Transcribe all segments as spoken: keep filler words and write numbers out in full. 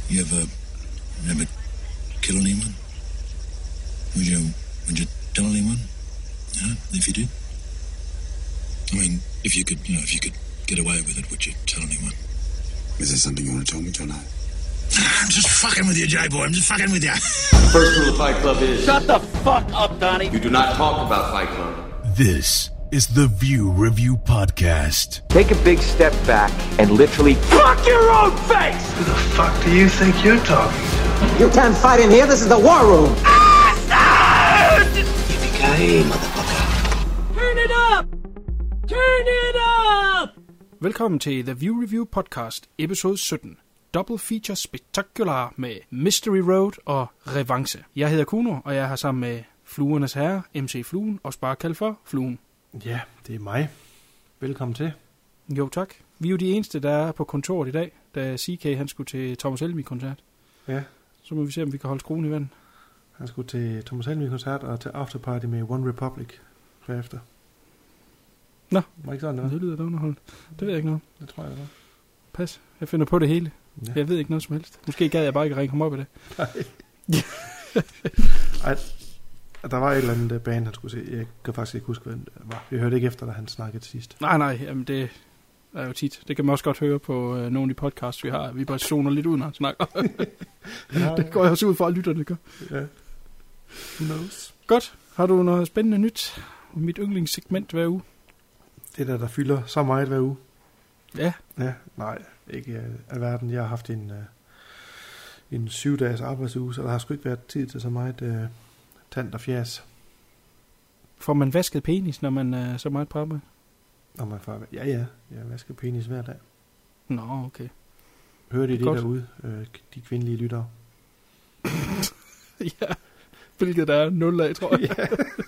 You ever, ever kill anyone? Would you, would you tell anyone? Huh? If you did? I mean, if you could, you know, if you could get away with it, would you tell anyone? Is there something you want to tell me, John? I'm just fucking with you, J-boy. I'm just fucking with you. First rule of Fight Club is... Shut the fuck up, Donnie. You do not talk about Fight Club. This is the View Review Podcast. Take a big step back and literally fuck your own face! Who the fuck do you think you're talking to? You can't fight in here. This is the war room. Yippee-ki-yay, motherfucker. Turn it up! Turn it up! Velkommen til The View Review Podcast, episode sytten. Double feature spektakular med Mystery Road og Revanche. Jeg hedder Kuno, og jeg er her sammen med Fluernes Herre, M C Fluen, og bare kaldt for Fluen. Ja, det er mig. Velkommen til. Jo, tak. Vi er jo de eneste, der er på kontoret i dag, da C K han skulle til Thomas Helmig-koncert. Ja. Så må vi se, om vi kan holde skruen i vandet. Han skulle til Thomas Helmig-koncert og til afterparty med One Republic bagefter. Nå, var ikke sådan, det var? Det lyder da underholdt. Det ved jeg ikke noget. Det tror jeg, det var. Pas, jeg finder på det hele. Ja. Jeg ved ikke noget som helst. Måske gad jeg bare ikke ringe ham op i det. Nej. Ej, der var et eller andet band, han skulle se. Jeg kan faktisk ikke huske, hvad det var. Vi hørte ikke efter, da han snakkede sidst. Nej, nej, jamen det er jo tit. Det kan man også godt høre på øh, nogle af de podcasts, vi har. Vi bare zoner lidt ud, når han snakker. Ja, det går jeg også ud fra, at lytterne gør. Ja. Who knows? Godt. Har du noget spændende nyt? Mit yndlingssegment hver uge. Det der, der fylder så meget hver uge. Ja. Ja, nej, ikke af verden. Jeg har haft en, uh, en syv dages arbejdsuge, så der har sgu ikke været tid til så meget uh, tand og fjæs. Får man vasket penis, når man er så meget på arbejde? Når man får, ja, ja. Jeg vasker penis hver dag. Nå, okay. Hører de det, det godt. derude, uh, de kvindelige lyttere? Ja, hvilket der er nul af, tror jeg. Ja.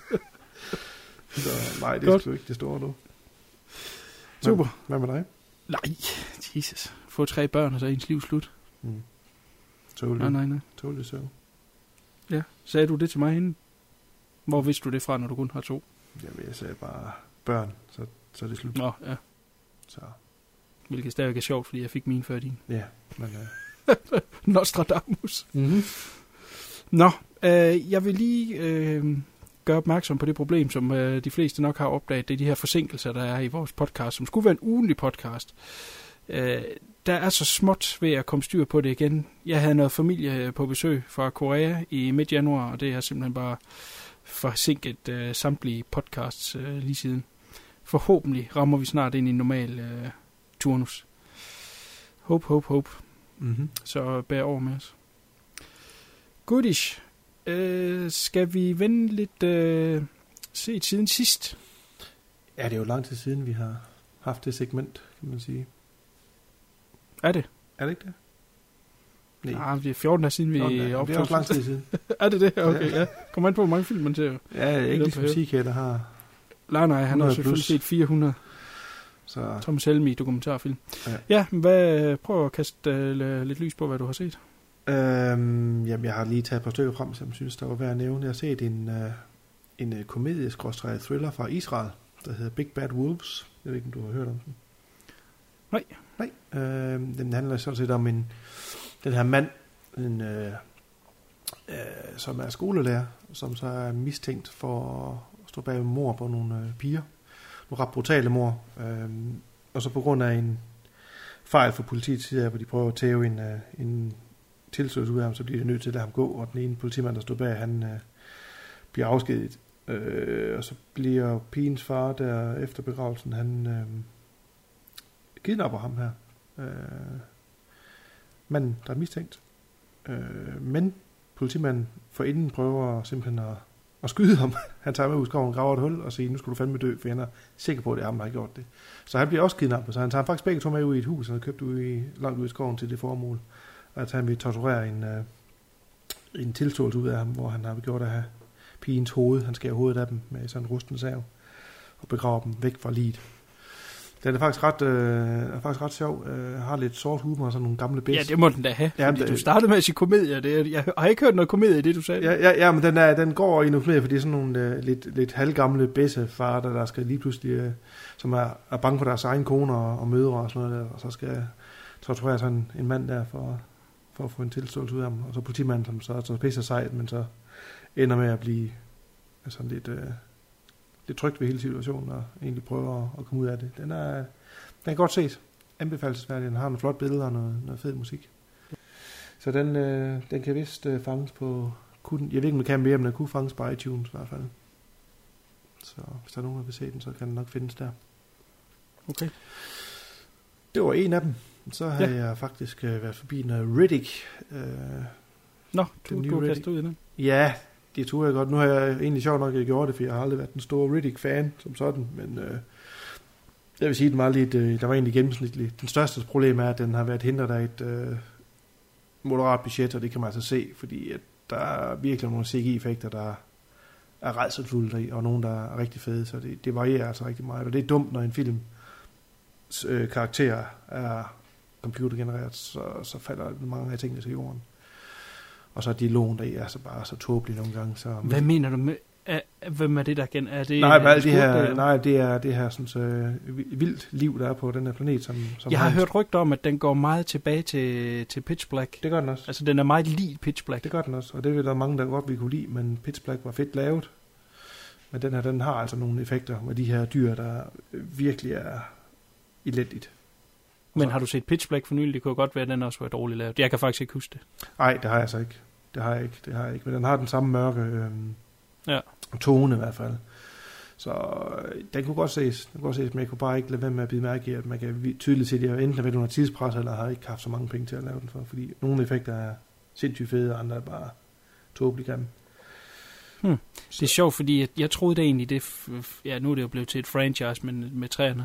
Så nej, det godt. er sgu ikke det store nu. Super. Hvad, hvad med dig? Nej, Jesus. Få tre børn, og så ens liv slut. Mm. Tålig. Nej, nej, nej. Tålig så. Ja, sagde du det til mig hende? Hvor vidste du det fra, når du kun har to? Jamen, jeg sagde bare børn, så, så er det slut. Nå, ja. Så. Hvilket stadig er sjovt, fordi jeg fik min før din. Ja, men... Uh... Nostradamus. Mm-hmm. Nå, øh, jeg vil lige øh, gøre opmærksom på det problem, som øh, de fleste nok har opdaget. Det er de her forsinkelser, der er i vores podcast, som skulle være en ugenlig podcast. Øh, der er så småt ved at komme styr på det igen. Jeg havde noget familie på besøg fra Korea i midt januar, og det har simpelthen bare forsinket øh, samtlige podcasts øh, lige siden. Forhåbentlig rammer vi snart ind i en normal øh, turnus. Hope, hope, hope. Mm-hmm. Så bær over med os. Goodish. Øh, skal vi vende lidt øh, set siden sidst? Ja, det er jo lang tid siden, vi har haft det segment, kan man sige. Er det? Er det ikke det? Nej, nah, det er fjorten dage siden, vi optog. Det er også lang tid siden. Er det det? Okay, ja. Kom an på, hvor mange film man ser. Ja, ikke ligesom C K, der har... Nej, nej, han har selvfølgelig set fire hundrede. Så... Thomas Helmig dokumentarfilm. Ja, ja hvad, prøv at kaste uh, lidt lys på, hvad du har set. Øhm, jamen, jeg har lige taget et par stykker frem, som jeg synes, der var værd at nævne. Jeg har set en, uh, en uh, komedie-thriller fra Israel, der hedder Big Bad Wolves. Jeg ved ikke, om du har hørt om den. Nej. Nej. Øh, den handler sådan set om en, den her mand, en, øh, øh, som er skolelærer, som så er mistænkt for at stå bag mord på nogle øh, piger. Nogle ret brutale mord. Øh, og så på grund af en fejl fra politiets side, hvor de prøver at tæve en, øh, en tilståelse ud af ham, så bliver det nødt til at lade ham gå, og den ene politimand, der stod bag, han øh, bliver afskediget. Øh, og så bliver pigens far, der efter begravelsen, han øh, kidnapper ham her. Øh, manden, der er mistænkt. Øh, men politimanden forinden prøver simpelthen at, at skyde ham. Han tager med ud i skoven, graver et hul og siger, nu skal du fandme dø, for han er sikker på, at det er ham, der har gjort det. Så han bliver også kidnappet, så han tager faktisk begge to med ud i et hus, han har købt ud i, langt ud i skoven til det formål. At han vil torturere en, øh, en tilståelse ud af ham, hvor han har gjort at have pigens hoved. Han skærer hovedet af dem med sådan en rusten sav og begraver dem væk fra liget. Den er faktisk ret, øh, er faktisk ret sjov. Øh, har lidt sort humor og sådan nogle gamle bæs. Ja, det må den da have. Ja, det, du startede med at sige komedie. Det er, jeg har ikke hørt noget komedie i det, du sagde. Ja, ja, ja, men den, er, den går i noget komedie, fordi det er sådan nogle øh, lidt, lidt halvgamle bæssefarer, der, der skal lige pludselig, øh, som er, er bange for deres egen koner og, og mødre og sådan noget der, og så skal torturere sådan en mand der for for at få en tilståelse ud af ham. Og så politimanden, som så, så pisser sejt, men så ender med at blive altså, lidt, øh, lidt trygt ved hele situationen, og egentlig prøver at, at komme ud af det. Den er, den er godt set. Anbefalesværdig. Den har nogle flotte billeder og noget, noget fed musik. Så den, øh, den kan vist øh, fanges på... Kun, jeg ved ikke, om det kan mere, men den kunne fanges på iTunes i hvert fald. Så hvis der er nogen, der vil se den, så kan den nok findes der. Okay. Det var en af dem. Så har ja. jeg faktisk øh, været forbi en Riddick. Øh, Nå, du, du har kastet ud i den. Ja, det tror jeg godt. Nu har jeg egentlig sjovt nok gjort det, for jeg har aldrig været den store Riddick-fan som sådan. Men øh, jeg vil sige, at den var lidt, øh, der var egentlig gennemsnitlig. Den største problem er, at den har været hindret af et øh, moderat budget, og det kan man altså se, fordi at der er virkelig nogle C G I-effekter, der er rædselsfulde i, og nogle, der er rigtig fede, så det, det varierer altså rigtig meget. Og det er dumt, når en film øh, karakter er computergenereret, så, så falder mange af tingene til jorden. Og så er dialogen der er så bare så tåbelig nogle gange. Så, hvad mener du med, er, hvem er det der igen? Er det, nej, er det, det her, nej, det er det her sådan, så, vildt liv, der er på den her planet. Som, som jeg har hørt rygter om, at den går meget tilbage til, til Pitch Black. Det gør den også. Altså, den er meget lig Pitch Black. Det gør den også, og det vil der mange, der godt vil kunne lide, men Pitch Black var fedt lavet. Men den her, den har altså nogle effekter med de her dyr, der virkelig er elendigt. Men så, har du set Pitch Black for nylig? Det kunne godt være, at den også var dårligt lavet. Jeg kan faktisk ikke huske det. Nej, det har jeg så ikke. Det har jeg ikke. Det har jeg ikke. Men den har den samme mørke øh, ja. tone i hvert fald. Så øh, den kunne godt ses. Den kunne godt ses, men jeg kunne bare ikke lade være med at bide mærke i, at man kan tydeligt se, at jeg enten har været under tidspres, eller har ikke haft så mange penge til at lave den for. Fordi nogle effekter er sindssygt fede, og andre er bare tåbeligt grimme. Hmm. Det er sjovt, fordi jeg, jeg troede det egentlig, det, ja, nu er det jo blevet til et franchise med, med træerne.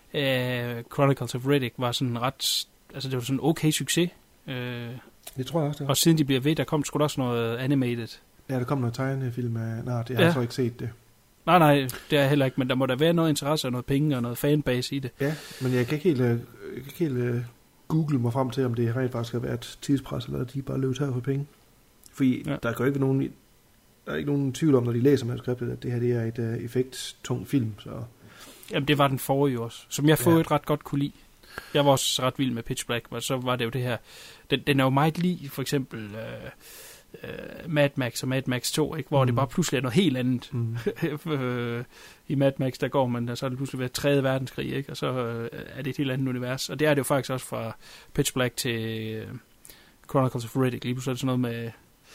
Uh, Chronicles of Riddick var sådan ret, altså det var sådan en okay succes. Uh, det tror jeg også, det. Og siden de bliver ved, der kom sgu da også noget animated. Ja, der kom noget tegnefilm af, nej, det har ja. jeg så ikke set det. Nej, nej, det er heller ikke, men der må der være noget interesse og noget penge og noget fanbase i det. Ja, men jeg kan ikke helt, jeg kan ikke helt uh, google mig frem til, om det rent faktisk har været tidspres, eller de bare løb her for penge. Fordi ja. der kan jo ikke være nogen, der er ikke nogen tvivl om, når de læser manuskriptet, at det her det er et uh, effekttungt film, så... Jamen, det var den forrige også, som jeg fået ja. et ret godt kunne lide. Jeg var også ret vild med Pitch Black, og så var det jo det her... Den, den er jo meget lige, for eksempel uh, uh, Mad Max og Mad Max to, ikke? Hvor mm. det bare pludselig er noget helt andet. Mm. I Mad Max, der går man, og så er det pludselig været tredje verdenskrig, ikke? Og så uh, er det et helt andet univers. Og det er det jo faktisk også fra Pitch Black til uh, Chronicles of Riddick. Lige pludselig er det sådan noget med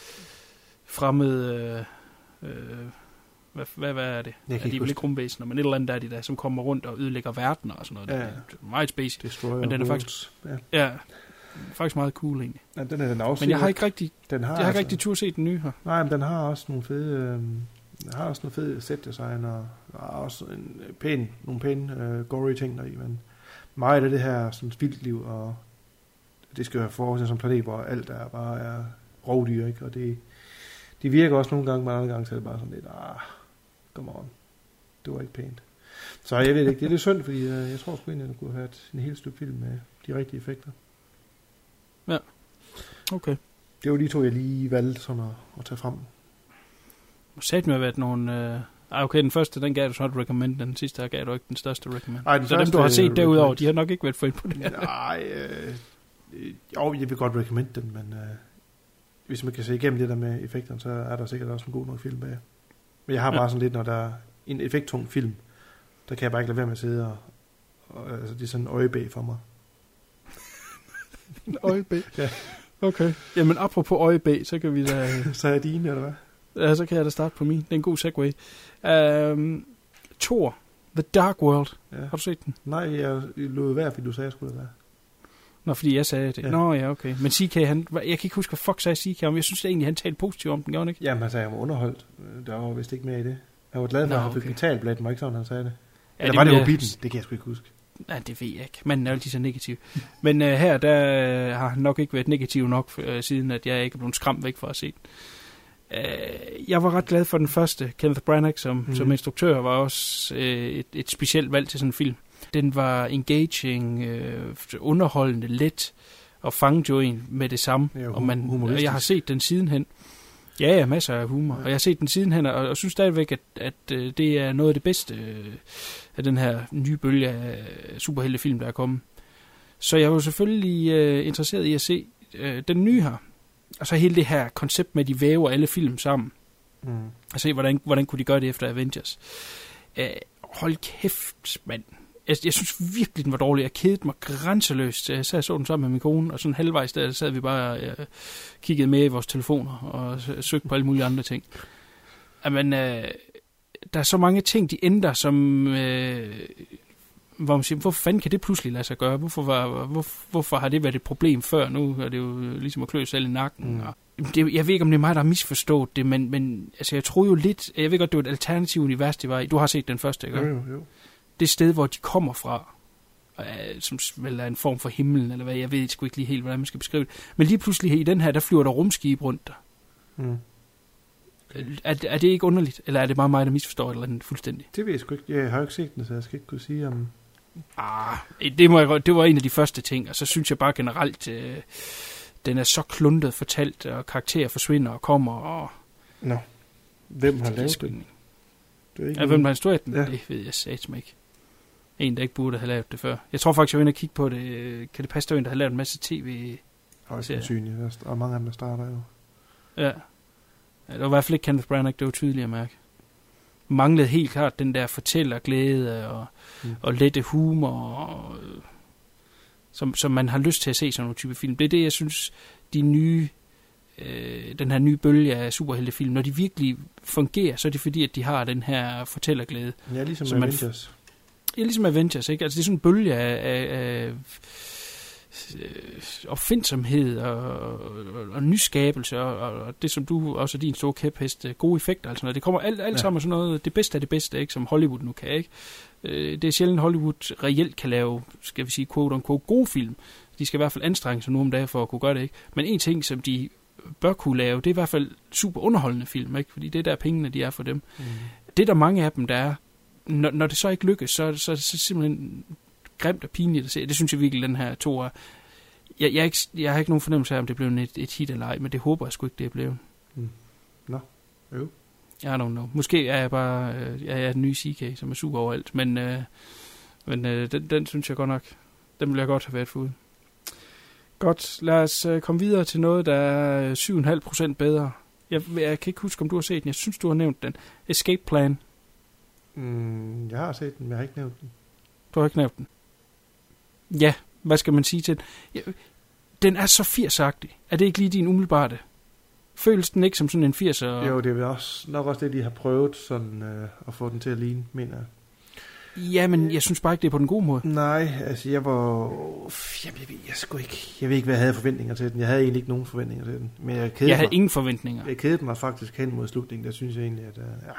fremmede... Uh, uh, Hvad, hvad, hvad er det? Er de vel ikke rumvæsener, men et eller andet der er de der, som kommer rundt og ødelægger verdener og sådan noget. Ja, det er meget spacey. Destroyer men den er faktisk, ja. ja, faktisk meget cool egentlig. Ja, den er den også. Men jeg har ikke rigtig, den har jeg har altså, ikke rigtig tur set den nye her. Nej, men den har også nogle fede, øh, den har også nogle fede set-design og, og også en pæn, nogle pæne uh, gory ting deri, men meget af det her sådan vildt liv, og det skal jo forestille som en planet, hvor alt er bare er rovdyr, ikke? Og det, det virker også nogle gange, men andre gange så er det bare sådan lidt, ah, come on. Det var ikke pænt. Så jeg ved ikke, det er lidt synd, fordi uh, jeg tror sgu egentlig, at det kunne have været en helt stykke film med de rigtige effekter. Ja, okay. Det var de to, jeg lige valgte sådan at, at tage frem. Sagde den jo været nogle... Øh... Ah, okay, den første, den gav du så et recommend, den sidste her gav du ikke den største recommend. Ej, den så første, dem, du har set recommend. Derudover, de har nok ikke været for ind på det. Nej, øh, jo, jeg vil godt recommend den, men øh, hvis man kan se igennem det der med effekterne, så er der sikkert også en god nok film bag. Men jeg har bare ja. sådan lidt, når der er en effekttung film, der kan jeg bare ikke lade være med at sidde og, og altså, det er sådan en øjebæg for mig. En øjebæg? Ja. Okay. Jamen, apropos øjebæg, så kan vi da... så er dine, eller hvad? Ja, så kan jeg da starte på min. Det er en god segway. Um, Thor, The Dark World. Ja. Har du set den? Nej, jeg lod være, fordi du sagde, jeg skulle det være. Nå, fordi jeg sagde det. Ja. Nå, ja, okay. Men C K, han... Jeg kan ikke huske, hvad fuck sagde C K om. Jeg synes egentlig, han talte positivt om den, gjorde han ikke? Jamen, han sagde, jeg var underholdt. Der var vist ikke mere i det. Jeg var glad for, at han fik okay. betalt blandt mig, ikke sådan, han sagde det. Ja, eller det var det Hobbiten? Jeg... Det kan jeg sgu ikke huske. Nej, det ved jeg ikke. Manden er altid så negativ. Men uh, her, der uh, har han nok ikke været negativ nok, uh, siden at jeg ikke er blevet skræmt væk for at se den. Uh, jeg var ret glad for den første. Kenneth Branagh som, mm. som instruktør var også uh, et, et specielt valg til sådan en film. Den var engaging, uh, underholdende, let og fangede jo en med det samme. Ja, og, man, og jeg har set den sidenhen. Ja, ja, masser af humor. Ja. Og jeg har set den sidenhen, og, og synes stadigvæk, at, at uh, det er noget af det bedste uh, af den her nye bølge af superheltefilm, der er kommet. Så jeg var selvfølgelig uh, interesseret i at se øh, den nye her, og så hele det her koncept med, at de væver alle film sammen, mm. og se, hvordan, hvordan kunne de gøre det efter Avengers. Øh, hold kæft, mand. Jeg, jeg synes virkelig, den var dårlig. Jeg kedede mig grænseløst. Jeg sad så den sammen med min kone, og sådan halvvejs der sad vi bare og øh, kiggede med i vores telefoner, og søgte på alle mulige andre ting. Jamen, øh, der er så mange ting, de ændrer, som... Øh, hvor man siger, hvorfor fanden kan det pludselig lade sig gøre? Hvorfor, var, hvor, hvorfor har det været et problem før? Nu er det jo ligesom at klø selv i nakken. Mm. Og det, jeg ved ikke, om det er mig, der har misforstået det, men, men altså, jeg tror jo lidt... Jeg ved godt, det var et alternativt univers, det var i. Du har set den første, ikke? Jo, jo, jo. Det sted, hvor de kommer fra, øh, som vel er en form for himlen, eller hvad, jeg ved sgu ikke lige helt, hvordan man skal beskrive det. Men lige pludselig i den her, der flyver der rumskib rundt der. Mm. Er, er det ikke underligt, eller er det bare mig, der misforstår eller andet fuldstændig? Det ved jeg sgu ikke. Jeg har jo ikke set den, så jeg skal ikke kunne sige om... Ah, det, må jeg, det var en af de første ting, og så synes jeg bare generelt, øh, den er så kluntet fortalt, og karakterer forsvinder og kommer, og... Nå, hvem har lavet den? Ja, hvem har instrueret den? Ja. Det ved jeg satme ikke. En, der ikke burde have lavet det før. Jeg tror faktisk, jeg var inde og kigge på det. Kan det passe, der er en, der har lavet en masse tv? Højst sandsynligt, og mange af dem, der starter jo. Ja. Ja, det var i hvert fald ikke Kenneth Branagh, det var tydeligt at mærke. Manglede helt klart den der fortællerglæde og, mm. og lette humor, og, som, som man har lyst til at se sådan nogle type film. Det er det, jeg synes, de nye, øh, den her nye bølge af superheltefilm, når de virkelig fungerer, så er det fordi, at de har den her fortællerglæde. Ja, ligesom Avengers. Ja, ligesom Avengers, ikke? Altså, det er sådan en bølge af... af, af opfindsomhed og, og, og nyskabelse og, og det som du også er din store kæphest, gode effekter, altså noget. Det kommer alt, alt ja. sammen sådan noget, det bedste af det bedste, ikke, som Hollywood nu kan, ikke? Det er sjældent Hollywood reelt kan lave, skal vi sige, quote on quote, gode film. De skal i hvert fald anstrenge sig nu om dagen for at kunne gøre det, ikke? Men en ting, som de bør kunne lave, det er i hvert fald super underholdende film, ikke? Fordi det er der pengene, de er for dem. Mm. Det er der mange af dem, der er. Når, når det så ikke lykkes, så, så er det så simpelthen grimt og pinligt at se. Det synes jeg virkelig, den her to er. Jeg, jeg, ikke, jeg har ikke nogen fornemmelse af, om det blev et, et hit eller ej, men det håber jeg sgu ikke, det er blevet. Mm. Nå, no. jo. I don't know. Måske er jeg bare øh, jeg er den nye C K, som er super overalt, men, øh, men øh, den, den synes jeg godt nok, den vil jeg godt have været forud. Godt, lad os øh, komme videre til noget, der er syv komma fem procent bedre. Jeg, jeg kan ikke huske, om du har set den. Jeg synes, du har nævnt den. Escape Plan. Mm, jeg har set den, men jeg har ikke nævnt den. Du har ikke nævnt den? Ja, hvad skal man sige til den? Ja, den er så firsagtig. Er det ikke lige din umiddelbare? Føles den ikke som sådan en firser? Jo, det er vel også, nok også det, de har prøvet sådan, øh, at få den til at ligne, mener jeg. Ja, men jeg synes bare ikke, det er på den gode måde. Nej, altså jeg var... Jamen, jeg, ved, jeg, skulle ikke, jeg ved ikke, hvad jeg havde forventninger til den. Jeg havde egentlig ikke nogen forventninger til den. Men jeg, jeg havde mig, ingen forventninger. Jeg kedede mig faktisk hen mod slutningen. Der synes jeg egentlig, at... Uh, ja,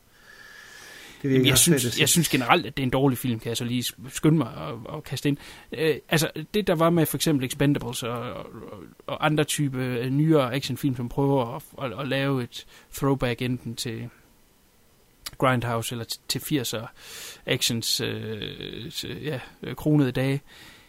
det Jamen, jeg, synes, jeg synes generelt, at det er en dårlig film, kan jeg så lige skynde mig og, og kaste ind. Øh, altså, det der var med for eksempel Expendables og, og, og andre type nyere actionfilm, som prøver at, at, at lave et throwback enten til Grindhouse eller til firser actions øh, ja, kronede dage.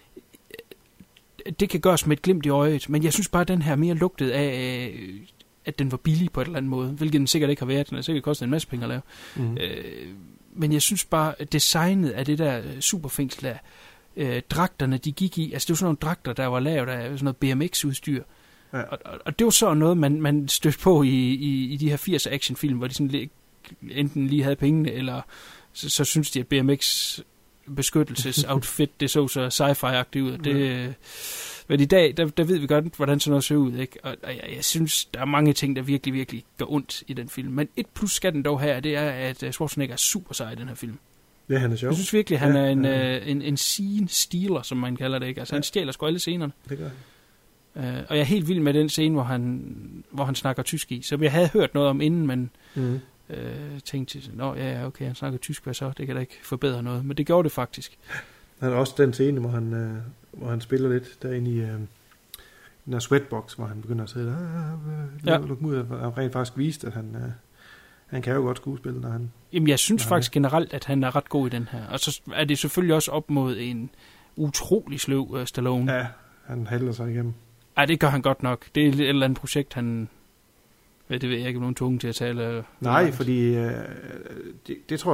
Det kan gøres med et glimt i øjet, men jeg synes bare, at den her mere lugtede af, at den var billig på et eller andet måde, hvilket den sikkert ikke har været. Den har sikkert kostet en masse penge at lave. Mm. Øh, men jeg synes bare, at designet af det der superfængsel der, øh, dragterne, de gik i, altså det var sådan nogle dragter, der var lavet af sådan noget B M X-udstyr. Ja. Og, og, og det var sådan noget, man, man stødte på i, i, i de her firser actionfilm, hvor de sådan enten lige havde pengene, eller så, så synes de, at B M X beskyttelsesoutfit, det så så sci-fi-agtigt ud. Det, ja. Men i dag, der, der ved vi godt, hvordan sådan noget ser ud, ikke? Og, og jeg, jeg synes, der er mange ting, der virkelig, virkelig gør ondt i den film. Men et plus skal den dog her, det er, at Schwarzenegger er super sej i den her film. Ja, han er sjov. Jeg synes virkelig, han ja, er en, ja. uh, en, en scene-stealer, som man kalder det, ikke? Altså, ja. Han stjæler sgu alle scenerne. Det gør han. Uh, og jeg er helt vild med den scene, hvor han, hvor han snakker tysk i. Så jeg havde hørt noget om inden, men mm. uh, tænkte, nå ja, okay, han snakker tysk, hvad så? Det kan da ikke forbedre noget. Men det gjorde det faktisk. Han er også den scene, hvor han, øh, hvor han spiller lidt derinde i øh, den der sweatbox, hvor han begynder at sidde der. Ja. Luk ud, og han rent faktisk viste, at han, øh, han kan jo godt skuespille, når han... Jamen, jeg synes faktisk han, generelt, at han er ret god i den her. Og så er det selvfølgelig også op mod en utrolig sløv uh, Stallone. Ja, han halter sig igennem. Ej, det gør han godt nok. Det er et eller andet projekt, han... Det ved jeg ikke, om nogen tunge til at tale. Nej, fordi øh, det, det tror jeg ikke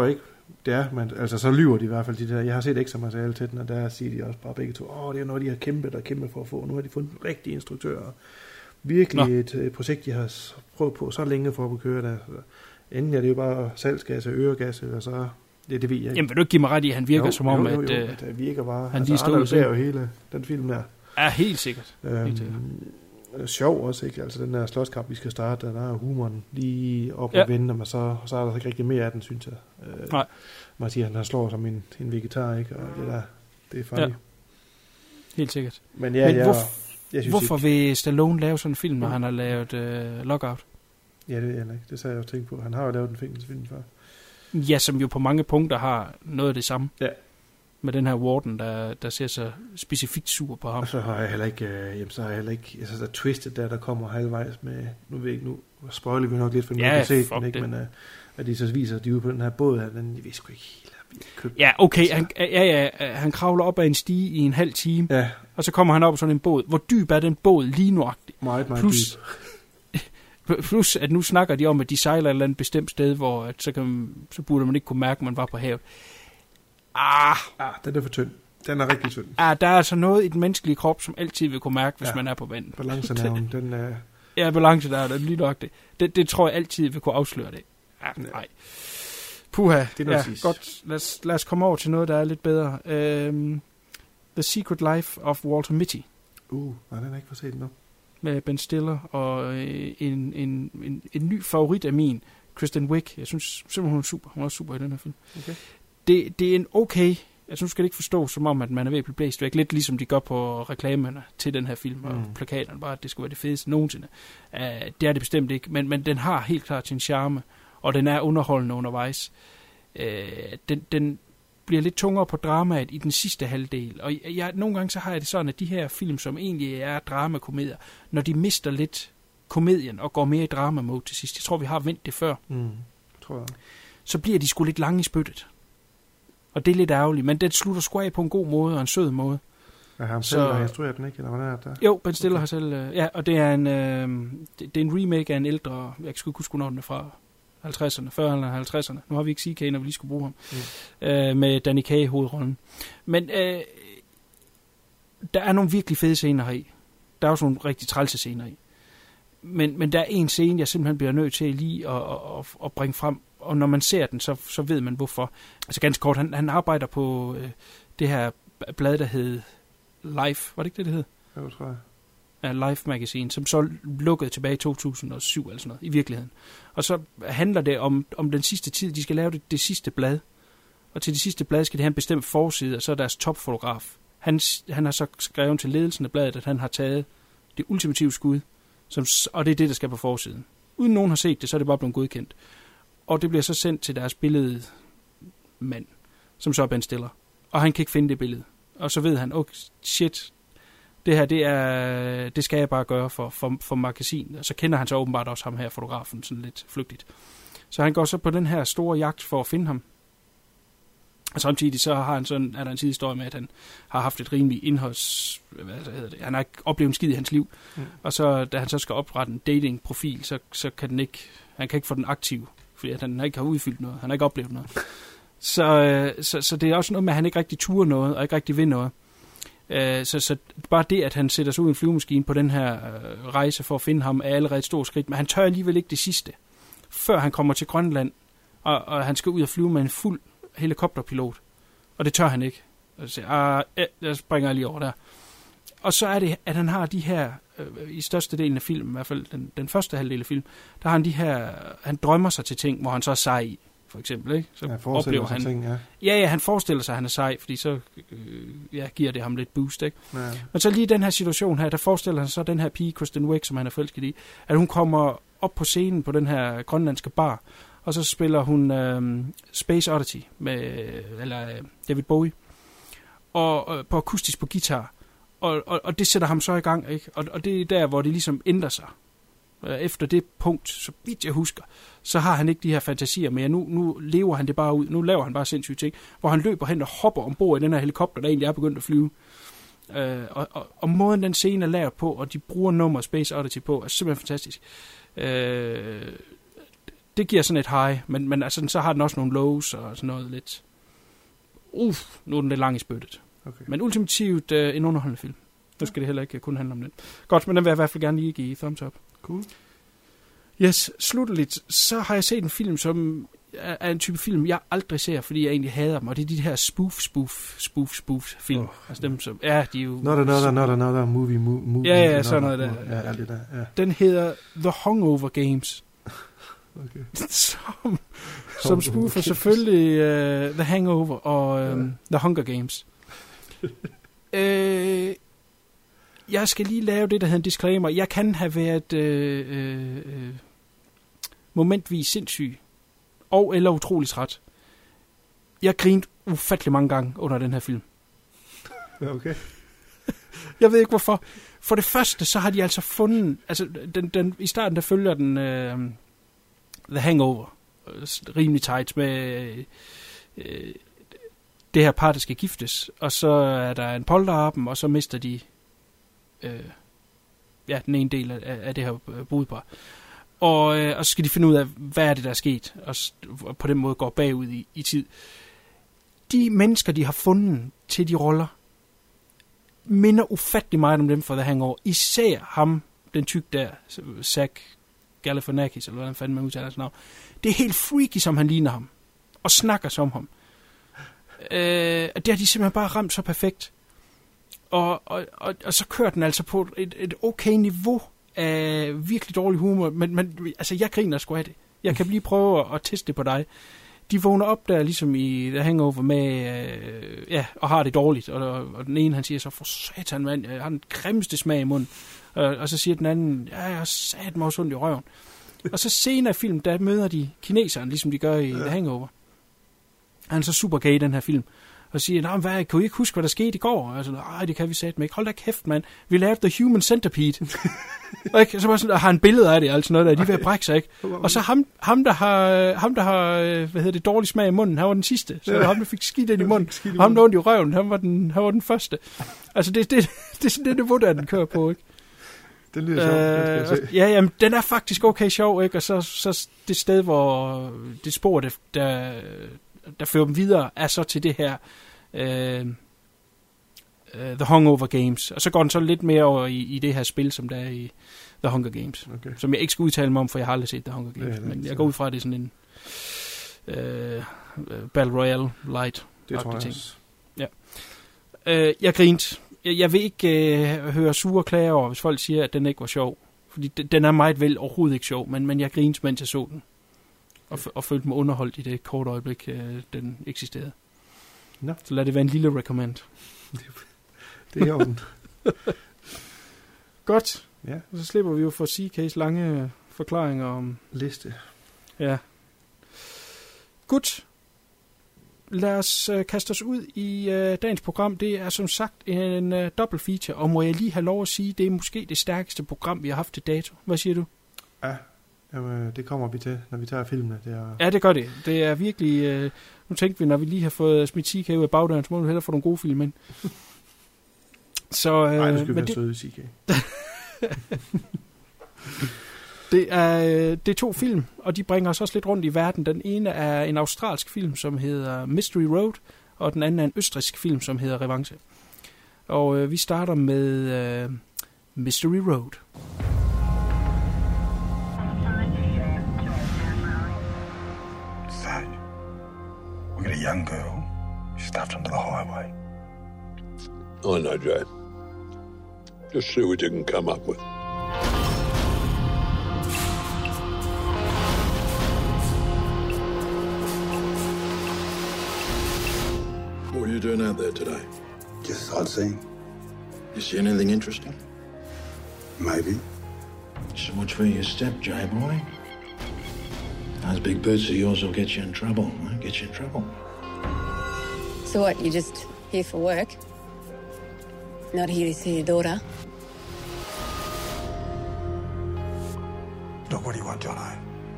det er, men altså så lyver de i hvert fald de der. Jeg har set ekstra materiale til den, og der siger de også bare begge to, åh, det er noget, de har kæmpet og kæmpet for at få. Nu har de fundet en rigtig instruktør. Virkelig et, et projekt, de har prøvet på så længe for at køre der. Enten er det jo bare salgsgasse, øregasse, og så det, det ved jeg ikke. Jamen vil du ikke give mig ret i, at han virker jo, som om, jo, jo, jo, at, at det virker bare. han altså, lige stod ser jo hele den film der. Ja, helt sikkert. Øhm, helt sikkert. Sjov også, ikke? Altså den der slåskamp, vi skal starte, der er humoren lige op ja. og vende, men så, så er der ikke rigtig mere af den, synes jeg. Øh, Nej. Man siger, at han slår som en, en vegetar, ikke? Og det der, det er funny. Ja. Helt sikkert. Men, ja, men jeg, hvorfor, jeg synes hvorfor ikke, vil Stallone lave sådan en film, når ja. han har lavet uh, Lockout? Ja, det ved jeg ikke. Det sagde jeg jo tænkt på. Han har jo lavet en film før. Ja, som jo på mange punkter har noget af det samme. Ja. Med den her Warden, der, der ser så specifikt sur på ham. Og så har jeg heller ikke, øh, jamen, så har jeg heller ikke, jeg synes, der er twistet der, der kommer halvvejs med, nu ved jeg ikke, nu spoiler vi nok lidt, for nu ja, kan se den, ikke? Det. Men uh, at de så viser, at de er ude på den her båd her, den, jeg ved sgu ikke helt, at vi har købt. Ja, okay, han, ja, ja, han kravler op ad en stige i en halv time, ja. Og så kommer han op på sådan en båd. Hvor dyb er den båd lige nuagtigt? Meget, meget plus, dyb. Plus, at nu snakker de om, at de sejler et eller andet bestemt sted, hvor at så, kan, så burde man ikke kunne mærke, at man var på havet. Ah, ah den er for tynd. Den er rigtig tynd. Ah, der er altså noget i den menneskelige krop, som altid vil kunne mærke, hvis ja. man er på vandet. Balancenerven, den er... Ja, balance der er det lige nok det. det. Det tror jeg altid vil kunne afsløre det. Ah, nej. Puha, det er ja, godt. Lad os, lad os komme over til noget, der er lidt bedre. Um, The Secret Life of Walter Mitty. Uh, nej, den er ikke for set nu. Med Ben Stiller og øh, en, en, en, en ny favorit af min, Kristen Wiig. Jeg synes simpelthen, hun er super. Hun er super i den her film. Okay. Det, det er en okay... Altså nu skal det ikke forstå som om, at man er ved at blive blæst væk. Lidt ligesom de gør på reklamerne til den her film og mm. plakaterne. Bare, at det skulle være det fedeste nogensinde. Uh, det er det bestemt ikke. Men, men den har helt klart sin charme. Og den er underholdende undervejs. Uh, den, den bliver lidt tungere på dramaet i den sidste halvdel. Og jeg, nogle gange så har jeg det sådan, at de her film, som egentlig er dramakomedier, når de mister lidt komedien og går mere i drama-mode til sidst. Jeg tror, vi har vendt det før. Mm. Tror jeg. Så bliver de sgu lidt lange i spyttet. Og det er lidt ærgerligt, men den slutter sgu af på en god måde og en sød måde. Ja, han selv har instrueret den, ikke? Eller hvad er der? Jo, Ben Stiller okay. har selv... Øh, ja, og det er en øh, det, det er en remake af en ældre... Jeg kan sgu ikke huske, hvornår den er fra halvtredserne, fyrre eller halvtredserne. Nu har vi ikke C K, når vi lige skulle bruge ham. Mm. Øh, med Danny Kaye i hovedrollen. Men øh, der er nogle virkelig fede scener her i. Der er også nogle rigtig trælse scener i. Men, men der er en scene, jeg simpelthen bliver nødt til lige at, at, at, at bringe frem. Og når man ser den, så, så ved man hvorfor. Altså ganske kort, han, han arbejder på øh, det her blad, der hed Life. Var det ikke det, det hed? Ja, det tror jeg. Ja, Life Magazine, som så lukkede tilbage i to tusind og syv eller sådan noget, i virkeligheden. Og så handler det om, om den sidste tid, de skal lave det, det sidste blad. Og til det sidste blad skal de have en bestemt forside, og så er deres topfotograf. Han, han har så skrevet til ledelsen af bladet, at han har taget det ultimative skud, som, og det er det, der skal på forsiden. Uden nogen har set det, så er det bare blevet godkendt. Og det bliver så sendt til deres billedmand, som så er Ben Stiller. Og han kan ikke finde det billede. Og så ved han, oh shit, det her, det, er, det skal jeg bare gøre for, for, for magasin. Og så kender han så åbenbart også ham her, fotografen, sådan lidt flygtigt. Så han går så på den her store jagt for at finde ham. Og samtidig så har han sådan, er der en tidshistorie med, at han har haft et rimeligt indholds... Hvad hedder det? Han har ikke oplevet en skid i hans liv. Mm. Og så, da han så skal oprette en dating-profil, så, så kan den ikke... Han kan ikke få den aktiv, fordi at han ikke har udfyldt noget. Han har ikke oplevet noget. Så, så, så det er også noget med, at han ikke rigtig turer noget, og ikke rigtig vil noget. Så, så bare det, at han sætter sig ud i en flyvemaskine på den her rejse for at finde ham, er allerede et stort skridt. Men han tør alligevel ikke det sidste, før han kommer til Grønland, og, og han skal ud og flyve med en fuld helikopterpilot. Og det tør han ikke. Og så siger, ah, jeg springer lige over der. Og så er det, at han har de her, øh, i største delen af filmen, i hvert fald den, den første halvdel af filmen, der har han de her, han drømmer sig til ting, hvor han så er sej i, for eksempel, ikke? Så ja, oplever han, ting, ja. ja, ja, han forestiller sig, at han er sej, fordi så øh, ja, giver det ham lidt boost, ikke? Ja. Men så lige i den her situation her, der forestiller han så den her pige, Kristen Wiig, som han er forelsket i, at hun kommer op på scenen på den her grønlandske bar, og så spiller hun øh, Space Oddity med, eller øh, David Bowie, og, og på akustisk på guitar. Og, og, og det sætter ham så i gang, ikke? Og, og det er der, hvor det ligesom ændrer sig. Efter det punkt, så vidt jeg husker, så har han ikke de her fantasier mere. Nu, nu lever han det bare ud. Nu laver han bare sindssyge ting, hvor han løber hen og hopper ombord i den her helikopter, der egentlig er begyndt at flyve. Øh, og, og, og måden den scene er lavet på, og de bruger nummer Space Oddity på, er simpelthen fantastisk. Øh, det giver sådan et high, men, men altså, så har den også nogle lows og sådan noget lidt... Uff, nu er den lidt lang i spyttet. Okay. Men ultimativt øh, en underholdende film. Nu skal det heller ikke kun handle om den. Godt, men den vil jeg i hvert fald gerne lige give thumbs up. Cool. Yes, slutteligt, så har jeg set en film, som er en type film, jeg aldrig ser, fordi jeg egentlig hader dem, og det er de her spoof, spoof, spoof, spoof film. Oh. Altså dem, som, ja, de er jo... Not another, not another movie, movie, movie. Ja, ja, sådan noget der. Ja, alt det der, ja. Den hedder The Hungover Games. Okay. som, som spoofer selvfølgelig uh, The Hangover og um, ja. The Hunger Games. øh, jeg skal lige lave det, der hedder en disclaimer. Jeg kan have været øh, øh, momentvis sindssyg og eller utrolig træt. Jeg grinte ufattelig mange gange under den her film. Okay. Jeg ved ikke hvorfor. For det første, så har de altså fundet... Altså, den, den, i starten, der følger den øh, The Hangover rimelig tight med øh, det her par, der skal giftes. Og så er der en polterappen, og så mister de øh, ja, den ene del af, af det her brudepar. Og, øh, og så skal de finde ud af, hvad er det, der er sket, og, og på den måde går bagud i, i tid. De mennesker, de har fundet til de roller, minder ufattelig meget om dem for The Hangover. Især ham, den tyk der, Zach Galifianakis, eller hvordan fanden man udtaler hans navn. Det er helt freaky, som han ligner ham, og snakker som ham. Øh, det har de simpelthen bare ramt så perfekt. Og, og, og, og så kører den altså på et, et okay niveau af virkelig dårlig humor, men, men altså, jeg griner sgu af det. Jeg kan lige prøve at, at teste det på dig. De vågner op der, ligesom i The Hangover, med, øh, ja, og har det dårligt, og, og den ene, han siger så, for satan, mand, jeg har den grimmeste smag i munden, og, og så siger den anden, ja, jeg har sat mig også ondt i røven. Og så senere i filmen, der møder de kineseren, ligesom de gør i The Hangover. Han er så super gay i den her film, og siger, nej, hvad, kan I ikke huske, hvad der skete i går? Og så, nej, det kan vi satme ikke. Hold da kæft, mand. Vi lavede The Human Centipede. Og ikke? Så bare sådan, og har en billede af det, altså noget der. De er ved at brække sig, ikke? Og så ham, ham, der har, ham, der har, hvad hedder det, dårlig smag i munden, han var den sidste. Så ja. ham, der fik skidt ind i munden. Og ham, der ondt i røven, han var den, han var den første. Altså, det, det, det er sådan det niveau, der den kører på, ikke? Den lyder sjov. Øh, ja, jamen, den er faktisk okay sjov, ikke? Og så, så det sted, hvor det spor, der, der, der fører dem videre, er så til det her Uh, uh, The Hungover Games. Og så går den så lidt mere over i, i det her spil, som der er i The Hunger Games. Okay. Som jeg ikke skal udtale mig om, for jeg har aldrig set The Hunger Games. Ja, men jeg går ud fra, at det er sådan en uh, uh, Battle Royale light. Det tror jeg ting. Også. Ja. Uh, jeg grinte. Jeg, jeg vil ikke uh, høre sure klager over, hvis folk siger, at den ikke var sjov. Fordi den, den er meget vel overhovedet ikke sjov, men, men jeg grinte, mens jeg så den. Og, og følte mig underholdt i det korte øjeblik, uh, den eksisterede. No. Så lad det være en lille recommend. Det er i orden. Godt. Ja. Så slipper vi jo for C K's lange forklaringer om... Liste. Ja. Godt. Lad os uh, kaste os ud i uh, dagens program. Det er som sagt en uh, dobbelt feature, og må jeg lige have lov at sige, det er måske det stærkeste program, vi har haft til dato. Hvad siger du? Ja, jamen, det kommer vi til, når vi tager filmene. Det er... Ja, det gør det. Det er virkelig... Uh, nu tænkte vi, når vi lige har fået smidt C K ud af bagdøren, så må vi hellere få nogle gode film ind. Så, uh, Nej, du skal være det... søde, C K. det, er, det er to film, og de bringer os også lidt rundt i verden. Den ene er en australsk film, som hedder Mystery Road, og den anden er en østrigsk film, som hedder Revanche. Og uh, vi starter med uh, Mystery Road. We got a young girl stuffed under the highway. I know, Joe. Just see what you can come up with. What are you doing out there today? Just sightseeing. You see anything interesting? Maybe. So watch where you step, J-boy. Those big boots of yours will get you in trouble. Huh? Get you in trouble. So what, you're just here for work? Not here to see your daughter? Look, what do you want, Jono?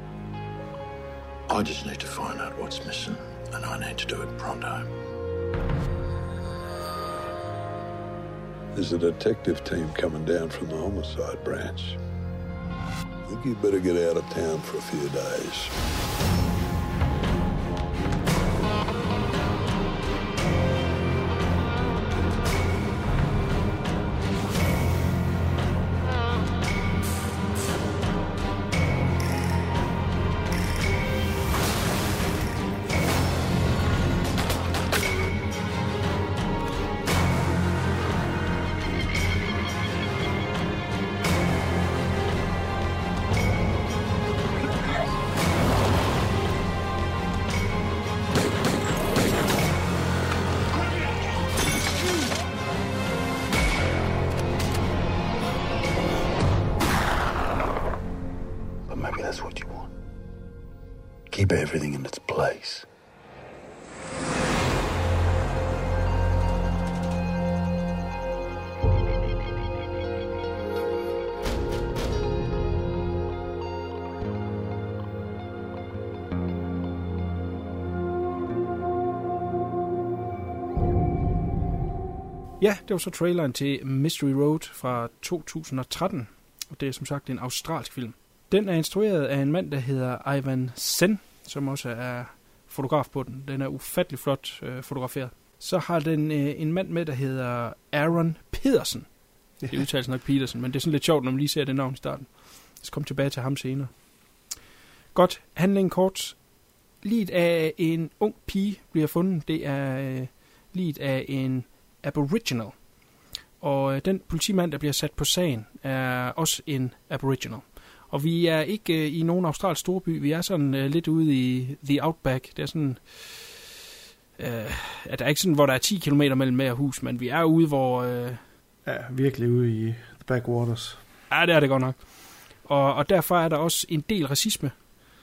I just need to find out what's missing, and I need to do it pronto. There's a detective team coming down from the homicide branch. think you better get out of town for a few days. Keep everything in its place. Ja, det var så traileren til Mystery Road fra to tusind og tretten, og det er som sagt en australsk film. Den er instrueret af en mand, der hedder Ivan Sen, som også er fotograf på den. Den er ufattelig flot øh, fotograferet. Så har den øh, en mand med, der hedder Aaron Pedersen. Det udtales nok Petersen, men det er sådan lidt sjovt, når man lige ser det navn i starten. Så kom tilbage til ham senere. Godt, handlingen kort. Liget af en ung pige bliver fundet. Det er øh, liget af en aboriginal. Og øh, den politimand, der bliver sat på sagen, er også en aboriginal. Og vi er ikke øh, i nogen australsk storby. Vi er sådan øh, lidt ude i the outback. Det er sådan, øh, at der er ikke sådan, hvor der er ti kilometer mellem hver hus, men vi er ude, hvor... Øh, ja, virkelig ude i the backwaters. Ja, det er det godt nok. Og, og derfor er der også en del racisme.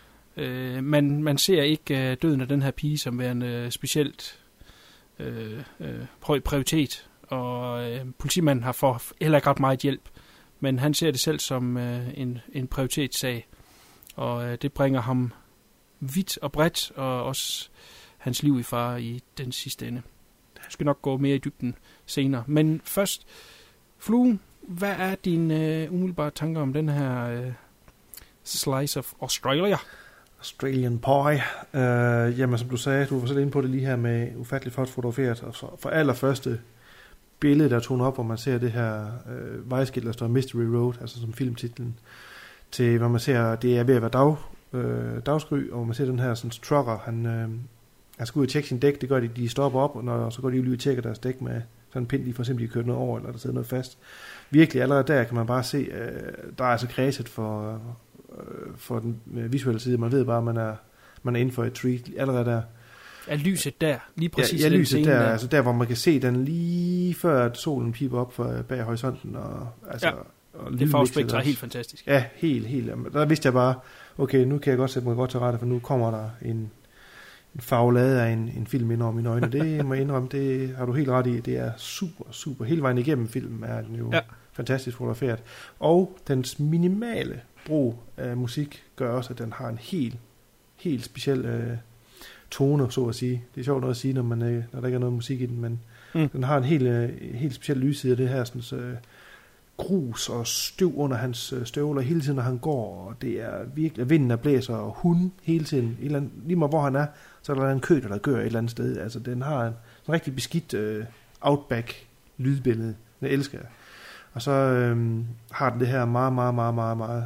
Øh, man, man ser ikke øh, døden af den her pige som værende øh, specielt øh, øh, høj prioritet. Og øh, politimanden har for heller ikke ret meget hjælp. Men han ser det selv som øh, en, en prioritetssag, og øh, det bringer ham vidt og bredt, og også hans liv i fare i den sidste ende. Jeg skal nok gå mere i dybden senere. Men først, Flue, hvad er dine øh, umiddelbare tanker om den her øh, slice of Australia? Australian Pie. Uh, jamen, som du sagde, du var selv inde på det lige her med ufattelig flot fotograferet, og så for allerførste billede, der tog op, hvor man ser det her øh, vejskilt, der står Mystery Road, altså som filmtitlen, til hvor man ser, det er ved at være dag, øh, dagsgry, og man ser den her sådan, trucker, han, øh, han skal ud og tjekke sin dæk, det gør de, de stopper op, og, når, og så går de lige og tjekker deres dæk med sådan en pind, de for eksempel de kørt noget over, eller der sidder noget fast. Virkelig allerede der kan man bare se, øh, der er altså kredset for, øh, for den visuelle side, man ved bare, at man er, man er inden for et tree, allerede der. Er lyset der, lige præcis ja, ja, den lyset scene der, der. altså der, hvor man kan se den lige før, at solen piper op for, bag horisonten. Og, altså, ja, og det farvespektrum er helt fantastisk. Ja, helt, helt. Der vidste jeg bare, okay, nu kan jeg godt sætte mig godt til rette, for nu kommer der en, en farvelade af en, en film ind over mine øjne. Det må jeg indrømme, det har du helt ret i. Det er super, super. Hele vejen igennem filmen er den jo ja. fantastisk fotograferet. Og dens minimale brug af musik gør også, at den har en helt, helt speciel... Øh, tone, så at sige. Det er sjovt noget at sige, når, man, når der ikke er noget musik i den, men mm. den har en helt, helt speciel lysside af det her sådan, uh, grus og støv under hans støvler hele tiden, når han går, og det er virkelig, vinden der blæser, og hunden hele tiden, et eller andet, lige meget hvor han er, så er der en kø, der gør et eller andet sted. Altså, den har en, en rigtig beskidt uh, outback-lydbillede. Det elsker jeg. Og så øhm, har den det her meget, meget, meget, meget, meget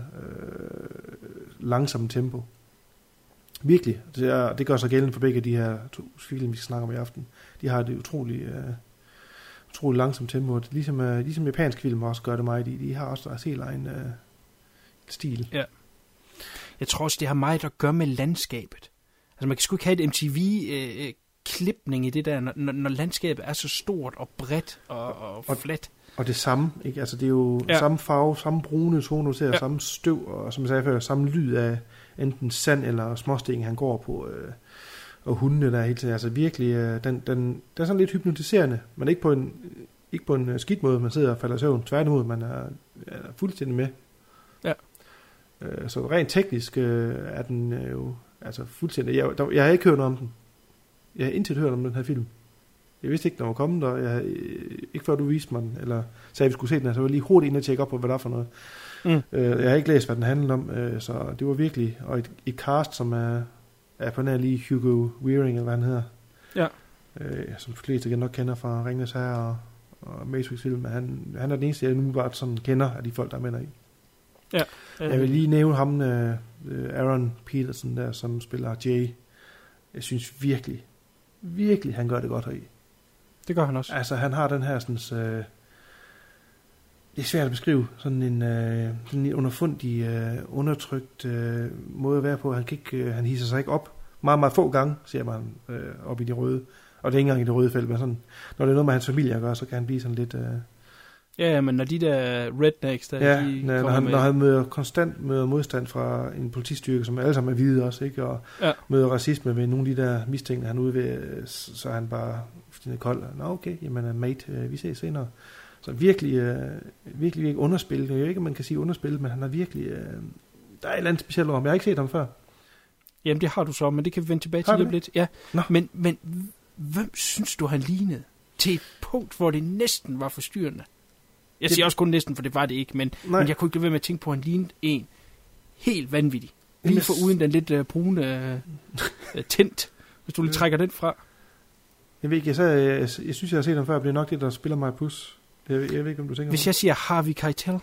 øh, langsomme tempo. Virkelig. Det, er, det gør sig gældende for begge de her to film, vi skal snakke om i aften. De har det utrolig, uh, utrolig langsomt tempo. Ligesom, uh, ligesom japanske film også gør det meget i. De har også deres helt egen uh, stil. Ja. Jeg tror også, det har meget at gøre med landskabet. Altså man kan sgu ikke have et M T V-klipning uh, i det der, når, når landskabet er så stort og bredt og, og, og fladt. Og det samme, ikke? Altså det er jo ja. samme farve, samme brune tone, du ser, ja. samme støv, og som jeg sagde før, samme lyd af enten sand eller småsten, han går på, øh, og hundene der hele tiden. Altså virkelig, øh, den, den, den er sådan lidt hypnotiserende, men ikke på en, ikke på en øh, skidt måde, man sidder og falder i søvn. Tværtimod, man er, er fuldstændig med. Ja. Øh, så rent teknisk øh, er den øh, jo altså fuldstændig... Jeg, der, jeg har ikke hørt om den. Jeg har intet hørt om den her film. Jeg vidste ikke, når jeg var kommet der. Jeg, ikke før du viste mig den, eller sagde, at vi skulle se den, så var jeg lige hurtigt inde og tjekke op på, hvad der er for noget. Mm. Øh, jeg har ikke læst, hvad den handlede om, øh, så det var virkelig, og et, et cast, som er, er på nær lige Hugo Weaving, eller hvad han hedder. Ja. Øh, som flest igen nok kender fra Ringenes Herre og, og Matrix-film. Han, han er den eneste, jeg nu bare sådan kender af de folk, der er med der i. Ja. Jeg vil lige nævne ham, øh, Aaron Peterson, der, som spiller Jay. Jeg synes virkelig, virkelig, han gør det godt heri. Det gør han også. Altså, han har den her sådan... Øh, det er svært at beskrive. Sådan en, øh, sådan en underfundig, øh, undertrykt øh, måde at være på. Han, kan ikke, øh, han hisser sig ikke op. Meget, meget få gange, siger man, øh, op i de røde. Og det er ikke engang i det røde felt, men sådan, når det er noget med hans familie at gøre, så kan han blive sådan lidt... Øh, Ja, men når de der rednecks, der ja, de når, når, han, når han møder konstant møder modstand fra en politistyrke, som alle sammen er hvide også, ikke? Og ja. Møder racisme ved nogle af de der mistænkte, han er ude ved, så er han bare kold. Nå okay, jamen mate, vi ses senere. Så virkelig, øh, virkelig, virkelig underspillet. Jeg ved ikke, om man kan sige underspillet, men han er virkelig... Øh, der er et eller andet specielt om. Jeg har ikke set ham før. Jamen det har du så, men det kan vi vende tilbage til lidt. Ja. Men, men hvem synes du, han lignede? Til et punkt, hvor det næsten var forstyrrende. Jeg siger det, også kun næsten, for det var det ikke, men, men jeg kunne ikke lade være med at tænke på, at han lignede en helt vanvittig. Lige for uden den lidt uh, brune uh, tint, hvis du lige trækker den fra. Jeg ved ikke, jeg, så, jeg, jeg synes, jeg har set ham før, det er nok det, der spiller mig pus. Jeg, jeg ved ikke, om du tænker Hvis jeg siger Harvey Keitel.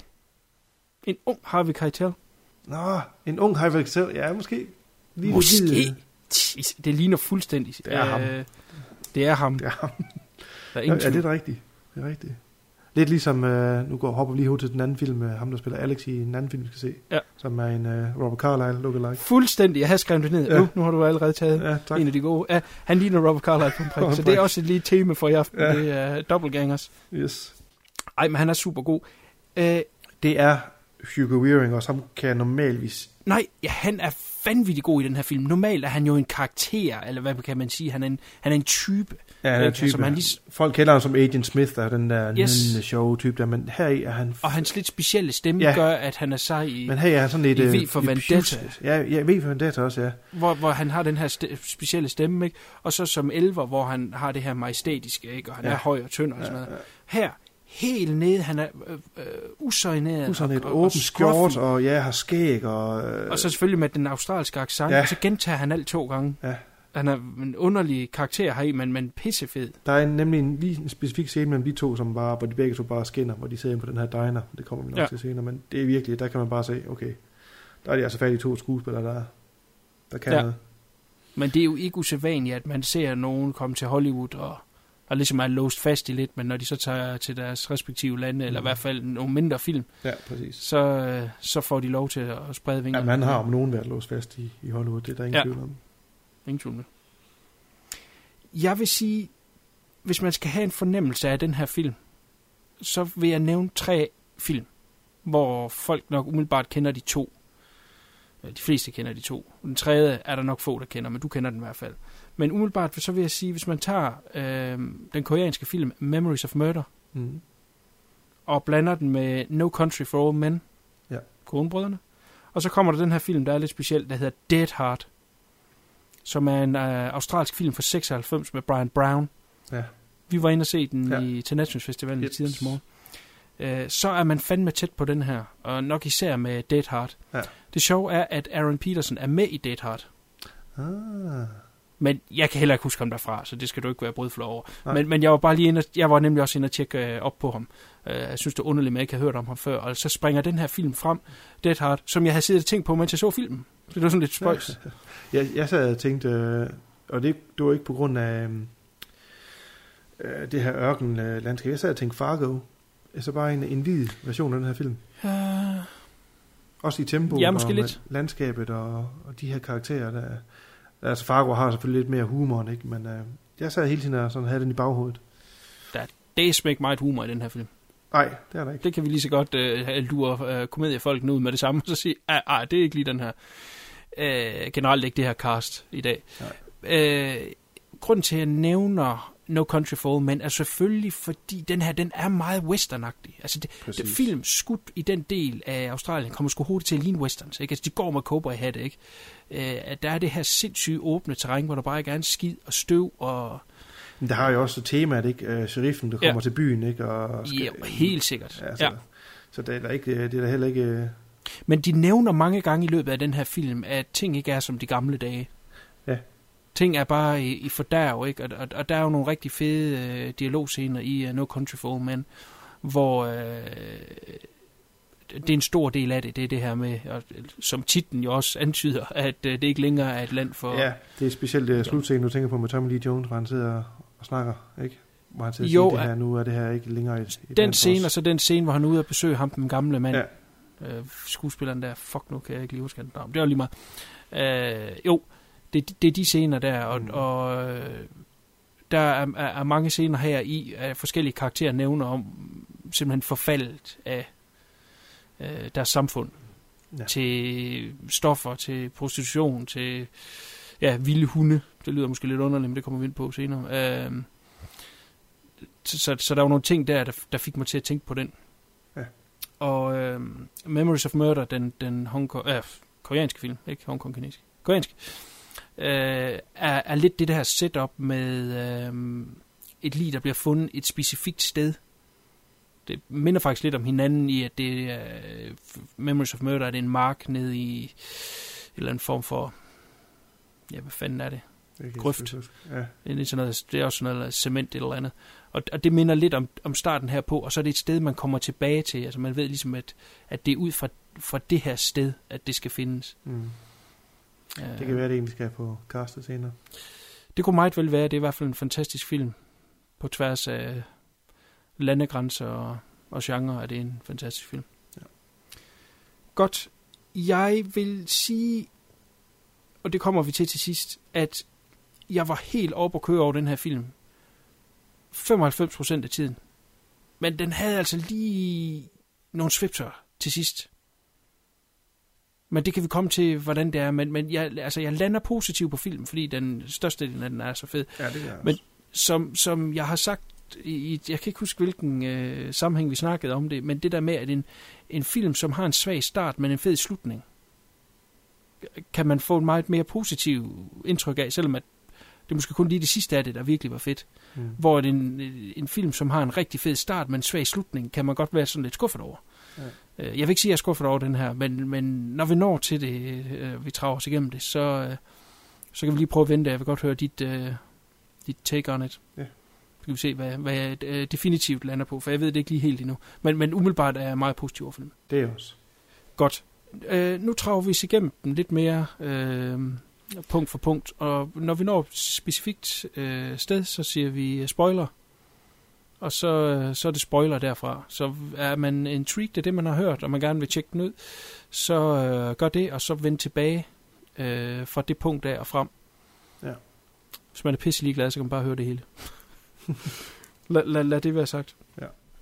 En ung Harvey Keitel. Nå, en ung Harvey Keitel, ja, måske. Lige måske. Det ligner fuldstændig. Det er ham. Uh, det er ham. Det er ham. Der er ingen ja, det er rigtigt. Det er rigtigt. Lidt ligesom, uh, nu går hopper vi lige ud til den anden film, uh, ham der spiller Alex i en anden film, vi skal se, ja. Som er en uh, Robert Carlyle lookalike. Fuldstændig, jeg har skrevet det ned. Ja. Nu, nu har du allerede taget ja, en af de gode. Uh, han ligner Robert Carlyle på en prik, så det er også et lille tema for i aften, ja. Det er uh, Doppelgangers. Yes. Ej, men han er super god. Uh, det er Hugo Weaving, og som kan normalvis... Nej, ja, han er vanvittigt god i den her film. Normalt er han jo en karakter, eller hvad kan man sige, han er en, han er en type. Ja, han er en type. Som han lige... Folk kender ham som Agent Smith, der er den der yes. show-type der, men her er han... Og hans lidt specielle stemme ja. Gør, at han er sej i... Men her er han sådan lidt... I V for Vendetta. Ja, ja, V for Vendetta også, ja. Hvor, hvor han har den her st- specielle stemme, ikke? Og så som elver, hvor han har det her majestætiske, ikke? Og han ja. Er høj og tynd og sådan noget. Ja, ja. Her... Helt nede, han er øh, øh, usøjneret. Usøjneret, åben skjort, og ja, har skæg. Og, øh... og så selvfølgelig med den australske accent, ja. Og så gentager han alt to gange. Ja. Han er en underlig karakter her i, men, men pissefed. Der er en, nemlig en, lige en specifik scene mellem de to, som bare, hvor de begge to bare skinner, hvor de sidder inde på den her diner. Det kommer vi nok ja. Til senere, men det er virkelig, der kan man bare se, okay, der er de altså færdige to skuespillere, der, der kan ja. Noget. Men det er jo ikke usædvanligt, at man ser nogen komme til Hollywood og og ligesom er låst fast i lidt, men når de så tager til deres respektive lande, eller i hvert fald nogle mindre film, ja, præcis. Så, så får de lov til at sprede vingerne. Ja, man har om nogen været låst fast i, i Hollywood, det er der ingen ja. Tvivl om. Ingen tvivl. Jeg vil sige, hvis man skal have en fornemmelse af den her film, så vil jeg nævne tre film, hvor folk nok umiddelbart kender de to. De fleste kender de to. Den tredje er der nok få, der kender, men du kender den i hvert fald. Men umiddelbart, så vil jeg sige, hvis man tager øh, den koreanske film Memories of Murder, mm. og blander den med No Country for Old Men, ja. Coen-brødrene, og så kommer der den her film, der er lidt speciel, der hedder Dead Heart, som er en øh, australsk film fra seksoghalvfems med Brian Brown. Ja. Vi var inde og se den ja. I, til Nationalfestivalen yes. i tidens morgen. Øh, så er man fandme tæt på den her, og nok især med Dead Heart. Ja. Det sjove er, at Aaron Peterson er med i Dead Heart. Ah. Men jeg kan heller ikke huske ham derfra, så det skal du ikke være brødflov over. Men, men jeg var bare lige inde, jeg var nemlig også inde og tjekke øh, op på ham. Uh, jeg synes, det er underligt, at jeg ikke har hørt om ham før. Og så springer den her film frem, Dead Heart, som jeg havde siddet og tænkt på, mens jeg så filmen. Det var sådan lidt spøjs. jeg, jeg sad og tænkte, øh, og det, det var ikke på grund af øh, det her ørkenlandskab. Jeg sad og tænkte Fargo. Altså bare en, en hvid version af den her film. Uh, også i tempoet ja, og lidt. Landskabet og, og de her karakterer, der... Altså Fargo har selvfølgelig lidt mere humor, ikke? Men øh, jeg sad hele tiden og sådan havde den i baghovedet. Der er dæsmæk ikke meget humor i den her film. Nej, det er der ikke. Det kan vi lige så godt øh, lure øh, komediefolkene ud med det samme, og så sige, ej, det er ikke lige den her. Øh, generelt ikke det her cast i dag. Øh, grunden til, at jeg nævner No Country for Old Men, er selvfølgelig, fordi den her, den er meget westernagtig. Altså, det, det film skudt i den del af Australien kommer sgu hurtigt til at ligne westerns, ikke? Altså, de går med cowboy-hatte, ikke? Øh, der er det her sindssyge åbne terræn, hvor der bare ikke er en skid og støv og Men der har jo også temaet, ikke? Uh, sheriffen, der kommer ja. til byen, ikke? Og skal, ja, helt sikkert. Ja, så, ja. så det er der ikke, det er der heller ikke... Men de nævner mange gange i løbet af den her film, at ting ikke er som de gamle dage. Ja. Ting er bare i, i fordærv, ikke? Og, og, og der er jo nogle rigtig fede uh, dialogscener i uh, No Country for Old Men, hvor uh, det er en stor del af det, det er det her med, og, som titlen jo også antyder, at uh, det ikke længere er et land for... Ja, det er specielt uh, slutscenen, du tænker på med Tommy Lee Jones, hvor han sidder og snakker, ikke? Hvor han sidder og siger, det her, nu er det her ikke længere et, et den scene, og så den scene, hvor han er ude og besøge ham, den gamle mand, ja. uh, skuespilleren der, fuck nu kan jeg ikke lige huske den navn, det var lige meget. Uh, jo, Det, det er de scener der, og, mm. og der er, er, er mange scener her i, af forskellige karakterer nævner om simpelthen forfaldet af øh, deres samfund. Ja. Til stoffer, til prostitution, til ja, vilde hunde. Det lyder måske lidt underligt, men det kommer vi ind på senere. Øh, så, så der var nogle ting der, der, der fik mig til at tænke på den. Ja. Og øh, Memories of Murder, den, den Hongkong, øh, koreanske film, ikke Hongkong-kinesisk, koreansk, Uh, er, er lidt det der setup med uh, et lig, der bliver fundet et specifikt sted. Det minder faktisk lidt om hinanden i, at det er uh, Memories of Murder, er det en mark nede i en eller anden form for, ja, hvad fanden er det? det Grøft. Ja. Det, er sådan noget, det er også sådan noget cement eller andet. Og, og det minder lidt om, om starten her på, og så er det et sted, man kommer tilbage til. Altså man ved ligesom, at, at det er ud fra, fra det her sted, at det skal findes. Mm. Det kan være, at det egentlig skal på castet senere. Det kunne meget vel være. Det er i hvert fald en fantastisk film. På tværs af landegrænser og, og genre er det en fantastisk film. Ja. Godt. Jeg vil sige, og det kommer vi til til sidst, at jeg var helt oppe at køre over den her film. femoghalvfems procent af tiden. Men den havde altså lige nogle svipser til sidst. Men det kan vi komme til, hvordan det er. Men, men jeg, altså, jeg lander positivt på filmen, fordi den største del af den er så fed. Ja, det er men som, som jeg har sagt, i, jeg kan ikke huske, hvilken øh, sammenhæng vi snakkede om det, men det der med, at en, en film, som har en svag start, men en fed slutning, kan man få en meget mere positiv indtryk af, selvom at det er måske kun lige det sidste af det, der virkelig var fedt. Mm. Hvor en, en film, som har en rigtig fed start, men en svag slutning, kan man godt være sådan lidt skuffet over. Ja. Jeg vil ikke sige, at jeg er skuffet over den her, men, men når vi når til det, øh, vi trager os igennem det, så, øh, så kan vi lige prøve at vente. Jeg vil godt høre dit, øh, dit take on it. Ja. Så kan vi se, hvad, hvad jeg øh, definitivt lander på, for jeg ved det ikke lige helt endnu. Men, men umiddelbart er jeg meget positiv over for den. Det er også. Godt. Øh, nu trager vi os igennem den lidt mere øh, punkt for punkt, og når vi når et specifikt øh, sted, så siger vi spoiler. Og så, så er det spoiler derfra. Så er man intrigued af det, man har hørt, og man gerne vil tjekke den ud, så øh, gør det, og så vend tilbage øh, fra det punkt af og frem. Ja. Hvis man er pisse ligeglad, så kan man bare høre det hele. lad, lad, lad det være sagt. Ja.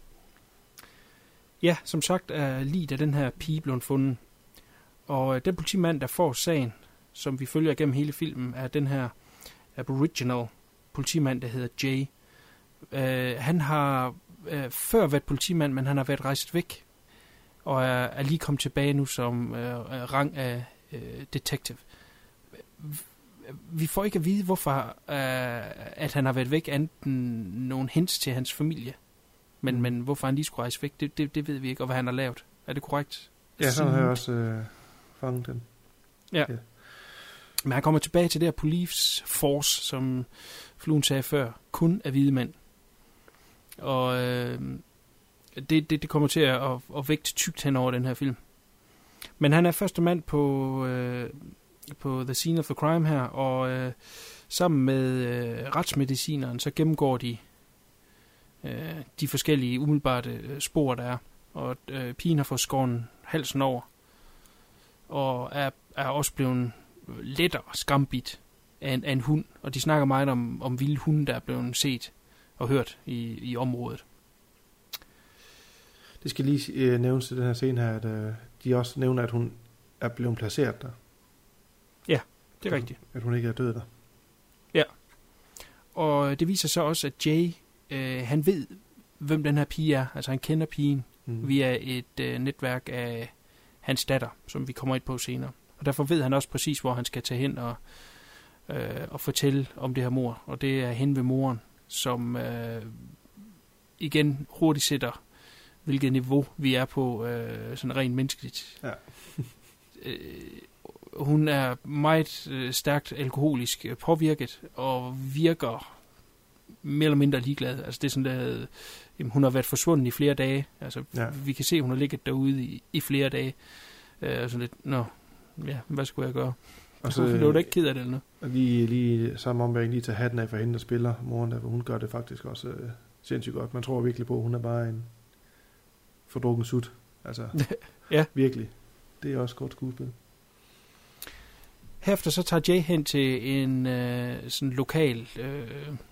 Ja, som sagt er liget af den her pige blevet fundet. Og øh, den politimand, der får sagen, som vi følger gennem hele filmen, er den her aboriginal politimand, der hedder Jay. Uh, han har uh, før været politimand, men han har været rejst væk, og er, er lige kommet tilbage nu som uh, rang af uh, detective. Vi får ikke at vide, hvorfor uh, at han har været væk, enten nogle hints til hans familie. Men, mm. men hvorfor han lige skulle rejse væk, det, det, det ved vi ikke, og hvad han har lavet. Er det korrekt? Ja, så har jeg også uh, fanget den. Ja. Yeah. Men han kommer tilbage til det her police force, som Fluen sagde før, kun af hvide mænd. Og øh, det, det, det kommer til at, at, at vægte tykt hen over den her film. Men han er første mand på, øh, på The Scene of the Crime her, og øh, sammen med øh, retsmedicineren, så gennemgår de øh, de forskellige umiddelbare spor, der er. Og øh, pigen har fået skåret halsen over, og er, er også blevet lettere skambit af en, af en hund. Og de snakker meget om, om vilde hunde, der er blevet set og hørt i, i området. Det skal lige øh, nævnes til den her scene her, at øh, de også nævner, at hun er blevet placeret der. Ja, det er at, rigtigt. At hun ikke er død der. Ja. Og det viser så også, at Jay, øh, han ved, hvem den her pige er. Altså han kender pigen mm. via et øh, netværk af hans datter, som vi kommer ind på senere. Og derfor ved han også præcis, hvor han skal tage hen og, øh, og fortælle om det her mord. Og det er hen ved moren som øh, igen hurtigt sætter, hvilket niveau vi er på, øh, sådan rent menneskeligt. Ja. øh, hun er meget øh, stærkt alkoholisk øh, påvirket, og virker mere eller mindre ligeglad. Altså det er sådan, der, jamen, hun har været forsvundet i flere dage. Altså ja. Vi kan se, at hun har ligget derude i, i flere dage. Øh, og sådan lidt, nå, ja, hvad skulle jeg gøre? Og så blev du ikke ked af det eller noget? Lige, lige samme omværing, lige tage hatten af for hende, der spiller moren der, for hun gør det faktisk også øh, sindssygt godt. Man tror virkelig på, at hun er bare en fordrukken sut. Altså, ja. Virkelig. Det er også godt skuespil. Herefter så tager Jay hen til en øh, sådan lokal, øh,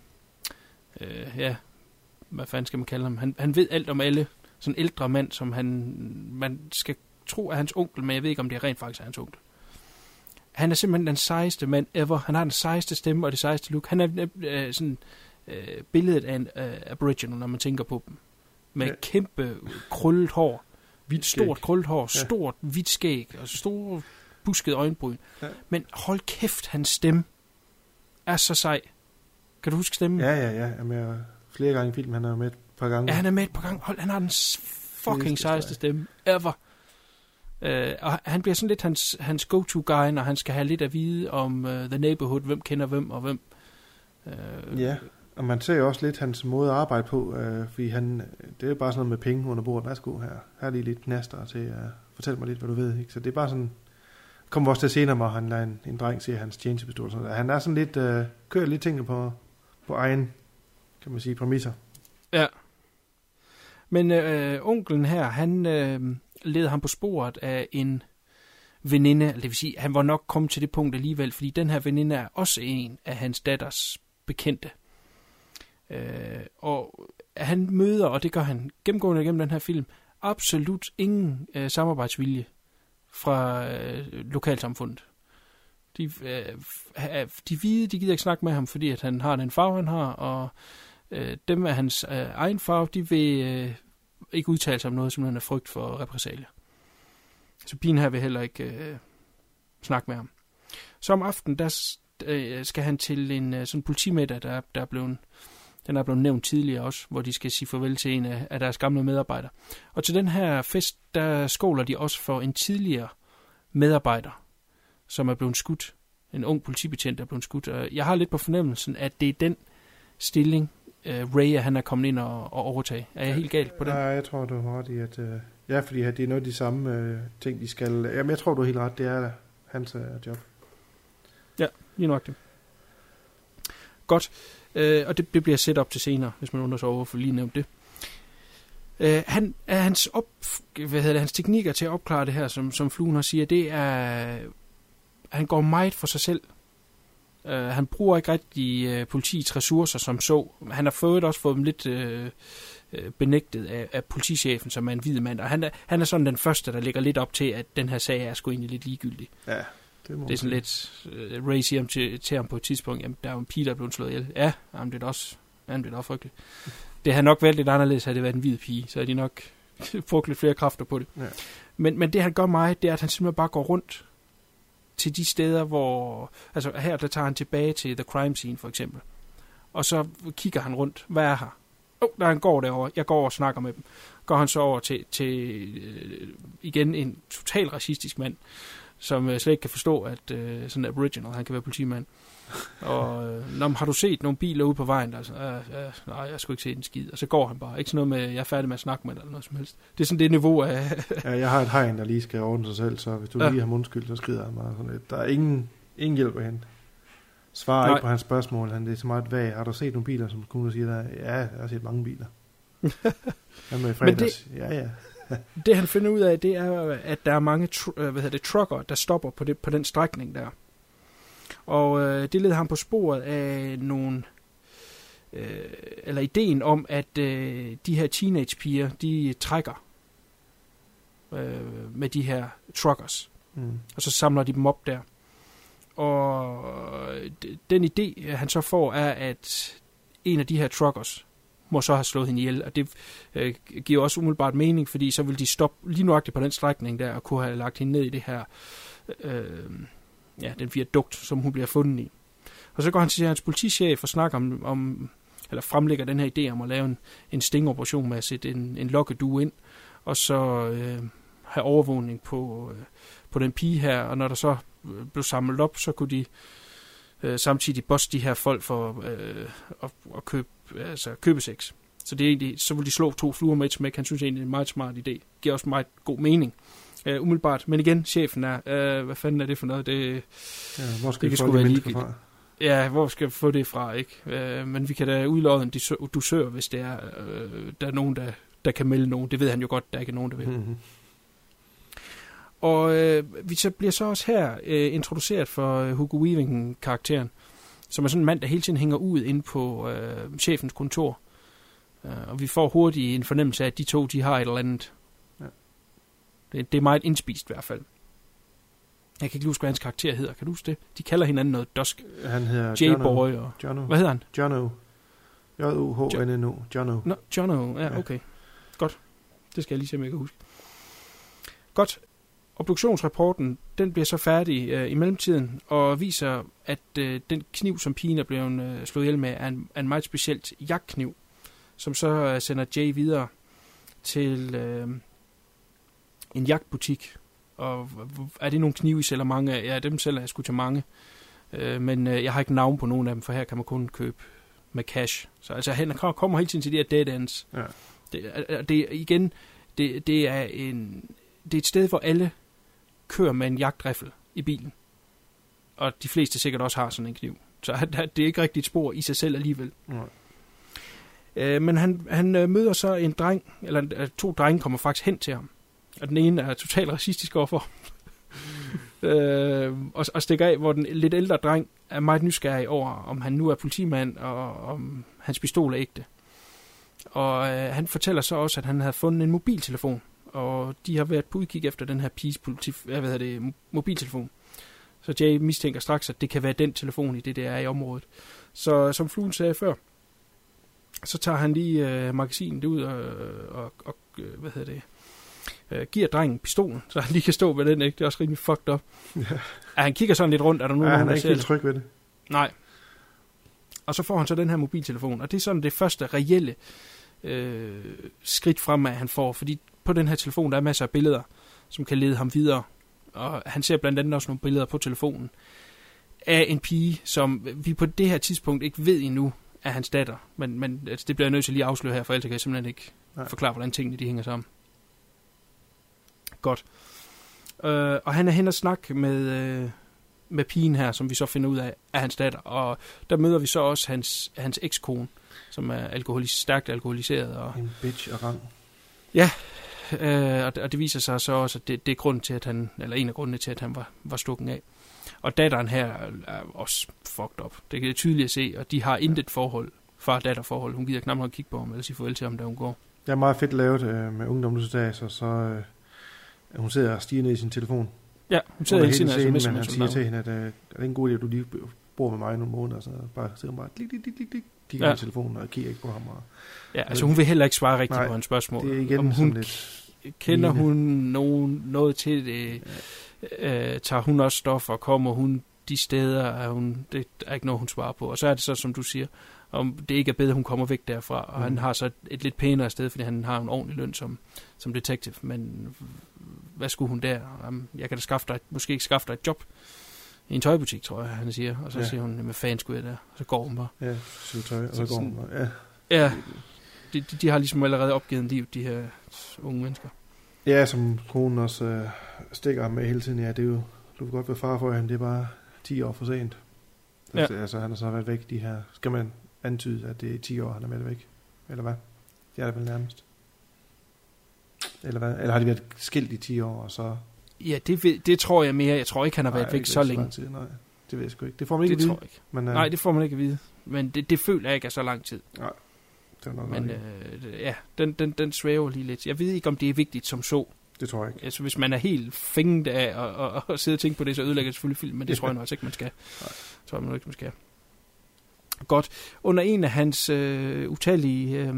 øh, ja, hvad fanden skal man kalde ham? Han, han ved alt om alle. Sådan en ældre mand, som han, man skal tro er hans onkel, men jeg ved ikke, om det rent faktisk er hans onkel. Han er simpelthen den sejeste mand ever. Han har den sejeste stemme og det sejeste look. Han er øh, sådan øh, billedet af en øh, aboriginal, når man tænker på dem. Med ja. Kæmpe krøllet hår. Hvidt stort krøllet hår. Ja. Stort hvidt skæg. Og store buskede øjenbryn. Ja. Men hold kæft, hans stemme er så sej. Kan du huske stemmen? Ja, ja, ja. Jeg er med flere gange i filmen. Han er med et par gange. Ja, han er med et par gange. Hold, han har den fucking sejeste stemme ever. Uh, og han bliver sådan lidt hans, hans go-to-guy, når han skal have lidt at vide om uh, The Neighborhood, hvem kender hvem og hvem. Uh, ja, og man ser jo også lidt hans måde at arbejde på, uh, fordi han, det er jo bare sådan noget med penge under bordet. Værsgo her. Her er lige lidt knaster til at uh, fortælle mig lidt, hvad du ved. Ikke? Så det er bare sådan, kommer også til senere, hvor han lader en, en dreng se hans tjenestepistol. Han er sådan lidt, uh, kører lidt tingene på, på egen, kan man sige, præmisser. Ja. Men uh, onkelen her, han uh, leder ham på sporet af en veninde, det vil sige, han var nok kommet til det punkt alligevel, fordi den her veninde er også en af hans datters bekendte. Uh, og han møder, og det gør han gennemgående gennem den her film, absolut ingen uh, samarbejdsvilje fra uh, lokalsamfundet. De, uh, de hvide, de gider ikke snakke med ham, fordi at han har den farve, han har, og uh, dem af hans uh, egen farve, de vil uh, ikke udtale sig om noget, som han er frygt for repressalier. Så pigen her vil heller ikke uh, snakke med ham. Så om aftenen, der uh, skal han til en uh, sådan politimiddag, der, der er blevet, den er blevet nævnt tidligere også, hvor de skal sige farvel til en af, af deres gamle medarbejdere. Og til den her fest, der skåler de også for en tidligere medarbejder, som er blevet skudt. En ung politibetjent, der er blevet skudt. Jeg har lidt på fornemmelsen, at det er den stilling, uh, Ray, han er kommet ind og, og overtage. Er jeg helt galt på den? Nej, jeg tror, du har ret i, at... Uh, ja, fordi det er noget af de samme uh, ting, de skal... Jamen, jeg tror, du er helt ret. Det er hans uh, job. Ja, lige nok det. Godt. Uh, og det, det bliver set op til senere, hvis man undersøger hvorfor lige nævnt det. Uh, han, hans, op, hvad hedder det, hans teknikker til at opklare det her, som, som Fluen også siger, det er... Han går meget for sig selv. Uh, han bruger ikke rigtig uh, politiets ressourcer som så. Han har fået også fået dem lidt uh, benægtet af, af politichefen, som er en hvid mand. Og han er, han er sådan den første, der lægger lidt op til, at den her sag er sgu egentlig lidt ligegyldig. Ja, det må det er sådan lidt... Uh, Ray siger til, til ham på et tidspunkt, jamen, der er jo en pige, der er blevet slået ihjel. Ja, jamen, det er da også, jamen, det er da også frygteligt. Det har nok været lidt anderledes, havde det været en hvid pige, så har de nok brugt lidt flere kræfter på det. Ja. Men, men det, han gør meget, det er, at han simpelthen bare går rundt til de steder, hvor... Altså her, der tager han tilbage til The Crime Scene, for eksempel. Og så kigger han rundt. Hvad er her? Åh, oh, der han går derovre. Jeg går over og snakker med dem. Går han så over til, til øh, igen en total racistisk mand, som øh, slet ikke kan forstå, at øh, sådan en aboriginal, han kan være politimand. Og øh, når, har du set nogle biler ude på vejen? Der er sådan, øh, øh, nej, jeg skulle ikke se en skid. Og så går han bare. Ikke sådan noget med, jeg er færdig med at snakke med dig, eller noget som helst. Det er sådan det niveau af... ja, jeg har et hegn, der lige skal ordne sig selv, så hvis du ja. lige har mundskyld, så skrider han bare sådan lidt. Der er ingen, ingen hjælp at hente. Svarer nej. ikke på hans spørgsmål. Han det er så meget vag. Har du set nogle biler, som kunne sige, der, ja, jeg har set mange biler. Han med fredags. Det, ja, ja. det han finder ud af, det er, at der er mange tr- hvad hedder det, trucker, der stopper på, det, på den strækning der. Og øh, det leder ham på sporet af nogle, øh, eller ideen om, at øh, de her teenagepiger, de trækker øh, med de her truckers. Mm. Og så samler de dem op der. Og den idé, han så får, er, at en af de her truckers må så have slået hende ihjel. Og det øh, giver også umiddelbart mening, fordi så vil de stoppe lige nuagtigt på den strækning der, og kunne have lagt hende ned i det her... Øh, ja, den viadukt, som hun bliver fundet i. Og så går han til hans politichef og snakker om, om eller fremlægger den her idé om at lave en, en stingoperation med at sætte en, en lokkedue ind, og så øh, have overvågning på, øh, på den pige her, og når der så blev samlet op, så kunne de øh, samtidig bosse de her folk for øh, at, at købe, altså købe sex. Så det er egentlig, så vil de slå to fluer med et smæk. Han synes egentlig, det er en meget smart idé. Giver også meget god mening. Uh, umiddelbart. Men igen, chefen er, uh, hvad fanden er det for noget? Det, ja, hvor skal det vi få de mennesker fra? Ja, hvor skal vi få det fra, ikke? Uh, men vi kan da udlåde en dusør, hvis det er, uh, der er nogen, der, der kan melde nogen. Det ved han jo godt, der ikke er nogen, der vil. Mm-hmm. Og uh, vi så bliver så også her uh, introduceret for Hugo Weaving-karakteren, som er sådan en mand, der hele tiden hænger ud inde på uh, chefens kontor. Uh, og vi får hurtigt en fornemmelse af, at de to, de har et eller andet. Ja. Det, det er meget indspist i hvert fald. Jeg kan ikke huske, hvad hans karakter hedder. Kan du huske det? De kalder hinanden noget dusk. Han hedder J-Boy og... Jono. Hvad hedder han? Jono. J O H N N O. Jono. Nå, Jono. Ja, okay. Godt. Det skal jeg lige se, om jeg kan huske. Godt. Obduktionsrapporten, den bliver så færdig øh, i mellemtiden, og viser, at øh, den kniv, som pigen er blevet øh, slået ihjel med, er en, er en meget specielt jagtkniv, som så øh, sender Jay videre til øh, en jagtbutik. Og er det nogle knive, I sælger mange af? Ja, dem sælger jeg sgu til mange. Øh, men øh, jeg har ikke navn på nogen af dem, for her kan man kun købe med cash. Så altså, han kommer hele tiden til de her dead ends. Ja. Det, det, igen, det, det er en... Det er et sted, hvor alle kører med en jagtriffel i bilen. Og de fleste sikkert også har sådan en kniv. Så det er ikke rigtig et spor i sig selv alligevel. Nej. Øh, men han, han møder så en dreng, eller to drenge kommer faktisk hen til ham. Og den ene er totalt racistisk overfor. øh, og, og stikker af, hvor den lidt ældre dreng er meget nysgerrig over, om han nu er politimand, og om hans pistol er ægte. Og øh, han fortæller så også, at han havde fundet en mobiltelefon. Og de har været på udkig efter den her piges politi- hvad hedder det, mobiltelefon. Så Jay mistænker straks, at det kan være den telefon i det, der er i området. Så som Fluen sagde før, så tager han lige øh, magasinet ud og, og, og øh, hvad hedder det, øh, giver drengen pistolen, så han lige kan stå med den, ikke? Det er også rimelig fucked up. Ja. Ja, han kigger sådan lidt rundt, er der nogen, ja, han er ikke helt tryg ved det. Nej. Og så får han så den her mobiltelefon, og det er sådan det første reelle øh, skridt fremad, han får, fordi på den her telefon, der er masser af billeder, som kan lede ham videre. Og han ser blandt andet også nogle billeder på telefonen af en pige, som vi på det her tidspunkt ikke ved endnu er hans datter. Men, men altså, det bliver jeg nødt til lige at afsløre her, for ellers kan jeg simpelthen ikke Nej. forklare, hvordan tingene de hænger sammen. Godt. Øh, og han er hen og snak med, øh, med pigen her, som vi så finder ud af, er hans datter. Og der møder vi så også hans, hans ekskone, som er alkoholis- stærkt alkoholiseret. Og en bitch og rang. Ja, øh, og, det, og det viser sig så også, at det, det er grunden til, at han, eller en af grundene til, at han var, var stukken af. Og datteren her er også fucked up. Det kan det tydeligt at se, og de har intet forhold, far-datter-forhold. Hun gider knap nok kigge på ham, eller sige farvel til ham, da hun går. Det er meget fedt lavet øh, med ungdomsdags, og så øh, hun sidder og stiger ned i sin telefon. Ja, hun sidder hele tiden, scenen, men han siger til hende, at øh, er det en god idé, at du lige bor med mig nogle måneder, så bare sidder hun bare klik, klik, klik, klik, kigger ja. i telefonen og kigger ikke på ham. Og, ja, altså hun vil heller ikke svare rigtigt Nej, på hans spørgsmål. Det er igen om hun lidt kender lignende. Hun nogen, noget til det, ja. øh, tager hun også stoffer, kommer hun de steder, er hun, det er ikke noget, hun svarer på. Og så er det så, som du siger, om det ikke er bedre, hun kommer væk derfra, og mm. han har så et, et lidt pænere sted, fordi han har en ordentlig løn som, som detektiv, men hvad skulle hun der? Jeg kan da skaffe dig, måske ikke skaffe dig et job i en tøjbutik, tror jeg, han siger. Og så ja. siger hun, hvad fanden skulle jeg der? Og så går hun bare. Ja, syv tøj, og så, så går hun bare. Ja, ja de, de, de har ligesom allerede opgivet livet, de her unge mennesker. Ja, som konen også øh, stikker ham med hele tiden. Ja, det er jo, du vil godt være far for ham, det er bare ti år for sent. Så, ja. Altså, han har så været væk de her... Skal man antyde, at det er ti år, han er været væk? Eller hvad? Det er det vel nærmest. Eller hvad? Eller har de været skilt i ti år, og så... Ja, det, ved, det tror jeg mere. Jeg tror ikke, han har været nej, væk så længe. Tid, nej, det ved jeg sgu ikke. Det får man ikke det at vide. Tror jeg ikke. Men, uh... Nej, det får man ikke at vide. Men det, det føler jeg ikke er så lang tid. Nej, det er nok Men øh, ja, den, den, den svæver lige lidt. Jeg ved ikke, om det er vigtigt som så. Det tror jeg ikke. Altså, hvis man er helt fænget af og, og, og sidde og tænke på det, så ødelægger det selvfølgelig film, men det tror jeg nok altså ikke, man skal. Nej. Det tror jeg nok ikke, man skal. Godt. Under en af hans øh, utallige øh,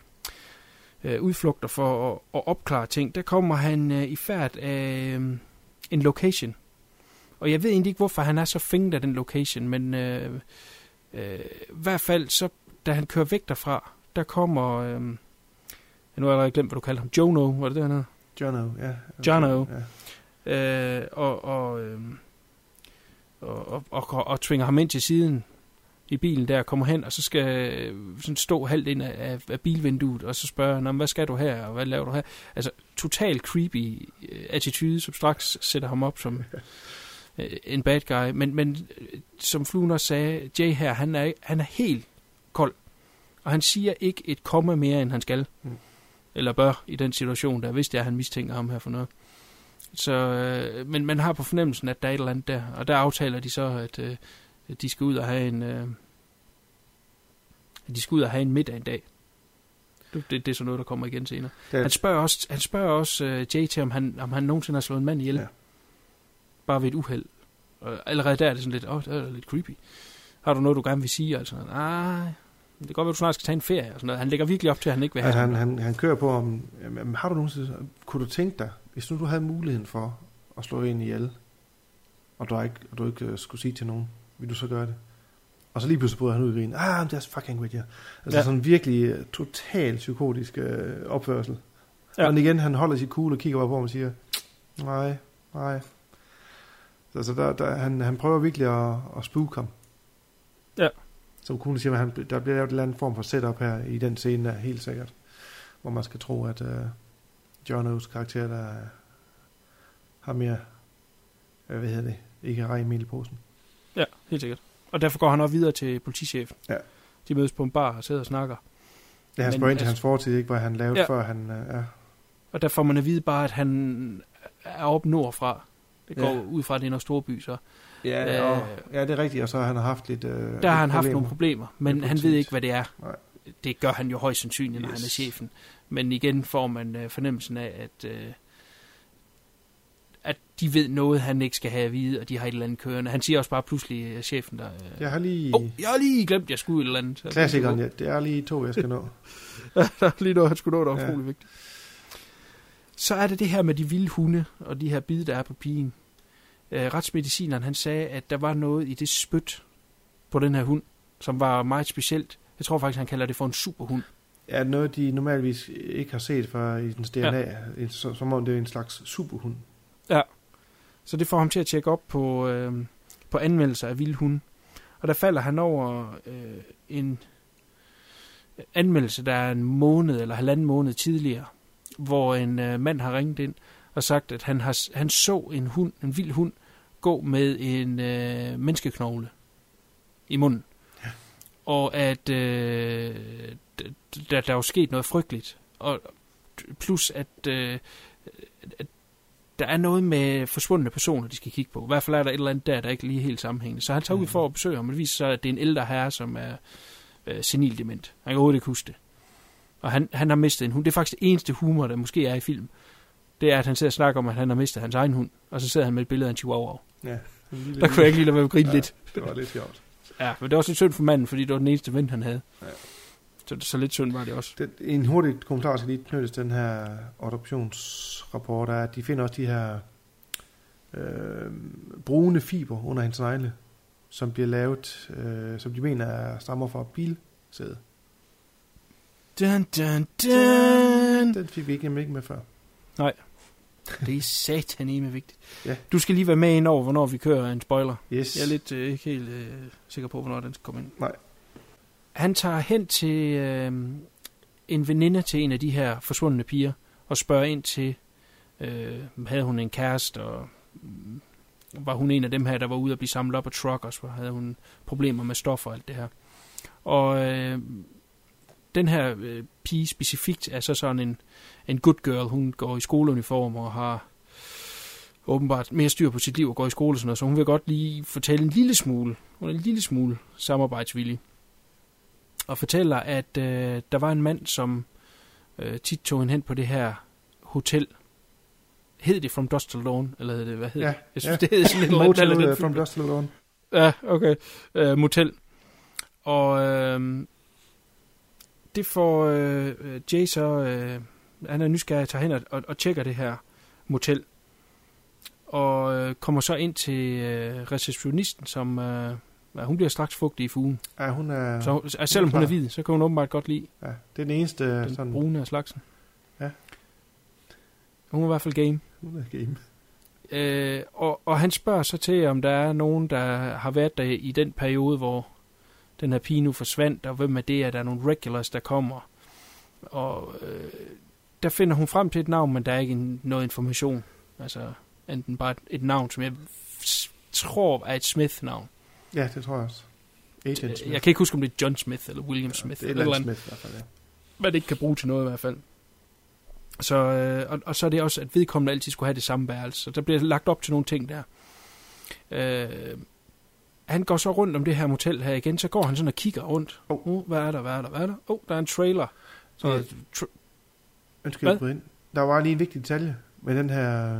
øh, udflugter for at, at opklare ting, der kommer han øh, i færd af øh, en location. Og jeg ved egentlig ikke, hvorfor han er så fænget af den location, men øh, øh, i hvert fald så da han kører væk derfra, der kommer, øh, nu har jeg allerede glemt, hvad du kalder ham, Jono, var det det, han hed? Jono, ja. Jono, ja. øh, og, og, øh, og, og, og, og tvinger ham ind til siden i bilen der, kommer hen, og så skal sådan stå halvt ind af, af bilvinduet, og så spørger han, hvad skal du her, og hvad laver du her? Altså, total creepy attitude, som straks sætter ham op som øh, en bad guy. Men, men som Fluen også sagde, Jay her, han er, han er helt kold, og han siger ikke et komma mere, end han skal. Mm. Eller bør i den situation, der hvis det er, han mistænker ham her for noget. Så, øh, men man har på fornemmelsen, at der er et eller andet der, og der aftaler de så, at øh, de skal ud og have en øh, de skal ud og have en middag en dag. Det, det, det er så noget, der kommer igen senere. Det. Han spørger også, han spørger også uh, Jay til, om han, om han nogensinde har slået en mand ihjel. Ja. Bare ved et uheld. Og allerede der er det sådan lidt, åh, oh, det er lidt creepy. Har du noget, du gerne vil sige? Altså, nej, det kan godt være, du snart skal tage en ferie. Og sådan noget. Han lægger virkelig op til, at han ikke vil have. Han, han, han kører på, om jamen, har du nogensinde, kunne du tænke dig, hvis nu du havde muligheden for at slå en ihjel, og du ikke, og du ikke uh, skulle sige til nogen, vil du så gøre det? Og så lige pludselig bryder han ud i grinen. Ah, I'm just fucking with you. Altså ja. Sådan virkelig uh, total psykotisk uh, opførsel. Ja. Og igen, han holder sit kugle og kigger bare på ham og siger, nej, nej. Så altså, der, der, han, han prøver virkelig at, at spooke ham. Ja. Som kunne sige, at han, der bliver lavet en eller anden form for setup her i den scene der, helt sikkert. Hvor man skal tro, at uh, Jonos karakter, der uh, har mere, uh, hvad hedder det, ikke rej mel i posen. Ja, helt sikkert. Og derfor går han også videre til politichefen. Ja. De mødes på en bar og sidder og snakker. Ja, han spørger ind til hans fortid, ikke, hvad han lavede, ja. Før han... Uh, ja. Og der får man at vide bare, at han er oppe nordfra. Det går ja. Ud fra, at det er noget storby, så... Ja, øh, og, ja, det er rigtigt, og så har han haft lidt... Uh, der lidt har han problemer. haft nogle problemer, men han ved ikke, hvad det er. Nej. Det gør han jo højst sandsynligt, når yes. han er chefen. Men igen får man uh, fornemmelsen af, at... Uh, at de ved noget, han ikke skal have at vide, og de har et eller andet kørende. Han siger også bare pludselig, uh, chefen der... Uh, jeg har lige... Oh, jeg har lige glemt, jeg skulle et eller andet. Klassikeren, ja. Det er lige to, jeg skal nå. Lige noget, han skulle nå, der var ja. Utrolig vigtigt. Så er det det her med de vilde hunde, og de her bid, der er på pigen. Uh, retsmedicineren, han sagde, at der var noget i det spyt på den her hund, som var meget specielt. Jeg tror faktisk, han kalder det for en superhund. Ja, noget, de normalvis ikke har set fra i dens D N A, ja. Som om det er en slags superhund. Ja, så det får ham til at tjekke op på, øh, på anmeldelser af vilde hunde. Og der falder han over øh, en anmeldelse, der er en måned eller halvanden måned tidligere, hvor en øh, mand har ringet ind og sagt, at han, har, han så en hund, en vild hund, gå med en øh, menneskeknogle i munden. Ja. Og at øh, der, der var sket noget frygteligt. Og plus at, øh, at der er noget med forsvundne personer, de skal kigge på. I hvert fald er der et eller andet der, der ikke lige er helt sammenhængende. Så han tager ud for at besøge ham, og det viser sig, at det er en ældre herre, som er øh, senildement. Han kan overhovedet ikke huske det. Og han, han har mistet en hund. Det er faktisk det eneste humor, der måske er i film. Det er, at han sidder og snakker om, at han har mistet hans egen hund. Og så sidder han med et billede af en chihuahua. Ja, en der kunne jeg ikke lige lade være at grine ja, lidt. Det var lidt sjovt. Ja, men det var også lidt synd for manden, fordi det var den eneste ven, han havde. Ja. Så, så lidt synd var det også. Det, en hurtig kommentar skal lige knyttes den her adoptionsrapport, er, at de finder også de her øh, brune fiber under hendes negle, som bliver lavet, øh, som de mener er stammer fra bilsæde. Dun, dun, dun. Den fik vi ikke, ikke med før. Nej, det er sataneme vigtigt. Ja. Du skal lige være med ind over, hvornår vi kører en spoiler. Yes. Jeg er lidt øh, ikke helt øh, sikker på, hvornår den skal komme ind. Nej. Han tager hen til øh, en veninde til en af de her forsvundne piger, og spørger ind til, øh, havde hun en kæreste, og øh, var hun en af dem her, der var ude at blive samlet op af truckers, og havde hun problemer med stoffer og alt det her. Og øh, den her øh, pige specifikt er så sådan en, en good girl. Hun går i skoleuniform og har åbenbart mere styr på sit liv og går i skole og sådan noget, så hun vil godt lige fortælle en lille smule, hun er en lille smule samarbejdsvillig. Og fortæller, at øh, der var en mand, som øh, tit tog hende hen på det her hotel. Hed det From Dusk Till Dawn? Eller hed det, hvad hed ja, det? Jeg synes, ja. det hed sådan en motel uh, From Dusk Till Dawn. Ja, okay. Uh, motel. Og øh, det får øh, Jay så, øh, han er nysgerrig, tager hen og, og, og tjekker det her motel. Og øh, kommer så ind til øh, receptionisten, som... Øh, Ja, hun bliver straks fugtig i fugen. Ja, hun er... Så, altså, selvom hun er hvid, så kan hun åbenbart godt lide. Ja, det er den eneste... Den sådan... brune af slagsen. Ja. Hun er i hvert fald game. Hun er game. Øh, og, og han spørger så til, om der er nogen, der har været der i den periode, hvor den her pige nu forsvandt, og hvem er det, at der er nogle regulars, der kommer. Og øh, der finder hun frem til et navn, men der er ikke en, noget information. Altså enten bare et, et navn, som jeg tror er et Smith-navn. Ja, det tror jeg også. Agent Smith. Jeg kan ikke huske, om det er John Smith eller William ja, Smith. Det er eller eller Smith i hvert fald, ja. Men det ikke kan bruge til noget i hvert fald. Så, øh, og, og så er det også, at vedkommende altid skulle have det samme værelse. Så der bliver lagt op til nogle ting der. Øh, han går så rundt om det her motel her igen, så går han sådan og kigger rundt. Åh, oh. oh, hvad er der, hvad er der, hvad er der? Åh, oh, der er en trailer. Så, ja. Tr- Ønsker jeg ind. Der var lige en vigtig detalje med den her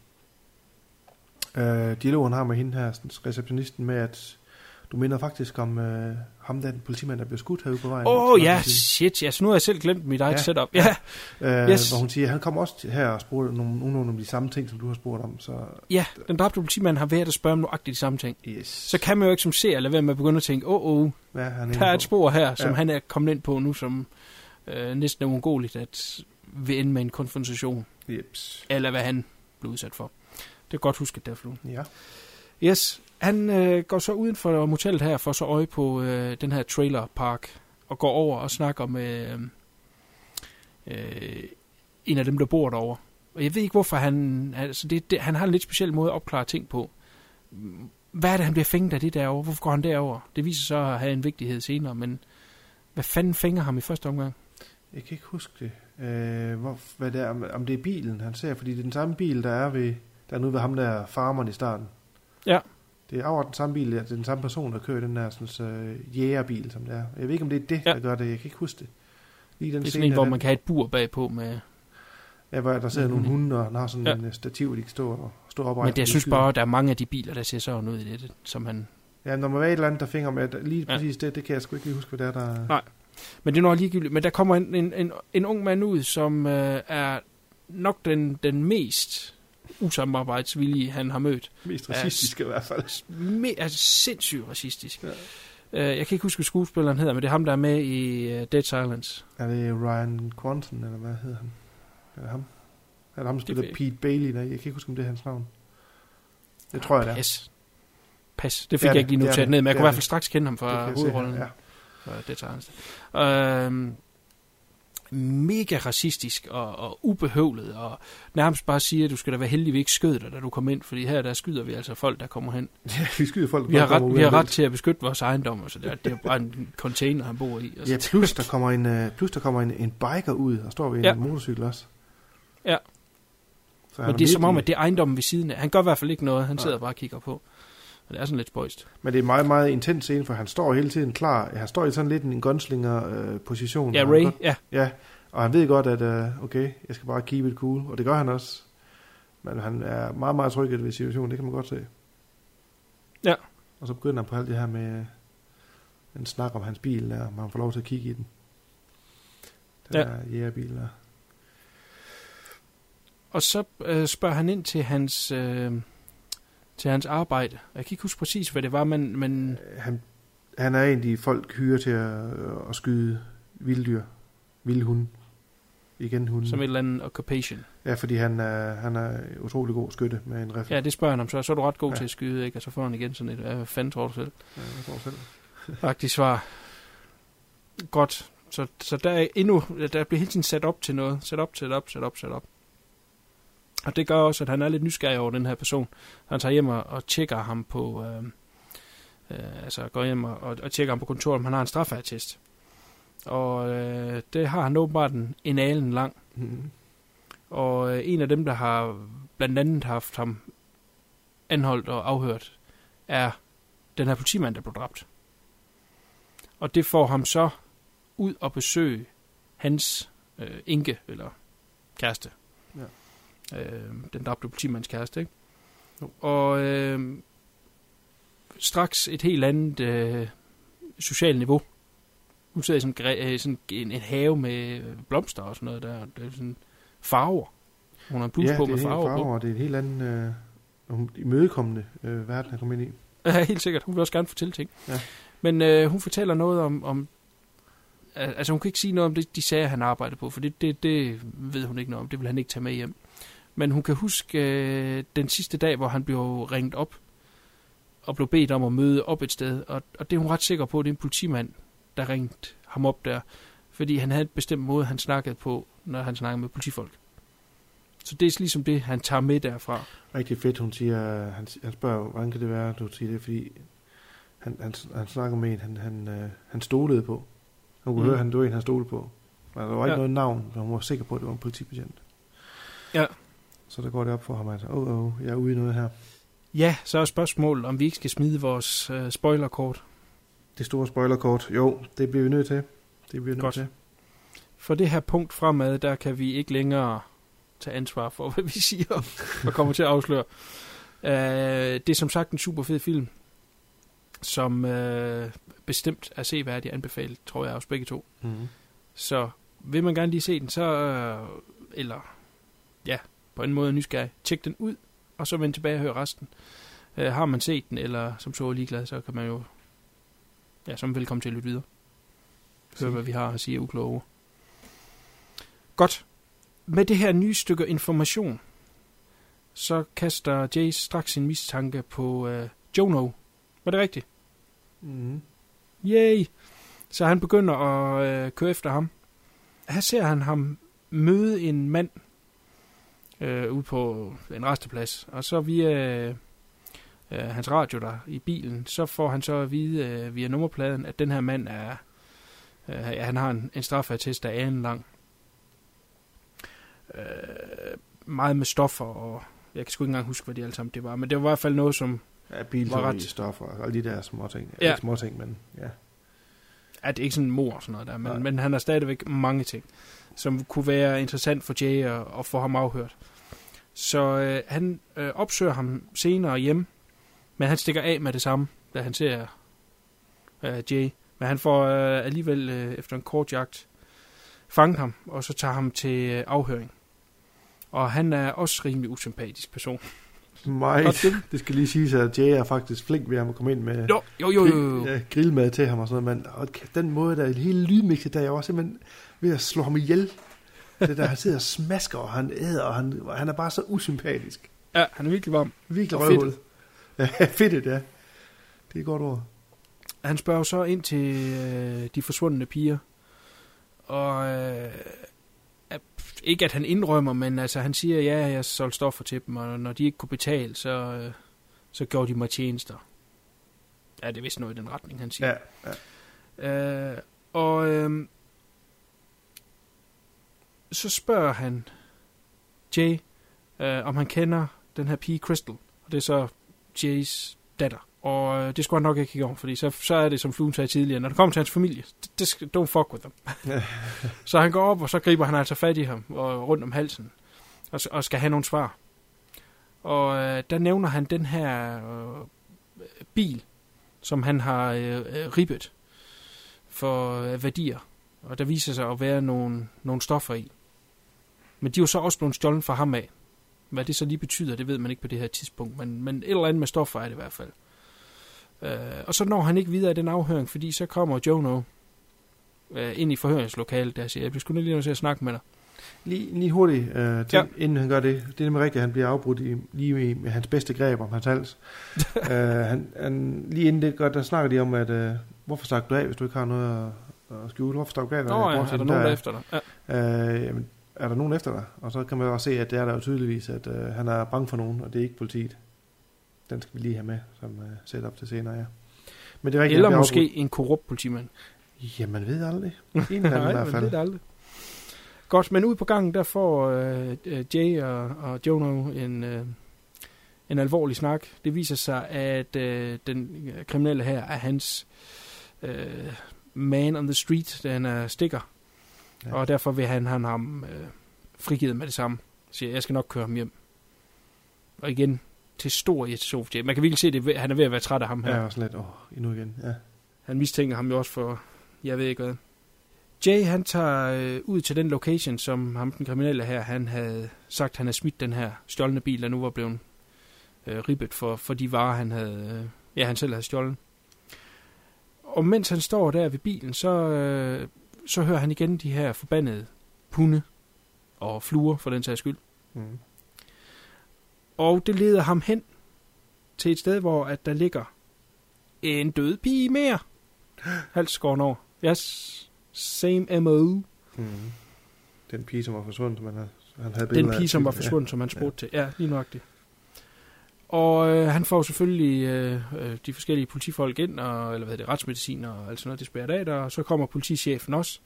øh, dialog, han har med hende her, receptionisten, med at du minder faktisk om øh, ham, der den politimand, der blev skudt herude på vejen. Åh, oh, ja, shit, ja, så nu har jeg selv glemt mit eget ja, setup. Ja. Ja. Øh, yes. Hvor hun siger, han kom også her og spurgte nogle, nogle af de samme ting, som du har spurgt om. Så ja, den dræbte politimand har været at spørge om nøjagtigt de samme ting. Yes. Så kan man jo ikke som ser, eller være med at begynde at tænke, åh, oh, oh, ja, der er et spor her, som ja. han er kommet ind på nu, som øh, næsten er uundgåeligt, at vil ende med en konfrontation. Jeps. Eller hvad han blev udsat for. Det er godt husket der, Flu. Ja. Yes, han øh, går så uden for motellet her, for så øje på øh, den her trailerpark, og går over og snakker med øh, en af dem, der bor derovre. Og jeg ved ikke, hvorfor han... Altså det, det, han har en lidt speciel måde at opklare ting på. Hvad er det, han bliver fængt af det derovre? Hvorfor går han derover? Det viser så at have en vigtighed senere, men hvad fanden fænger ham i første omgang? Jeg kan ikke huske det. Øh, hvor, hvad det er, om, om det er bilen, han ser, fordi det er den samme bil, der er ved, der er nu ved ham der farmeren i starten. Ja. Det er over den samme bil, det er den samme person, der kører den der sådan, uh, jægerbil, som det er. Jeg ved ikke, om det er det, ja. der gør det. Jeg kan ikke huske det. Lige den det er sådan en, hvor den, man kan have et bur bagpå med... Ja, hvor der sidder mm-hmm. nogle hunde, og han har sådan ja. en stativ, hvor de kan stå, og, stå oprejst. Men det, jeg synes bare, der er mange af de biler, der ser sådan ud i det, som han... Ja, når man er et eller andet, der finger med, lige ja. præcis det, det kan jeg sgu ikke lige huske, hvad det er, der... Nej, men det er nok ligegyldigt. Men der kommer en, en, en, en ung mand ud, som øh, er nok den, den mest... usamarbejdsvillige, han har mødt. Mest racistisk i hvert fald. Me, altså sindssygt racistisk. Ja. Uh, jeg kan ikke huske, hvad skuespilleren hedder, men det er ham, der er med i uh, Dead Silence. Er det Ryan Quanten, eller hvad hedder han? Er det ham? Er det ham, der spiller det Pete Bailey? Nej, jeg kan ikke huske, om det er hans navn. Det tror jeg, det er. Pas. Pas. Det fik det jeg ikke lige noteret ned, men jeg kunne i hvert fald straks kende ham fra hovedrollen. Ja. Dead Silence. Uh, mega racistisk og, og ubehøvlet, og nærmest bare siger, at du skal da være heldig, vi ikke skød dig, da du kommer ind, fordi her der skyder vi altså folk, der kommer hen. Ja, vi skyder folk, der vi har kommer ret, Vi har ret til at beskytte vores ejendom, så det er bare en container, han bor i. Altså. Ja, plus der kommer en, plus der kommer en, en biker ud, og står ved ja. en motorcykel også. Ja. Så men det er som om, at det er ejendommen ved siden af. Han gør i hvert fald ikke noget, han sidder ja. bare og kigger på. Og det er sådan lidt spøjst. Men det er meget, meget intens scene, for han står hele tiden klar. Han står i sådan lidt en gunslinger-position. Øh, ja, Ray, godt, ja. Ja, og han ved godt, at uh, okay, jeg skal bare keep it cool. Og det gør han også. Men han er meget, meget tryg ved situationen, det kan man godt se. Ja. Og så begynder han på alt det her med en snak om hans bil, der man får lov til at kigge i den. Den ja. der jægerbil der. Og så øh, spørger han ind til hans... Øh til hans arbejde. Jeg kan ikke huske præcis, hvad det var, men... men... Han, han er en af de folk hyrer til at, at skyde vilddyr. Vilde hunde. Igen hunde. Som et eller andet occupation. Ja, fordi han er, han er utrolig god skytte med en riffel. Ja, det spørger han om så. Så er du ret god ja. til at skyde, ikke? Og så får han igen sådan et... Hvad fanden tror du selv? Ja, jeg tror selv. Faktisk svar. Godt. Så, så der er endnu... Der bliver hele tiden sat op til noget. Sat op, sat op, sat op, sat op. Og det gør også, at han er lidt nysgerrig over den her person. Han tager hjem og, og tjekker ham på... Øh, øh, altså går hjem og, og tjekker ham på kontoret, om han har en straffeattest. Og øh, det har han åbenbart en, en alen lang. Mm-hmm. Og øh, en af dem, der har blandt andet haft ham anholdt og afhørt, er den her politimand, der blev dræbt. Og det får ham så ud og besøge hans øh, enke, eller kæreste. Ja. Øh, den dræbte politimands kæreste, ikke? Jo. Og øh, straks et helt andet øh, socialt niveau. Hun sidder i sådan, øh, sådan en, en have med blomster og sådan noget der. Det er sådan farver. Hun har en bluse ja, på med farver, farver på. Det er et helt andet øh, imødekommende øh, verden, han kommer ind i. Ja, helt sikkert. Hun vil også gerne fortælle ting. Ja. Men øh, hun fortæller noget om, om... Altså, hun kan ikke sige noget om det, de sager, han arbejdede på, for det, det, det ved hun ikke noget om. Det vil han ikke tage med hjem. Men hun kan huske øh, den sidste dag, hvor han blev ringet op, og blev bedt om at møde op et sted. Og, og det er hun ret sikker på, det er en politimand, der ringede ham op der. Fordi han havde et bestemt måde, han snakkede på, når han snakkede med politifolk. Så det er ligesom det, han tager med derfra. Rigtig fedt, hun siger, han, han spørger, hvordan kan det være, du siger det, fordi han, han, han snakker med en, han, han, øh, han stolede på. Hun kunne mm. høre, han var en, han stolede på. Men der var ikke ja. noget navn, men hun var sikker på, at det var en politibetjent. Ja. Så der går det op for ham, altså, åh, oh, oh, jeg er ude i noget her. Ja, så er spørgsmålet, om vi ikke skal smide vores øh, spoilerkort. Det store spoilerkort, jo, det bliver vi nødt til. Det bliver vi nødt Godt. til. For det her punkt fremad, der kan vi ikke længere tage ansvar for, hvad vi siger, og kommer til at afsløre. Uh, det er som sagt en super fed film, som uh, bestemt er seværdig anbefalet, tror jeg, også begge to. Mm-hmm. Så vil man gerne lige se den, så, uh, eller ja, på en måde nysgerrig, tjek den ud, og så vend tilbage og hør resten. Uh, har man set den, eller som så er ligeglad, så kan man jo, ja, som velkommen til at lytte videre. Hør, hvad vi har at sige ukloge ord. Godt. Med det her nye stykke information, så kaster Jace straks sin mistanke på uh, Jono. Var det rigtigt? Mm. Yay! Så han begynder at uh, køre efter ham. Her ser han ham møde en mand uh, ude på en resteplads. Og så via uh, hans radio der i bilen, så får han så at vide uh, via nummerpladen, at den her mand er... Uh, ja, han har en, en straffeattest, der er lang. Øh, meget med stoffer, og jeg kan sgu ikke engang huske, hvad de alle sammen det var, men det var i hvert fald noget, som ja, bilteori, ret... stoffer, og alle de der små ting. Ja. Ikke små ting, men ja. Ja, det er ikke sådan en mor og sådan noget der, men, men han har stadigvæk mange ting, som kunne være interessant for Jay at, at få ham afhørt. Så øh, han øh, opsøger ham senere hjemme, men han stikker af med det samme, da han ser øh, Jay. Men han får øh, alligevel øh, efter en kort jagt fanget ham, og så tager ham til øh, afhøring. Og han er også rimelig usympatisk person. Meget. Det, det skal lige siges, at Jay er faktisk flink ved ham at komme ind med jo, jo, jo, jo. Grill, ja, grillmad til ham og sådan noget. Men og den måde, der hele lydmixet, der er jo også simpelthen ved at slå ham ihjel. Det der, han sidder og smasker, og han æder, og han, og han er bare så usympatisk. Ja, han er virkelig varm. Virkelig røvhul. Ja, fedtet, ja. Det er et godt ord. Han spørger så ind til øh, de forsvundne piger. Og øh, ikke at han indrømmer, men altså han siger, ja, jeg solgte stoffer til dem, og når de ikke kunne betale, så, øh, så gjorde de mig tjenester. Ja, det er vist noget i den retning, han siger. Ja, ja. Øh, og øh, så spørger han Jay, øh, om han kender den her pige Crystal, og det er så Jays datter. Og øh, det skulle han nok ikke kigge om, fordi så, så er det, som Fluen sagde tidligere, når det kommer til hans familie, det, det skal, don't fuck with them. Så han går op, og så griber han altså fat i ham og rundt om halsen, og, og skal have nogle svar. Og øh, der nævner han den her øh, bil, som han har øh, ribbet for øh, værdier, og der viser sig at være nogle, nogle stoffer i. Men de er jo så også blevet stjålet fra ham af. Hvad det så lige betyder, det ved man ikke på det her tidspunkt, men, men et eller andet med stoffer er det i hvert fald. Uh, og så når han ikke videre i den afhøring, fordi så kommer Jono uh, ind i forhøringslokalet, der siger, jeg bliver sgu lige nødt til at snakke med dig. Lige, lige hurtigt, uh, til, ja. Inden han gør det, det er nemlig rigtigt, at han bliver afbrudt i, lige i, med hans bedste greb om hans hals. uh, han, han, lige inden det gør, der snakker de om, at uh, hvorfor stak du af, hvis du ikke har noget at, at skjule? Hvorfor stak du af? Nå ja, er der nogen der efter dig? Ja. Uh, jamen, er der nogen efter dig? Og så kan man også se, at det er der jo tydeligvis, at uh, han er bange for nogen, og det er ikke politiet. Den skal vi lige have med, som uh, sæt op til senere, ja. Men det er rigtigt, eller måske afbrudt. En korrupt politimand. Ja, man ved aldrig. En eller anden i hvert fald. Man ved aldrig. Godt, men ude på gangen, der får uh, Jay og, og Jono en, uh, en alvorlig snak. Det viser sig, at uh, den kriminelle her er hans uh, man on the street, den er stikker. Ja. Og derfor vil han, han ham uh, frigivet med det samme. Siger, jeg skal nok køre ham hjem. Og igen, til stor irritation for Jay. Man kan virkelig se, at han er ved at være træt af ham her. Ja, også lidt. Åh, oh, endnu igen. Ja. Han mistænker ham jo også for, jeg ved ikke hvad. Jay, han tager øh, ud til den location, som ham, den kriminelle her, han havde sagt, han havde smidt den her stjålne bil, der nu var blevet øh, ribbet for, for de varer, han havde ja, han selv havde stjålet. Og mens han står der ved bilen, så, øh, så hører han igen de her forbandede hunde og fluer, for den sags skyld. Mm. Og det leder ham hen til et sted, hvor at der ligger en død pige mere. Halsskåren over. Yes, same M O. Mm. Den pige, som var forsvundet, som han havde, han havde Den pige, som var forsvundet, ja. Som han spurgte ja. til. Ja, lige nøjagtigt. Og øh, han får selvfølgelig øh, de forskellige politifolk ind, og, eller hvad det, retsmedicin og alt sådan noget, det spærrer af, og så kommer politichefen også.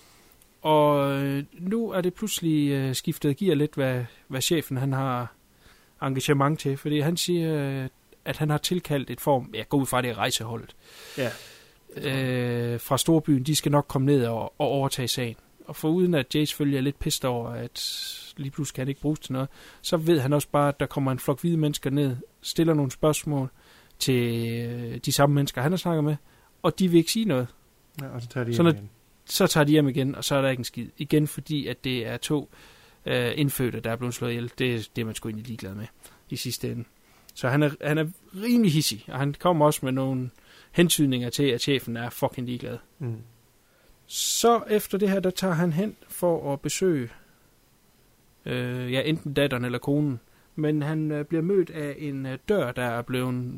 Og øh, nu er det pludselig øh, skiftet gear lidt, hvad, hvad chefen han har engagement til, fordi han siger, øh, at han har tilkaldt et form, jeg går ud fra det er rejseholdet, ja. øh, fra storbyen, de skal nok komme ned og, og overtage sagen. Og for uden at Jay selvfølgelig er lidt pissed over, at lige pludselig kan han ikke bruges til noget, så ved han også bare, at der kommer en flok hvide mennesker ned, stiller nogle spørgsmål til de samme mennesker, han har snakket med, og de vil ikke sige noget. Ja, og så tager de hjem så når, igen. Så tager de hjem igen, og så er der ikke en skid. Igen fordi, at det er to øh, indfødte, der er blevet slået ihjel. Det er det, man sgu egentlig ligeglad med i sidste ende. Så han er, han er rimelig hissig, og han kommer også med nogle hentydninger til, at chefen er fucking ligeglad. Mm. Så efter det her, der tager han hen for at besøge øh, ja, enten datteren eller konen. Men han øh, bliver mødt af en øh, dør, der er blevet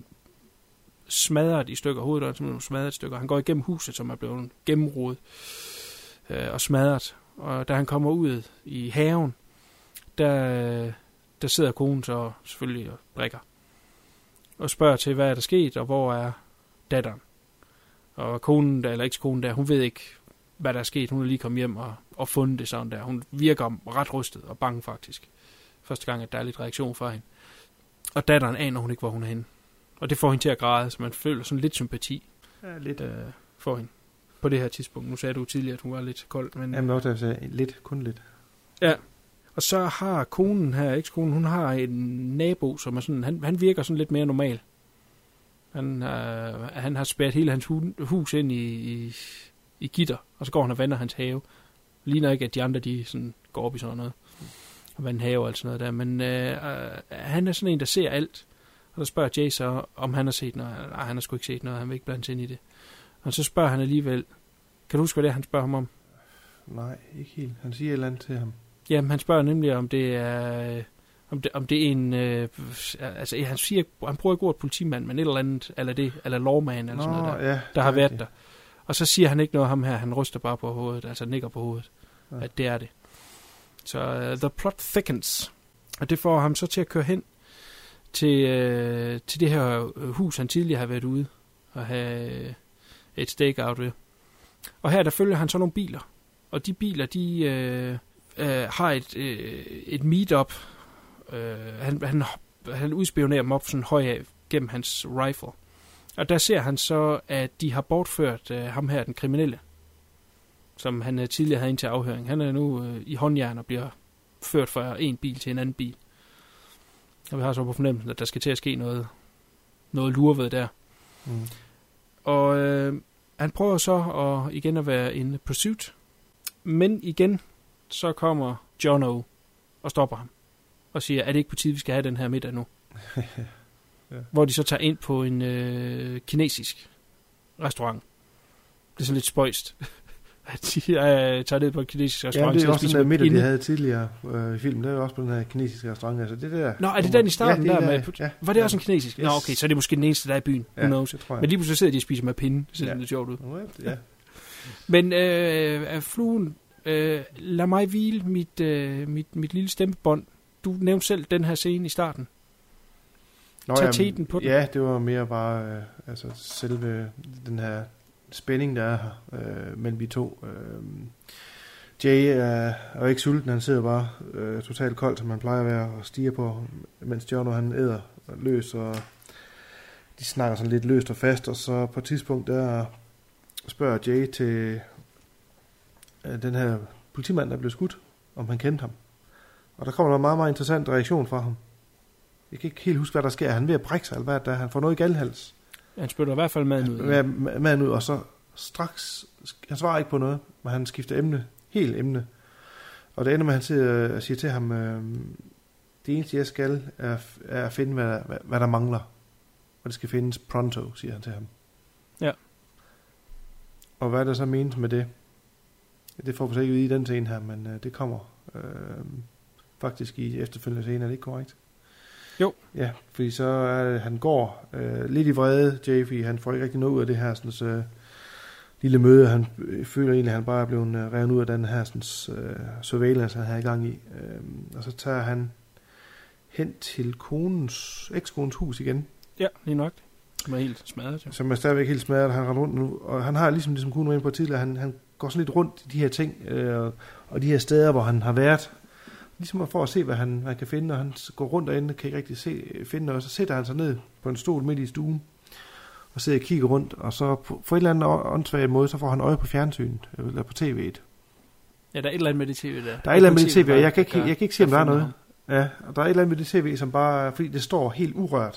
smadret i stykker. Hoveddøren som er smadret i stykker. Han går igennem huset, som er blevet gennemrodet øh, og smadret. Og da han kommer ud i haven, der, der sidder konen så selvfølgelig og drikker. Og spørger til, hvad er der sket, og hvor er datteren. Og konen, der, eller ikke konen der, hun ved ikke, hvad der er sket. Hun er lige kommet hjem og, og fundet det sådan der. Hun virker ret rystet og bange faktisk. Første gang, at der er lidt reaktion fra hende. Og datteren aner hun ikke, hvor hun er henne. Og det får hende til at græde, så man føler sådan lidt sympati ja, lidt. Øh, for hende. På det her tidspunkt. Nu sagde du tidligere, at hun var lidt kold. Men, Jamen også, jeg sagde lidt, kun lidt. Ja. Og så har konen her, ekskonen, hun har en nabo, som er sådan, han, han virker sådan lidt mere normal. Han, øh, han har spærret hele hans hus ind i, i, i gitter, og så går han og vander hans have. Ligner ikke, at de andre, de sådan går op i sådan noget. Og vand have og alt sådan noget der. Men øh, øh, han er sådan en, der ser alt. Og så spørger Jay så, om han har set noget. Nej, han har sgu ikke set noget. Han vil ikke blande sig ind i det. Og så spørger han alligevel. Kan du huske, hvad det er, han spørger ham om? Nej, ikke helt. Han siger et eller andet til ham. Jamen, han spørger nemlig, om det er... Om det, om det er en... Øh, altså, han siger... Han bruger ikke ordet politimand, men et eller andet... Eller det... Eller lawman, eller Nå, sådan noget der. Ja, der har været der. Og så siger han ikke noget ham her. Han ryster bare på hovedet. Altså, nikker på hovedet. Ja. At det er det. Så uh, the plot thickens. Og det får ham så til at køre hen til, øh, til det her hus, han tidligere har været ude og have et stakeout ved. Og her der følger han så nogle biler. Og de biler, de øh, øh, har et, øh, et meet-up. Øh, han, han, han udspionerer dem op sådan høj af gennem hans rifle. Og der ser han så, at de har bortført øh, ham her, den kriminelle, som han øh, tidligere havde ind til afhøring. Han er nu øh, i håndjern og bliver ført fra en bil til en anden bil. Og vi har så på fornemmelsen, at der skal til at ske noget, noget lurved der. Mm. Og øh, han prøver så at, igen at være en pursuit. Men igen, så kommer Jono og stopper ham. Og siger, er det ikke på tide, vi skal have den her middag nu? Ja. Hvor de så tager ind på en øh, kinesisk restaurant. Det er sådan lidt spøjst. At de øh, tager ned på en kinesisk restaurant. Ja, det er også den der middag, de havde tidligere øh, i filmen. Det er jo også på den her kinesiske restaurant. Altså, det der, Nå, er det den i starten ja, der? der Med, ja, var det ja, også en kinesisk? Yes. Nå, okay, så er det måske den eneste, der er i byen. Ja, Who knows? det tror jeg. Men lige pludselig sidder de og spiser med pinde. Det ser ja. lidt sjovt ud. Ja. Men øh, fluen, øh, lad mig hvile mit, øh, mit, mit lille stemmebånd. Du nævnte selv den her scene i starten. Nå, Tag teten på den. Ja, det var mere bare øh, altså selve den her spænding, der er her øh, mellem de to. Øh, Jay er, er jo ikke sulten, han sidder bare øh, totalt koldt, som han plejer at være, og stiger på, mens Jono han æder løs, og de snakker sådan lidt løst og fast, og så på et tidspunkt der spørger Jay til øh, den her politimand, der blev skudt, om han kendte ham. Og der kommer der en meget, meget interessant reaktion fra ham. Jeg kan ikke helt huske, hvad der sker. Han er ved at brække sig, eller hvad der er. Han får noget i galhals. Han spytter i hvert fald maden ud. Ja, maden ud, og så straks, han svarer ikke på noget, men han skifter emne, helt emne. Og det ender med, at han siger, siger til ham, øh, det eneste jeg skal, er, er at finde, hvad, hvad, hvad der mangler. og det skal findes pronto, siger han til ham. Ja. Og hvad er der så menes med det? Det får vi så ikke vide i den scene her, men øh, det kommer øh, faktisk i efterfølgende scene, er det ikke korrekt? Jo. Ja, fordi så er han går øh, lidt i vrede, Jay, fordi han får ikke rigtig noget ud af det her sådan, så, lille møde. Han øh, føler egentlig, at han bare er blevet øh, revet ud af den her sådan, øh, surveillance, han har i gang i. Øh, og så tager han hen til konens, ekskones hus igen. Ja, lige nok. Som er helt smadret. Jo. Som er stadigvæk helt smadret. Han render rundt nu, og han har ligesom, ligesom konen var inde på tidligere, han, han går sådan lidt rundt i de her ting, øh, og de her steder, hvor han har været, ligesom for at se, hvad han, hvad han kan finde, og han går rundt derinde, kan ikke rigtig se, finde noget, og så sætter han sig ned på en stol midt i stuen, og sidder og kigger rundt, og så på, på et eller andet åndssvagt måde, så får han øje på fjernsynet, eller på tv'et. Ja, der er et eller andet med det tv der. Der er et eller andet med det tv, og jeg kan ikke, jeg kan ikke se, om der er noget. Ja, og der er et eller andet med det tv, som bare, fordi det står helt urørt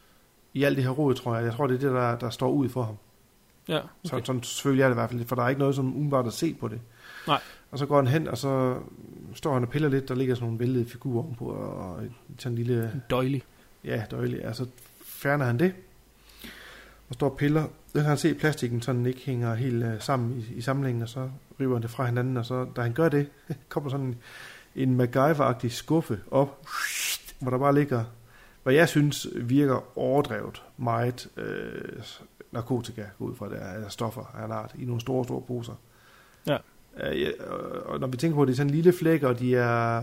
i alt det her råd, tror jeg. Jeg tror, det er det, der, der står ud for ham. Ja, okay. Så, sådan selvfølgelig er det i hvert fald, for der er ikke noget, som umiddelbart at se på det. Nej. Og så går han hen, og så står han og piller lidt, der ligger sådan nogle væltede figurer ovenpå, og sådan en lille... En døjlig. Ja, døjlig. Ja, så fjerner han det, og står og piller. Så kan han se, at plastikken sådan ikke hænger helt uh, sammen i, i samlingen, og så river han det fra hinanden, og så, da han gør det, kommer sådan en, en MacGyver-agtig skuffe op, hvor der bare ligger, hvad jeg synes virker overdrevet meget øh, narkotika, ud fra det, eller stoffer af en art, i nogle store, store poser. Ja. Øh, og når vi tænker på, at det er sådan en lille flæk, og de er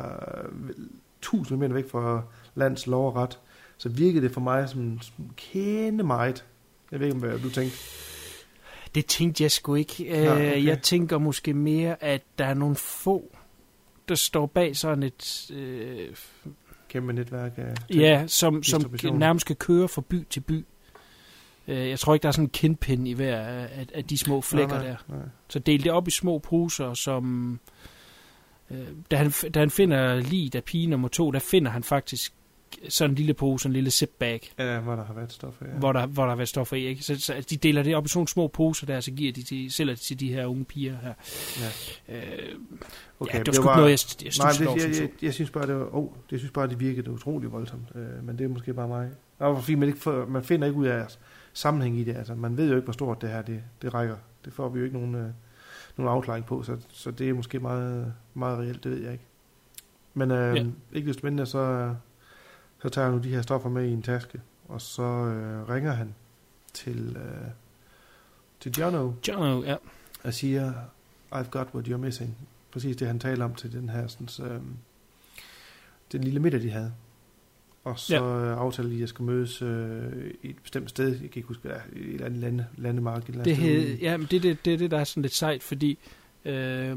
tusind meter væk fra lands lov og ret, så virker det for mig som en kende meget. Jeg ved ikke, hvad du tænkte. Det tænkte jeg sgu ikke. Ja, okay. Jeg tænker måske mere, at der er nogle få, der står bag sådan et... Øh, kæmpe netværk af... Ja, som, som nærmest skal køre fra by til by. Jeg tror ikke, der er sådan en kindpin i hver af, af de små flækker nej, nej, der. Nej. Så del det op i små poser, som... Øh, da, han, da han finder liget af pige nummer to, der finder han faktisk sådan en lille pose, en lille zip-bag. Ja, hvor der har været stoffer i. Ja. Hvor der, hvor der har været stoffer i, ikke? Så, så de deler det op i sådan små poser der, så giver de til, sælger de til de her unge piger her. Ja. Øh, okay, ja, det var sgu ikke noget, jeg, jeg nej, det, jeg, jeg, jeg, jeg synes bare, det var... Oh, det synes bare, det virkede utroligt voldsomt. Øh, men det er måske bare mig. Og fordi man, ikke får, man finder ikke ud af sammenhæng i det. Altså, man ved jo ikke, hvor stort det her det, det rækker. Det får vi jo ikke nogen, øh, nogen afklaring på, så, så det er måske meget, meget reelt, det ved jeg ikke. Men øh, ja. Ikke desto mindre, så, så tager han nu de her stoffer med i en taske, og så øh, ringer han til, øh, til Jono. Jono, ja. Og siger, I've got what you're missing. Præcis det, han taler om til den her, sådan, øh, den lille middag, de havde. Og så ja. aftalte de, at jeg skulle mødes øh, i et bestemt sted. Jeg kan ikke huske, hvad det er. Et eller andet lande, landemark. Et det, hed, ja, men det er det, det, det, der er sådan lidt sejt, fordi øh,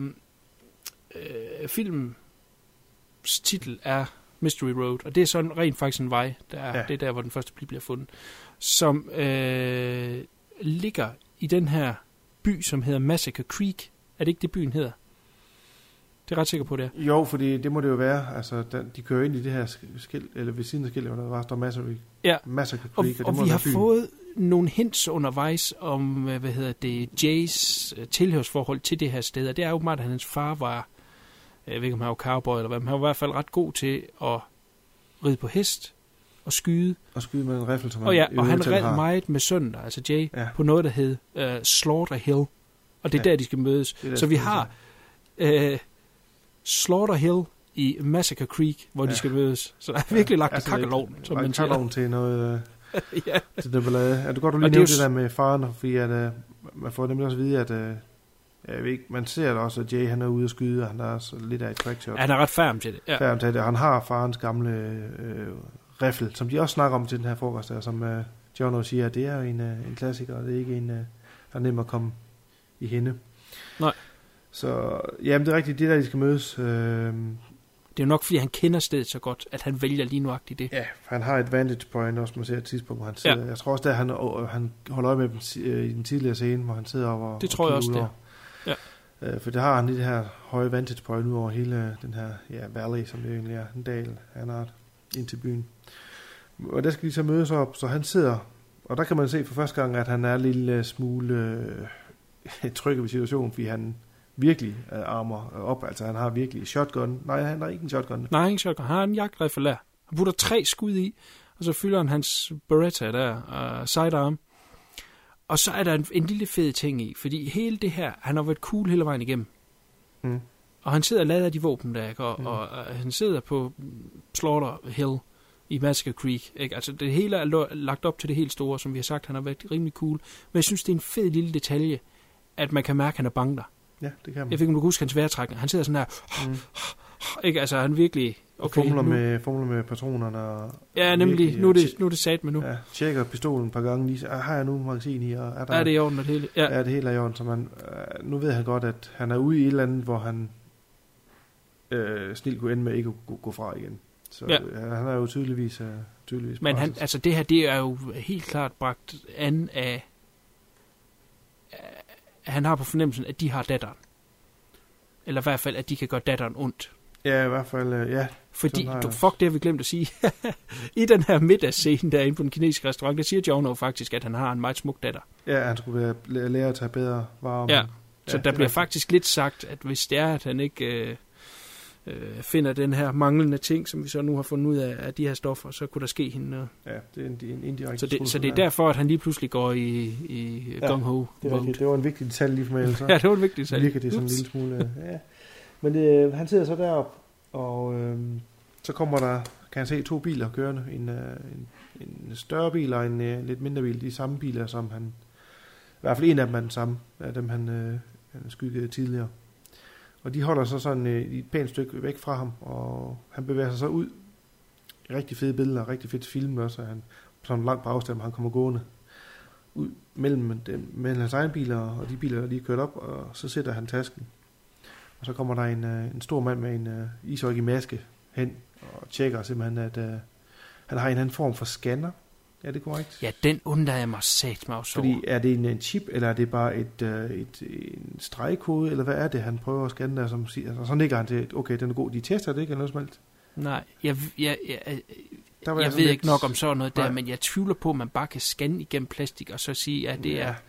øh, filmens titel er Mystery Road, og det er sådan rent faktisk en vej, der er, ja. Det er der, hvor den første bil bliver fundet, som øh, ligger i den her by, som hedder Massacre Creek. Er det ikke det, byen hedder? Det er ret sikker på det. Jo, fordi det må det jo være. Altså, den, de kører ind i det her skilt, eller ved siden af skiltet, hvor der var står Massacre, ja. Massacre Creek. Og, og, det og må vi har byen. fået nogle hints undervejs om, hvad hedder det, Jays tilhørsforhold til det her sted. Og det er jo meget, at hans far var, jeg ved ikke om han var cowboy eller hvad, men han var i hvert fald ret god til at ride på hest og skyde. Og skyde med en riffel, som og ja, og han red meget med sønnen, altså Jay, ja. På noget, der hed uh, Slaughter Hill. Og det er ja. Der, de skal mødes. Der, så vi har... Uh, Slaughter Hill i Massacre Creek, hvor ja. De skal mødes. Så der er virkelig lagt altså, kakkeloven, som man siger. Kakkeloven til noget... ja. Til det ballade. Er du godt, du lige nævnte det der med faren, fordi at, uh, man får nemlig også at vide, at uh, jeg ved ikke, man ser da også, at Jay han er ude at skyde, og han er også lidt af et trackshot. Ja, han er ret færm til det. Ja. Færm til det, og han har farens gamle uh, riffel, som de også snakker om til den her frokost, der, som uh, Jono siger, at det er en, uh, en klassiker, og det er ikke en, uh, der er nem at komme i hende. Nej. Så jamen, det er rigtigt, det der, de skal mødes. Øh... Det er jo nok, fordi han kender stedet så godt, at han vælger lige nuagtigt det. Ja, han har et vantage point også, man ser et tidspunkt, hvor han sidder. Ja. Jeg tror også, at han, øh, han holder øje med dem øh, i den tidligere scene, hvor han sidder over. Det tror jeg også, det ja. øh, For det har han i det her høje vantage point ud over hele den her ja, valley, som det egentlig er, en dal af en art, ind til byen. Og der skal de så mødes op, så han sidder, og der kan man se for første gang, at han er en lille smule øh, tryg ved situationen, fordi han virkelig uh, armer op. Altså, han har virkelig shotgun. Nej, han har ikke en shotgun. Nej, ikke en shotgun. Han har en jagtrifle der. Han putter tre skud i, og så fylder han hans Beretta der, uh, sidearm. Og så er der en, en lille fed ting i, fordi hele det her, han har været cool hele vejen igennem. Mm. Og han sidder og lader de våben der, ikke? Og, Mm. og, og han sidder på Slaughter Hill i Massacre Creek, ikke? Altså det hele er lo- lagt op til det helt store, som vi har sagt, han har været rimelig cool. Men jeg synes, det er en fed lille detalje, at man kan mærke, at han er bange der. Ja, det kan man. Jeg fik, om du kan huske hans vejrtrækning. Han sidder sådan her, mm. ikke? Altså han virkelig... Okay, fumler, nu, med, fumler med patronerne. Og ja, nemlig. virkelig, Nu er det, nu er det sat med nu. Ja, tjekker pistolen et par gange. Lige, har jeg nu magasin i? Og er, der, er det i orden, det hele? Ja. Er det hele i orden? Så man, øh, nu ved han godt, at han er ude i et eller andet, hvor han øh, snilt kunne ende med ikke at gå, gå fra igen. Så ja. øh, han er jo tydeligvis, øh, tydeligvis Men han, altså det her, det er jo helt klart bragt an af, af han har på fornemmelsen, at de har datteren. Eller i hvert fald, at de kan gøre datteren ondt. Ja, i hvert fald, øh, ja. Fordi, du, fuck, det har vi glemt at sige. I den her middagsscene derinde på den kinesiske restaurant, der siger Jono faktisk, at han har en meget smuk datter. Ja, han skulle være, lære at tage bedre vare om. Ja, ja, så der bliver faktisk lidt sagt, at hvis det er, at han ikke øh, øh, finder den her manglende ting, som vi så nu har fundet ud af, af de her stoffer, så kunne der ske hende noget. Ja, det er en, en indirekte så det, så det er derfor, at han lige pludselig går i, i ja, gung-ho. Det var, det var en vigtig detalje lige for mig. Så ja, det var en vigtig detalje. Virker det sådan en lille smule. Ja. Men det, han sidder så deroppe, og øh, så kommer der, kan jeg se, to biler kørende. En, øh, en, en større bil og en øh, lidt mindre bil. De samme biler, som han... I hvert fald en af dem er den samme, af dem han, øh, han skyggede tidligere. Og de holder så sådan øh, et pænt stykke væk fra ham, og han bevæger sig så ud. Rigtig fede billeder, rigtig fedt film også. Han, på sådan en lang afstand, han kommer gående ud mellem, den, mellem hans egen biler og de biler, der lige er kørt op, og så sætter han tasken. Og så kommer der en, en stor mand med en uh, ishockey-maske hen og tjekker simpelthen, at uh, han har en anden form for scanner. Er det korrekt? Ja, den undrer jeg mig sat mig også. Fordi er det en, en chip, eller er det bare et, uh, et, en stregkode, eller hvad er det, han prøver at scanne der, som siger? Altså, så nikker han til, okay, den er god. De tester det ikke, eller noget som helst? Nej, jeg, jeg, jeg, jeg, jeg ved lidt... ikke nok om sådan noget der, Nej. men jeg tvivler på, at man bare kan scanne igennem plastik, og så sige, at det ja. er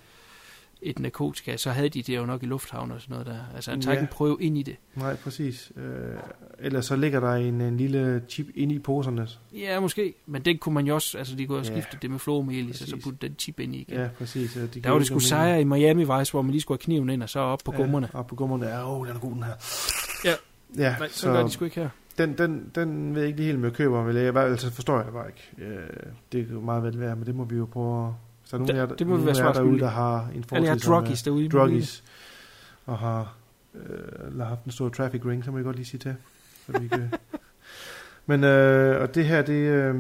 et narkotika. Så havde de det jo nok i lufthavn og sådan noget der. Altså, han tager ja. ikke en prøve ind i det. Nej, præcis. Øh, ellers så ligger der en, en lille chip inde i poserne. Ja, måske. Men den kunne man jo også, altså de kunne have ja. skiftet det med flormelis, og så putte den chip ind i igen. Ja, præcis. Ja, de der var det sgu sejre i Miami Vice, hvor man lige skulle have kniven ind, og så op på ja, gummerne. op på gummerne. Ja, åh, den er god, den her. Ja, ja men så gør de sgu ikke her. Den, den, den ved jeg ikke lige helt, om jeg køber, vel? Jeg altså forstår jeg det bare ikke. Øh, det kan jo meget vel være, men det må vi jo prøve at... Så nogle af det må vi være jer derude, der har en fortid som druggies derude. Druggies. Og har øh, haft en stor traffic ring, så må jeg godt lige sige til. Så vi kan... Men øh, og det her, det... Øh,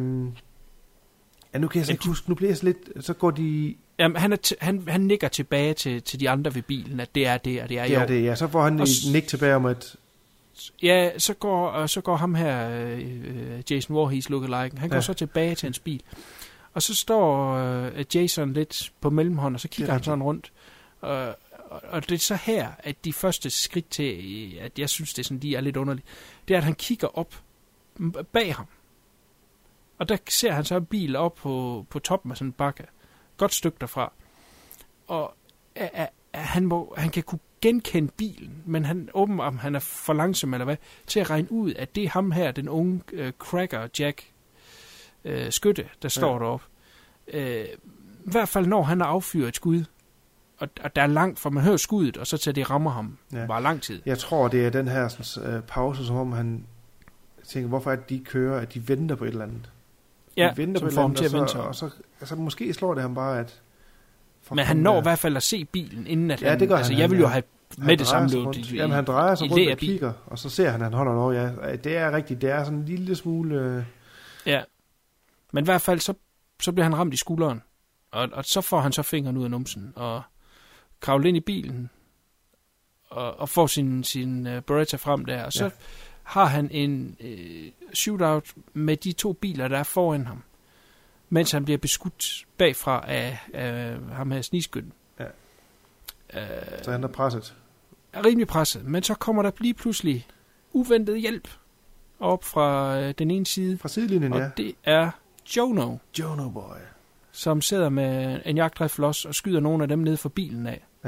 ja, nu kan jeg så ikke huske, nu bliver jeg så lidt... Så går de... Jamen, han, er t- han, han nikker tilbage til, til de andre ved bilen, at det er det, og det er det er det, ja. Så får han en nik tilbage om, at... Ja, så går, og så går ham her, øh, Jason Voorhees lookalike, han går ja. så tilbage til hans bil. Og så står øh, Jason lidt på mellemhånd, og så kigger han sådan rundt. Og, og, og det er så her, at de første skridt til, at jeg synes, det er sådan, de er lidt underlige, det er, at han kigger op bag ham. Og der ser han så en bil op på, på toppen af sådan en bakke. Godt stykke derfra. Og at, at, at han, må, han kan kunne genkende bilen, men han åben om han er for langsom eller hvad, til at regne ud, at det er ham her, den unge øh, Cracker Jack øh, skytte, der står ja. deroppe. Øh, I hvert fald når han har affyret et skud, og, og der er langt, for man hører skuddet, og så til det rammer ham ja. bare lang tid. Jeg tror, det er den her sådan, uh, pause, som om han tænker, hvorfor er det, de kører, at de venter på et eller andet. Ja, de venter på et eller andet, og, så, og så altså, måske slår det ham bare, at... Men han når der. i hvert fald at se bilen, inden at ja, han... det gør altså, han, jeg vil jo have han, med det samme løb. Jamen, han drejer sig rundt og kigger, og så ser han, at han holder over. Ja, det er rigtigt. Det er sådan en lille smule... Øh... Ja. Men i hvert fald, så, så bliver han ramt i skulderen. Og, og så får han så fingeren ud af numsen, og kravler ind i bilen, og, og får sin, sin uh, Beretta frem der. Og så ja. har han en uh, shootout med de to biler, der er foran ham, mens han bliver beskudt bagfra af, af ham her snigskytten. Ja. Uh, så han er presset. Er rimelig presset, men så kommer der lige pludselig uventet hjælp op fra uh, den ene side. Fra sidelinjen, og ja. Og det er Jono. Jono boy. Som sidder med en jagtrifle også og skyder nogle af dem ned for bilen af. Ja.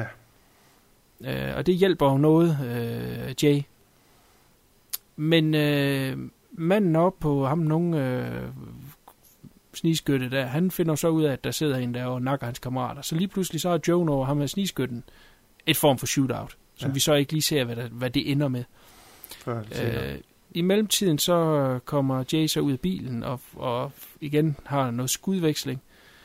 Uh, og det hjælper jo noget, uh, Jay. Men uh, manden op på ham, nogle... Uh, snigskytte der, han finder så ud af, at der sidder en der og nakker hans kammerater. Så lige pludselig så er Joan og ham med snigskytten et form for shootout, som ja. vi så ikke lige ser, hvad, der, hvad det ender med. Øh, I mellemtiden så kommer Jay så ud af bilen, og, og igen har noget skudveksling.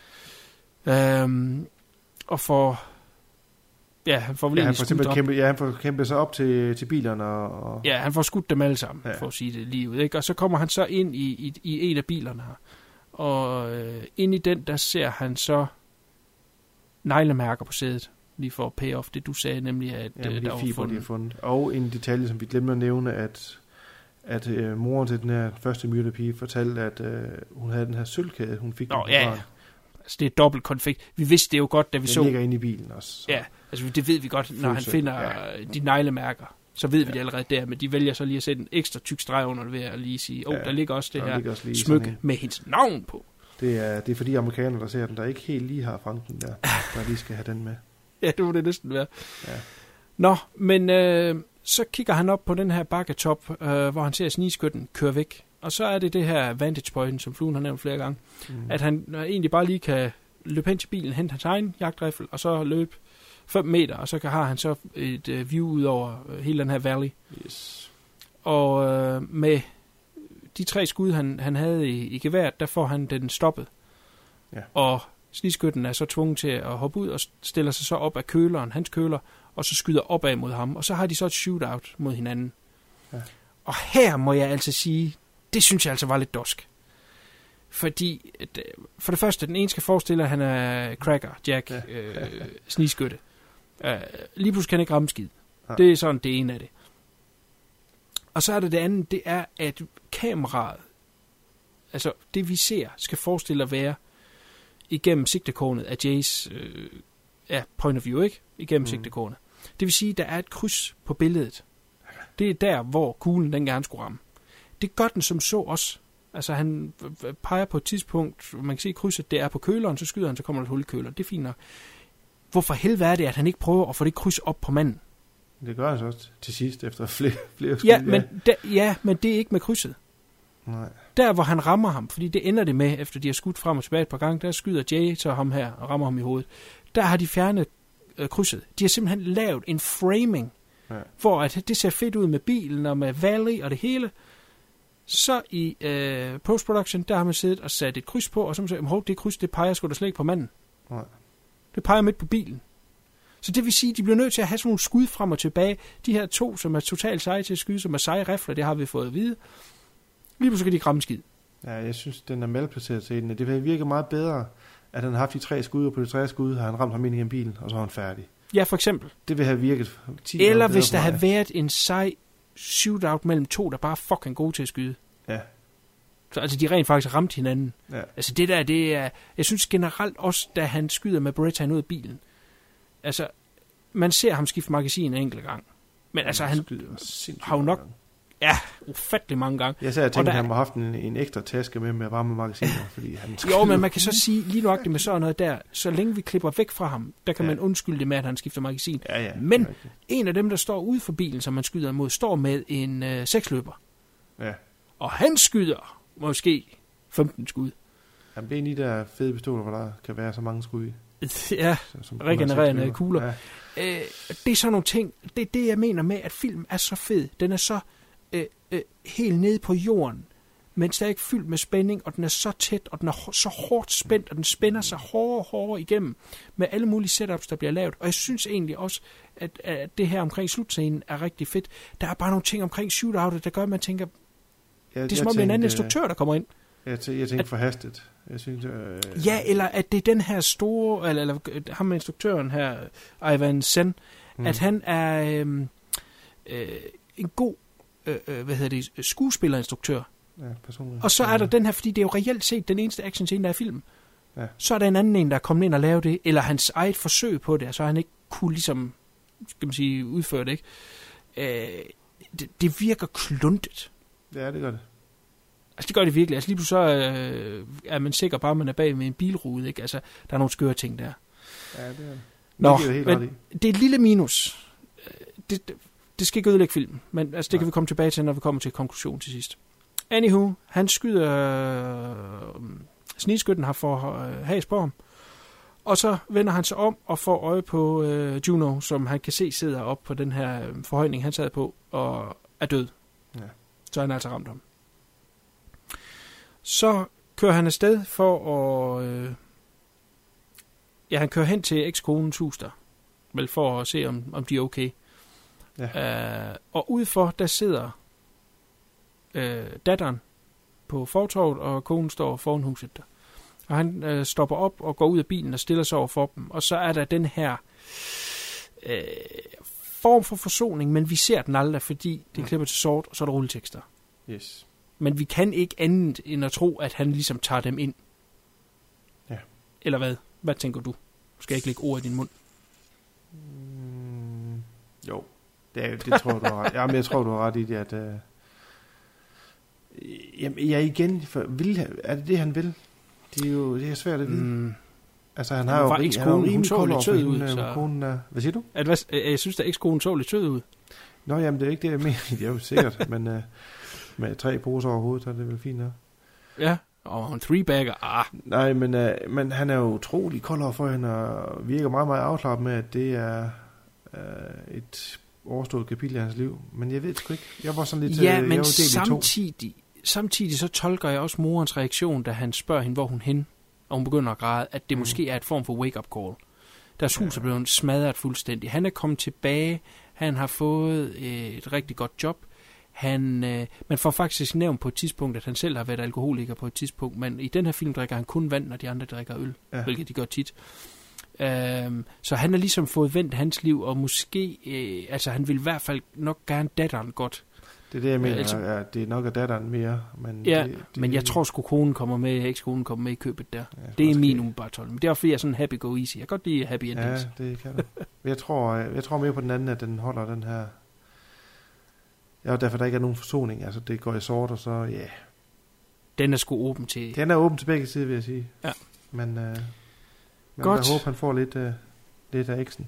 Øhm, og får... Ja, han får vel ja, han får simpelthen kæmpe, ja, han får kæmpet sig op til, til bilerne. Og, og... Ja, han får skudt dem alle sammen, ja. for at sige det lige ud. Ikke? Og så kommer han så ind i, i, i en af bilerne her. Og øh, ind i den, der ser han så neglemærker på sædet. Lige for at pay off det, du sagde, nemlig at ja, øh, der var fiber, fundet. De har fundet. Og en detalje, som vi glemte at nævne, at, at øh, moren til den her første myrdepige fortalte, at øh, hun havde den her sølvkæde, hun fik. Nå, ja, altså det er dobbelt konfekt. Vi vidste det jo godt, da vi den så... Den ligger inde i bilen også. Så. Ja, altså det ved vi godt, når han finder ja. de neglemærker. Så ved vi ja. det allerede der, men de vælger så lige at sætte en ekstra tyk streg under det ved at lige sige, åh, oh, ja, der ligger også det her også smykke med hendes navn på. Det er, det er fordi amerikanere, der ser den, der ikke helt lige har fanget den der, der lige skal have den med. Ja, det må det næsten være. Ja. Nå, men øh, så kigger han op på den her bakketop, øh, hvor han ser snigskytten køre væk. Og så er det det her vantage point, som fluen har nævnt flere gange, mm. at han egentlig bare lige kan løbe hen til bilen, hente hans egen jagtriffel, og så løbe fem meter, og så kan, har han så et øh, view ud over øh, hele den her valley. Yes. Og øh, med de tre skud, han, han havde i, i geværet, der får han den stoppet. Ja. Og snigskytten er så tvunget til at hoppe ud og stiller sig så op af køleren, hans køler, og så skyder opad mod ham. Og så har de så et shootout mod hinanden. Ja. Og her må jeg altså sige, det synes jeg altså var lidt dusk. Fordi, for det første, den ene skal forestille, at han er cracker, Jack, ja. øh, snigskytte. Uh, lige pludselig kan han ikke ramme skid. Ja. Det er sådan det ene af det. Og så er det det andet, det er, at kameraet, altså det vi ser, skal forestille at være igennem sigtekornet af Jays øh, ja, point of view, ikke? Igennem mm. sigtekornet. Det vil sige, at der er et kryds på billedet. Det er der, hvor kuglen den gerne skulle ramme. Det gør den som så også. Altså han peger på et tidspunkt, man kan se krydset, det er på køleren, så skyder han, så kommer der et hul i køleren. Det er fint nok. Hvorfor helvede er det, at han ikke prøver at få det kryds op på manden? Det gør han så også til sidst, efter flere, flere skud. Ja, men der, ja, men det er ikke med krydset. Nej. Der, hvor han rammer ham, fordi det ender det med, efter de har skudt frem og tilbage et par gange, der skyder Jay så ham her og rammer ham i hovedet. Der har de fjernet øh, krydset. De har simpelthen lavet en framing, ja. hvor at det ser fedt ud med bilen og med Valley og det hele. Så i øh, post-production, der har man siddet og sat et kryds på, og så siger man, det kryds, det peger sgu da slet ikke på manden. Nej. Det peger midt på bilen. Så det vil sige, at de bliver nødt til at have sådan nogle skud frem og tilbage. De her to, som er totalt seje til at skyde, som er seje rifler, det har vi fået at vide. Lige pludselig kan de kramme skid. Ja, jeg synes, den er malplaceret til den. Det virker meget bedre, at han har haft de tre skud, og på de tre skud har han ramt ham ind i en bil, og så er han færdig. Ja, for eksempel. Det vil have virket ti Eller hvis der havde været en sej shootout mellem to, der bare er fucking gode til at skyde. Ja. Så altså, de rent faktisk ramt hinanden. Ja. Altså, det der, det er... Jeg synes generelt også, da han skyder med Berettain ud af bilen. Altså, man ser ham skifte magasin en enkelt gang. Men altså, han har jo nok... Ja, ufattelig mange gange. Jeg sagde, jeg tænkte, at han må have haft en, en ekstra taske med med varme magasiner, fordi han... Jo, men man kan så sige, lige nøjagtigt med sådan noget der, så længe vi klipper væk fra ham, der kan ja. man undskylde det med, at han skifter magasin. Ja, ja, men en af dem, der står ude for bilen, som man skyder imod, står med en øh, seksløber. Ja. Og han skyder måske femten skud. Jamen, det er en af de der fede pistoler, hvor der kan være så mange skud i. Ja, regenererende kugler. Ja. Øh, det er sådan nogle ting, det er det, jeg mener med, at film er så fed. Den er så øh, øh, helt nede på jorden, men stadig fyldt med spænding, og den er så tæt, og den er så hårdt spændt, og den spænder sig hårdere og hårdere igennem, med alle mulige setups, der bliver lavet. Og jeg synes egentlig også, at, at det her omkring slutscenen er rigtig fedt. Der er bare nogle ting omkring shootoutet, der gør, at man tænker, jeg, det er som om det er en anden instruktør, der kommer ind. Jeg, t- jeg tænker forhastet. Jeg synes, øh... Ja, eller at det er den her store, eller, eller ham med instruktøren her, Ivan Sen, mm. at han er øh, øh, en god øh, hvad hedder det, skuespillerinstruktør. Ja, personligt. Og så er der den her, fordi det er jo reelt set den eneste actionscene, der er i filmen. Ja. Så er der en anden en, der er kommet ind og lavet det, eller hans eget forsøg på det, og så har han ikke kunne ligesom, skal man sige, udføre det, ikke? Øh, det, det virker kluntet. Ja, det gør det. Altså, det gør det virkelig. Altså, lige pludselig så øh, er man sikker bare, at man er bag med en bilrude, ikke? Altså, der er nogle skøre ting der. Ja, det er det. Nå, det er helt men det er et lille minus. Det, det, det skal ikke ødelægge filmen, men altså, det Nej. kan vi komme tilbage til, når vi kommer til konklusion til sidst. Anywho, han skyder øh, snigskytten har for øh, has på ham. Og så vender han sig om og får øje på øh, Juno, som han kan se sidder op på den her øh, forhøjning, han sad på, og er død. Ja. Så han har altså ramt ham. Så kører han afsted for at... Øh, ja, han kører hen til ekskonens hus der. Vel for at se, om, om de er okay. Ja. Øh, og udenfor, der sidder øh, datteren på fortovet, og konen står foran huset der. Og han øh, stopper op og går ud af bilen og stiller sig over for dem. Og så er der den her øh, form for forsoning, men vi ser den aldrig, fordi det klipper til sort, og så er der rulletekster. Yes. Men vi kan ikke andet end at tro, at han ligesom tager dem ind. Ja. Eller hvad? Hvad tænker du? Skal jeg ikke lægge ord i din mund? Mm, jo, det, er, det tror jeg, du har ret. Jamen, jeg tror, du har ret i det, at... Øh, jamen, jeg igen... For, vil, er det det, han vil? Det er jo det er svært at vide. Mm. Altså, han har jo rig, han har jo rimelig kolder for hende, så... konen er... Hvad siger du? At, hvad, jeg synes, at ekskonen så lidt tød ud. Nå, jamen, det er ikke det, jeg mener. Det er jo sikkert, men øh, med tre poser over hovedet, så er det vel fint nok. Ja, og en three-bagger, ah. Nej, men, øh, men han er jo utrolig koldere for hende, og virker meget, meget afklappet med, at det er øh, et overstået kapitel i hans liv. Men jeg ved sgu ikke. Jeg var sådan lidt... Ja, øh, men jeg samtidig, samtidig så tolker jeg også morens reaktion, da han spørger hende, hvor hun hen, og hun begynder at græde, at det mm. måske er et form for wake-up call. Deres hus er blevet smadret fuldstændig. Han er kommet tilbage, han har fået øh, et rigtig godt job. Han, øh, man får faktisk nævnt på et tidspunkt, at han selv har været alkoholiker på et tidspunkt, men i den her film drikker han kun vand, når de andre drikker øl, ja. Hvilket de gør tit. Øhm, så han har ligesom fået vendt hans liv, og måske, øh, altså han vil i hvert fald nok gerne datteren godt. Det er det, jeg mener, altså, ja, det er nok af datteren mere. Men ja, det, det, men jeg tror sgu, konen kommer med, ekskonen kommer med i købet der. Ja, det er min umiddelbare tolkning. Men det er også fordi, jeg er sådan happy go easy. Jeg kan godt lide happy endings. Ja, det kan du. jeg, tror, jeg tror mere på den anden, at den holder den her... Ja, derfor der ikke er nogen forsoning. Altså, det går i sort, og så, ja... Yeah. Den er sgu åben til... Den er åben til begge sider, vil jeg sige. Ja. Men, øh, men godt. jeg håber, han får lidt, øh, lidt af eksen.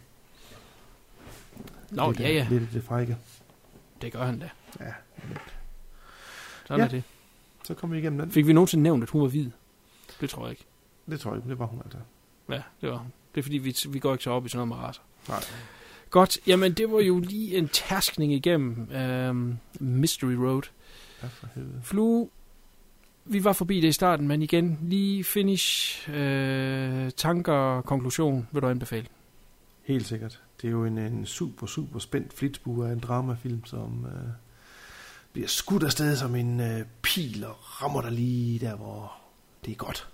Nå, lidt, ja, ja. Lidt af det frække. Det gør han da. Ja. Sådan ja. er det. Så kom vi igennem den. Fik vi nogensinde nævnt, at hun var hvid? Det tror jeg ikke. Det tror jeg ikke, det var hun altså. Ja, det var hun. Det er fordi, vi, vi går ikke så op i sådan noget med racer. Nej. Godt, jamen det var jo lige en tærskning igennem um, Mystery Road. Ja, for helvede. Flue, vi var forbi det i starten, men igen, lige finish, øh, tanker, konklusion, vil du anbefale? Helt sikkert. Det er jo en, en super, super spændt flitsbue af en dramafilm, som øh, bliver skudt afsted som en øh, pil og rammer dig lige der, hvor det er godt.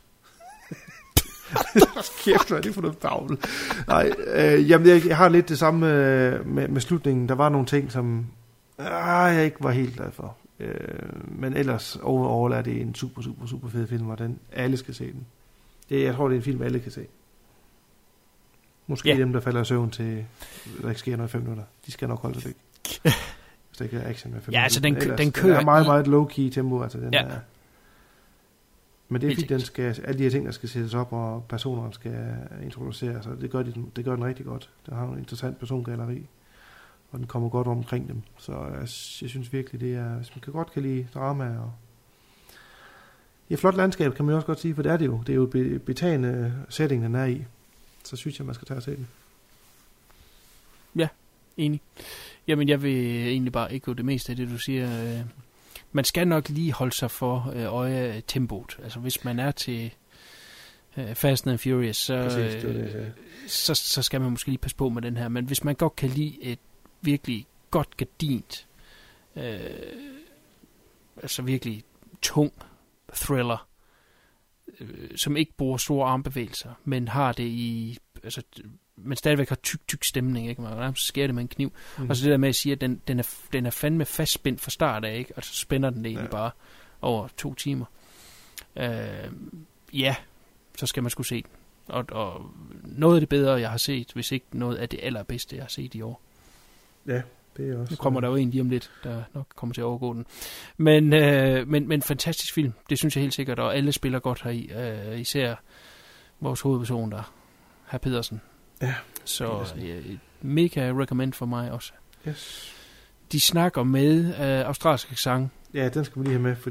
Kæft, hvad er det for noget tavle? Nej, øh, jamen jeg, jeg har lidt det samme øh, med, med slutningen. Der var nogle ting, som øh, jeg ikke var helt glad for. Øh, men ellers overall er det en super, super, super fed film, og den, alle skal se den. Det, jeg tror, det er en film, alle kan se. Måske yeah. dem, der falder i søvn til, der ikke sker noget i fem minutter. De skal nok holde sig væk. Hvis der ikke er action med fem ja, minutter. Altså, den, ellers, den kører den er meget, i... meget low-key tempo. Altså, den ja. er, men det er fordi, den skal, alle de her ting, der skal sættes op, og personerne skal introduceres, så det gør, de, det gør den rigtig godt. Den har en interessant persongalleri, og den kommer godt omkring dem. Så jeg, jeg synes virkelig, det er, hvis man kan godt kan lide drama, og i et flot landskab, kan man også godt sige, for det er det jo. Det er jo et betagende setting, den er i. Så synes jeg, man skal tage og se den. Ja, enig. Jamen, jeg vil egentlig bare ikke gå det meste af det, du siger. Man skal nok lige holde sig for øje tempoet. Altså, hvis man er til Fast and Furious, så, Præcis, det det, ja. så, så skal man måske lige passe på med den her. Men hvis man godt kan lide et virkelig godt gardint, øh, altså virkelig tung thriller, øh, som ikke bruger store armbevægelser, men har det i, altså, men stadigvæk har tyk, tyk stemning, ikke? Man nærmest skærer det med en kniv. Mm. Og så det der med at sige, at den, den, er, den er fandme fastspændt fra start af, ikke? Og så spænder den det egentlig ja. bare over to timer. Øh, ja, så skal man sgu se den. Og, og noget af det bedre, jeg har set, hvis ikke noget af det allerbedste, jeg har set i år. Ja, det er også... Nu kommer der jo en lige om lidt, der nok kommer til at overgå den. Men, øh, men, men fantastisk film, det synes jeg helt sikkert, og alle spiller godt heri. Øh, især vores hovedperson der, hr. Pedersen. Ja, så øh, mega recommend for mig også. Yes. De snakker med øh, australsk accent. Ja, den skal vi lige have med, fordi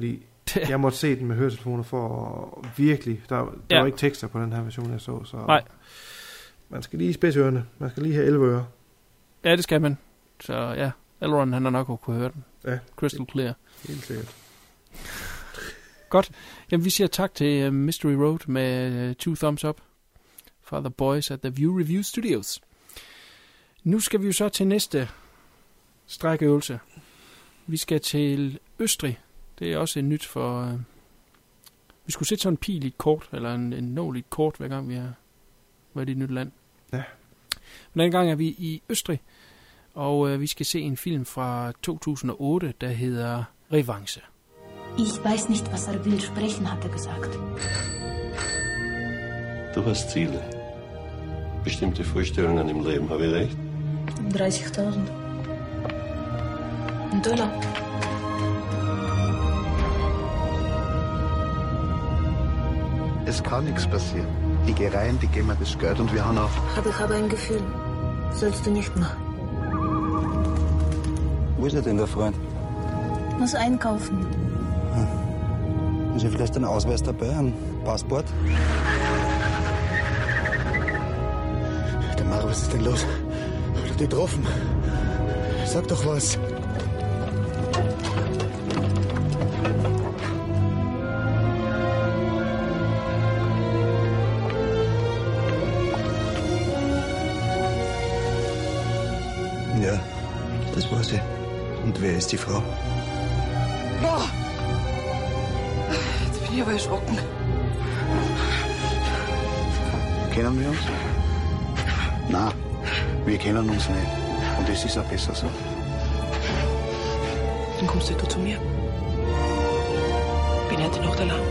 det... Jeg måtte se den med høretelefoner for virkelig... Der, der ja. var ikke tekster på den her version, jeg så. så Nej. Man skal lige spidse ørerne. Man skal lige have elleve ører. Ja, det skal man. Så ja, Elrond, han har nok kunne høre den. Ja. Crystal clear. Helt sikkert. Godt. Jamen, vi siger tak til uh, Mystery Road med uh, two thumbs up fra The Boys at The View Review Studios. Nu skal vi jo så til næste strækøvelse. Vi skal til Østrig. Det er også en nyt for... Uh, vi skulle sætte sådan en pil i et kort, eller en, en nål i et kort, hver gang vi har været i et nyt land. Ja. Men den gang er vi i Østrig, og uh, vi skal se en film fra to tusind og otte, der hedder Revanche. Ich weiß nicht, was er will sprechen, hat er gesagt. Du hast Ziele. Bestimmte Vorstellungen im Leben, habe ich recht? dreißigtausend. Dollar. Es kann nichts passieren. Die gehen rein, die geben mir das Geld und wir haben auf. Aber ich habe ein Gefühl. Sollst du nicht machen. Wo ist er denn, der Freund? Muss einkaufen. Haben Sie vielleicht einen Ausweis dabei, ein Passport? Der Mara, was ist denn los? Hat er dich getroffen? Sag doch was. Ja, das war sie. Und wer ist die Frau? Boah! Jetzt bin ich aber erschrocken. Kennen wir uns? Nein, wir kennen uns nicht. Und es ist auch besser so. Dann kommst du zu mir. Bin heute noch da lang.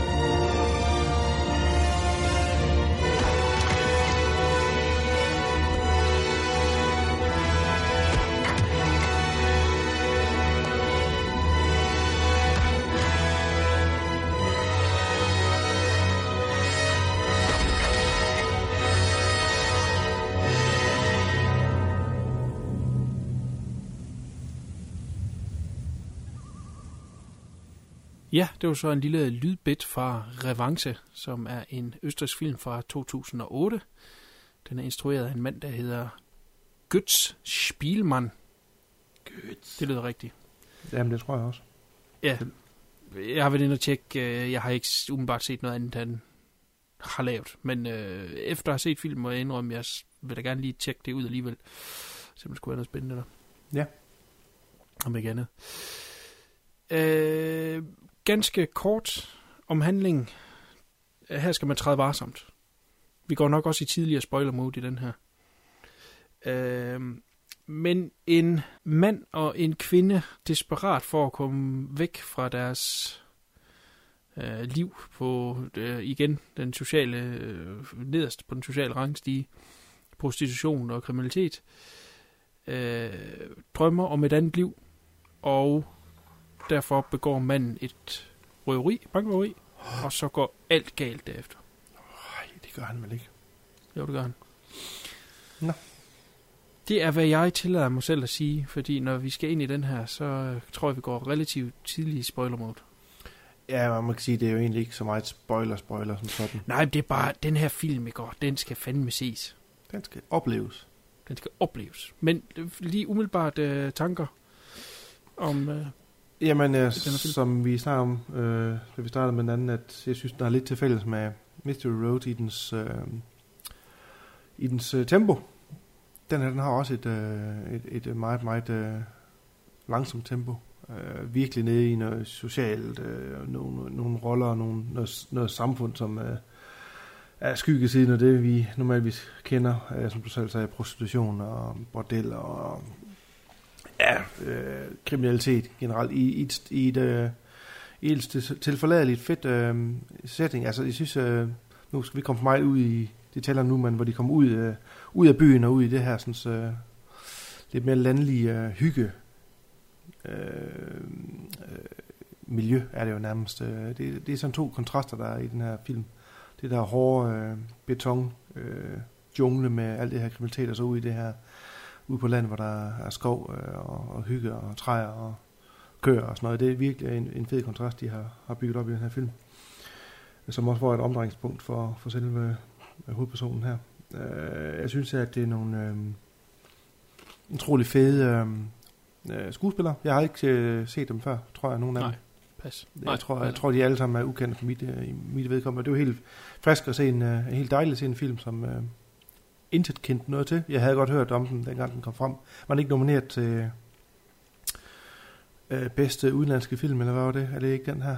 Ja, det var så en lille lydbit fra Revanche, som er en østrigsk film fra to tusind og otte. Den er instrueret af en mand, der hedder Götz Spielmann. Götz. Det lyder rigtigt. Jamen, det tror jeg også. Ja, jeg har været inde og tjekke. Jeg har ikke umiddelbart set noget andet, han har lavet. Men øh, efter at have set filmen, må jeg indrømme, jeg vil da gerne lige tjekke det ud alligevel. Så det skulle være noget spændende der. Ja. Om ikke andet. Øh, ganske kort om handlingen. Her skal man træde varsomt. Vi går nok også i tidligere spoiler mode i den her. Øh, men en mand og en kvinde desperat for at komme væk fra deres øh, liv på øh, igen den sociale øh, nederst på den sociale rangstige, prostitution og kriminalitet, øh, drømmer om et andet liv, og derfor begår manden et røveri, bankrøveri, og så går alt galt derefter. Nej, det gør han vel ikke. Jo, det gør han. Nå. Det er, hvad jeg tillader mig selv at sige, fordi når vi skal ind i den her, så tror jeg, vi går relativt tidligt i spoiler-mode. Ja, man kan sige, det er jo egentlig ikke så meget spoiler-spoiler som sådan. Nej, det er bare, den her film, ikke? Den skal fandme ses. Den skal opleves. Den skal opleves. Men lige umiddelbart uh, tanker om... Uh, Jamen, øh, som vi snakker om, øh, da vi startede med den anden, at jeg synes, der er lidt til fælles med Mystery Road i dens, øh, i dens øh, tempo. Den her, den har også et, øh, et, et meget, meget øh, langsomt tempo. Øh, virkelig nede i noget socialt, øh, nogle, nogle roller og nogle, noget, noget samfund, som øh, er skyggesiden af det, vi normalvis kender, øh, som du selv sagde, prostitution og bordel og... Ja, øh, kriminalitet generelt i, i et, i et, øh, i et tilforladeligt fedt øh, setting. Altså, jeg synes, øh, nu skal vi komme for meget ud i detaljer nu, men hvor de kommer ud, øh, ud af byen og ud i det her sådan, øh, lidt mere landlige øh, hygge øh, øh, miljø, er det jo nærmest. Øh, det, det er sådan to kontraster, der er i den her film. Det der hårde øh, beton øh, jungle med alt det her kriminalitet, og så ud i det her ude på landet, hvor der er skov øh, og, og hygge og træer og køer og sådan noget. Det er virkelig en, en fed kontrast, de har, har bygget op i den her film. Som også var et omdrejningspunkt for, for selve hovedpersonen her. Uh, jeg synes, at det er nogle uh, utrolig fede uh, skuespillere. Jeg har ikke uh, set dem før, tror jeg, nogen af Nej. dem. Pas. Jeg, Nej, tror, jeg tror, de alle sammen er ukendte for mit, uh, i mit vedkommende. Det er jo helt frisk at se en, uh, helt dejligt at se en film, som uh, intet kendte noget til. Jeg havde godt hørt om den, dengang den kom frem. Var den ikke nomineret til uh, bedste udenlandske film, eller hvad var det? Er det ikke den her?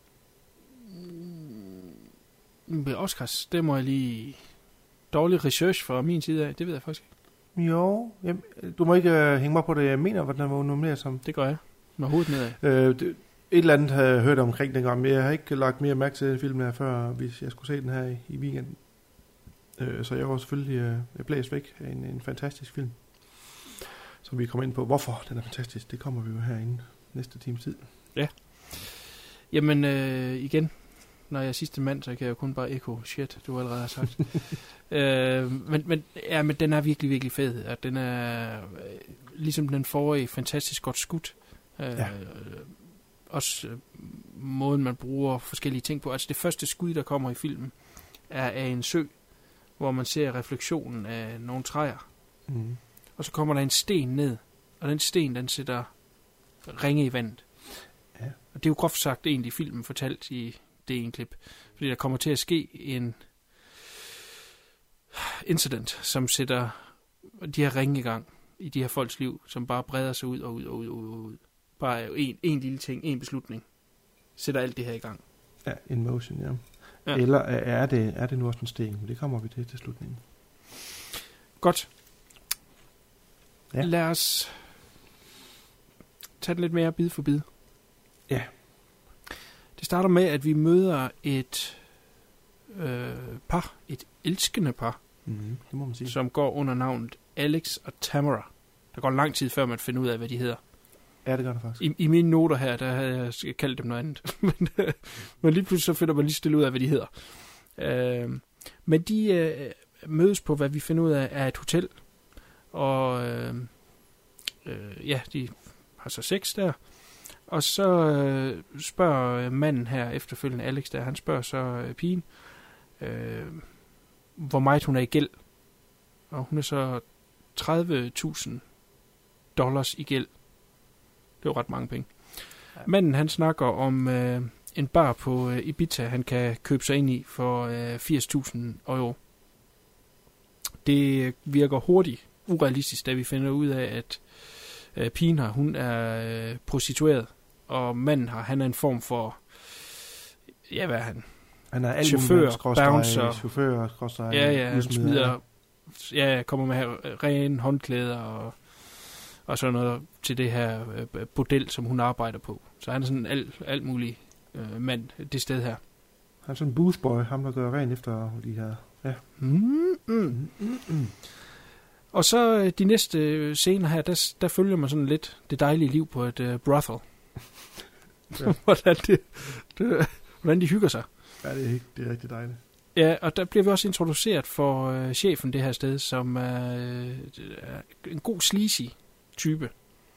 Ved Oscars, det må jeg lige... Dårlig research fra min side af, det ved jeg faktisk ikke. Jo, jamen, du må ikke uh, hænge mig på det. Jeg mener, hvordan den var nomineret som. Det gør jeg. Med hovedet nedad. Øh, det, et eller andet har jeg hørt omkring dengang, men jeg har ikke lagt mere mærke til den film her, før hvis jeg skulle se den her i, i weekenden. Øh, så jeg var selvfølgelig uh, blæst væk af en, en fantastisk film, som vi kommer ind på. Hvorfor den er fantastisk, det kommer vi jo herinde næste times tid. Ja. Jamen, øh, igen, når jeg er sidste mand, så kan jeg jo kun bare echo shit, du allerede har sagt. øh, men, men, ja, men den er virkelig, virkelig fed. At den er, øh, ligesom den forrige, fantastisk godt skudt. Øh, ja. Også øh, måden, man bruger forskellige ting på. Altså det første skud, der kommer i filmen, er af en sø, hvor man ser refleksionen af nogle træer. Mm. Og så kommer der en sten ned, og den sten, den sætter ringe i vandet. Ja. Og det er jo groft sagt egentlig filmen fortalt i det ene klip. Fordi der kommer til at ske en incident, som sætter de her ringe i gang i de her folks liv, som bare breder sig ud og ud og ud og ud. Og ud. Bare en, en lille ting, en beslutning, sætter alt det her i gang. Ja, in motion, ja. Ja. Eller er det, er det nu også en sten? Det kommer vi til til slutningen. Godt. Ja. Lad os tage det lidt mere bid for bid. Ja. Det starter med, at vi møder et øh, par, et elskende par, mm, det må man sige, som går under navnet Alex og Tamara. Der går lang tid, før man finder ud af, hvad de hedder. Ja, det gør det faktisk. I, i mine noter her, der havde jeg kaldt dem noget andet. men, men lige pludselig så finder man lige stille ud af, hvad de hedder. Øh, men de øh, mødes på, hvad vi finder ud af, er et hotel. Og øh, øh, ja, de har så sex der. Og så øh, spørger manden her efterfølgende, Alex der, han spørger så øh, pigen, øh, hvor meget hun er i gæld. Og hun er så tredive tusind dollars i gæld. Det er jo ret mange penge. Ja. Manden, han snakker om øh, en bar på øh, Ibiza, han kan købe sig ind i for øh, firs tusind euro. Det virker hurtigt urealistisk, da vi finder ud af, at øh, pigen her, hun er øh, prostitueret, og manden her, han er en form for, ja, hvad er han? Han er alt chauffør, bouncer. Chauffør, skråstrej, ja, ja, han smider, ja, kommer med her rene håndklæder og, og sådan noget til det her øh, bordel, som hun arbejder på. Så han er sådan alt, alt muligt øh, mand, det sted her. Han er sådan en boothboy, ham der gør ren efter de her, ja. Mm, mm, mm, mm. Og så de næste scener her, der, der følger man sådan lidt det dejlige liv på et uh, brothel. Ja. hvordan, det, det, hvordan de hygger sig. Ja, det er, det er rigtig dejligt. Ja, og der bliver vi også introduceret for uh, chefen det her sted, som er uh, en god sleazy type.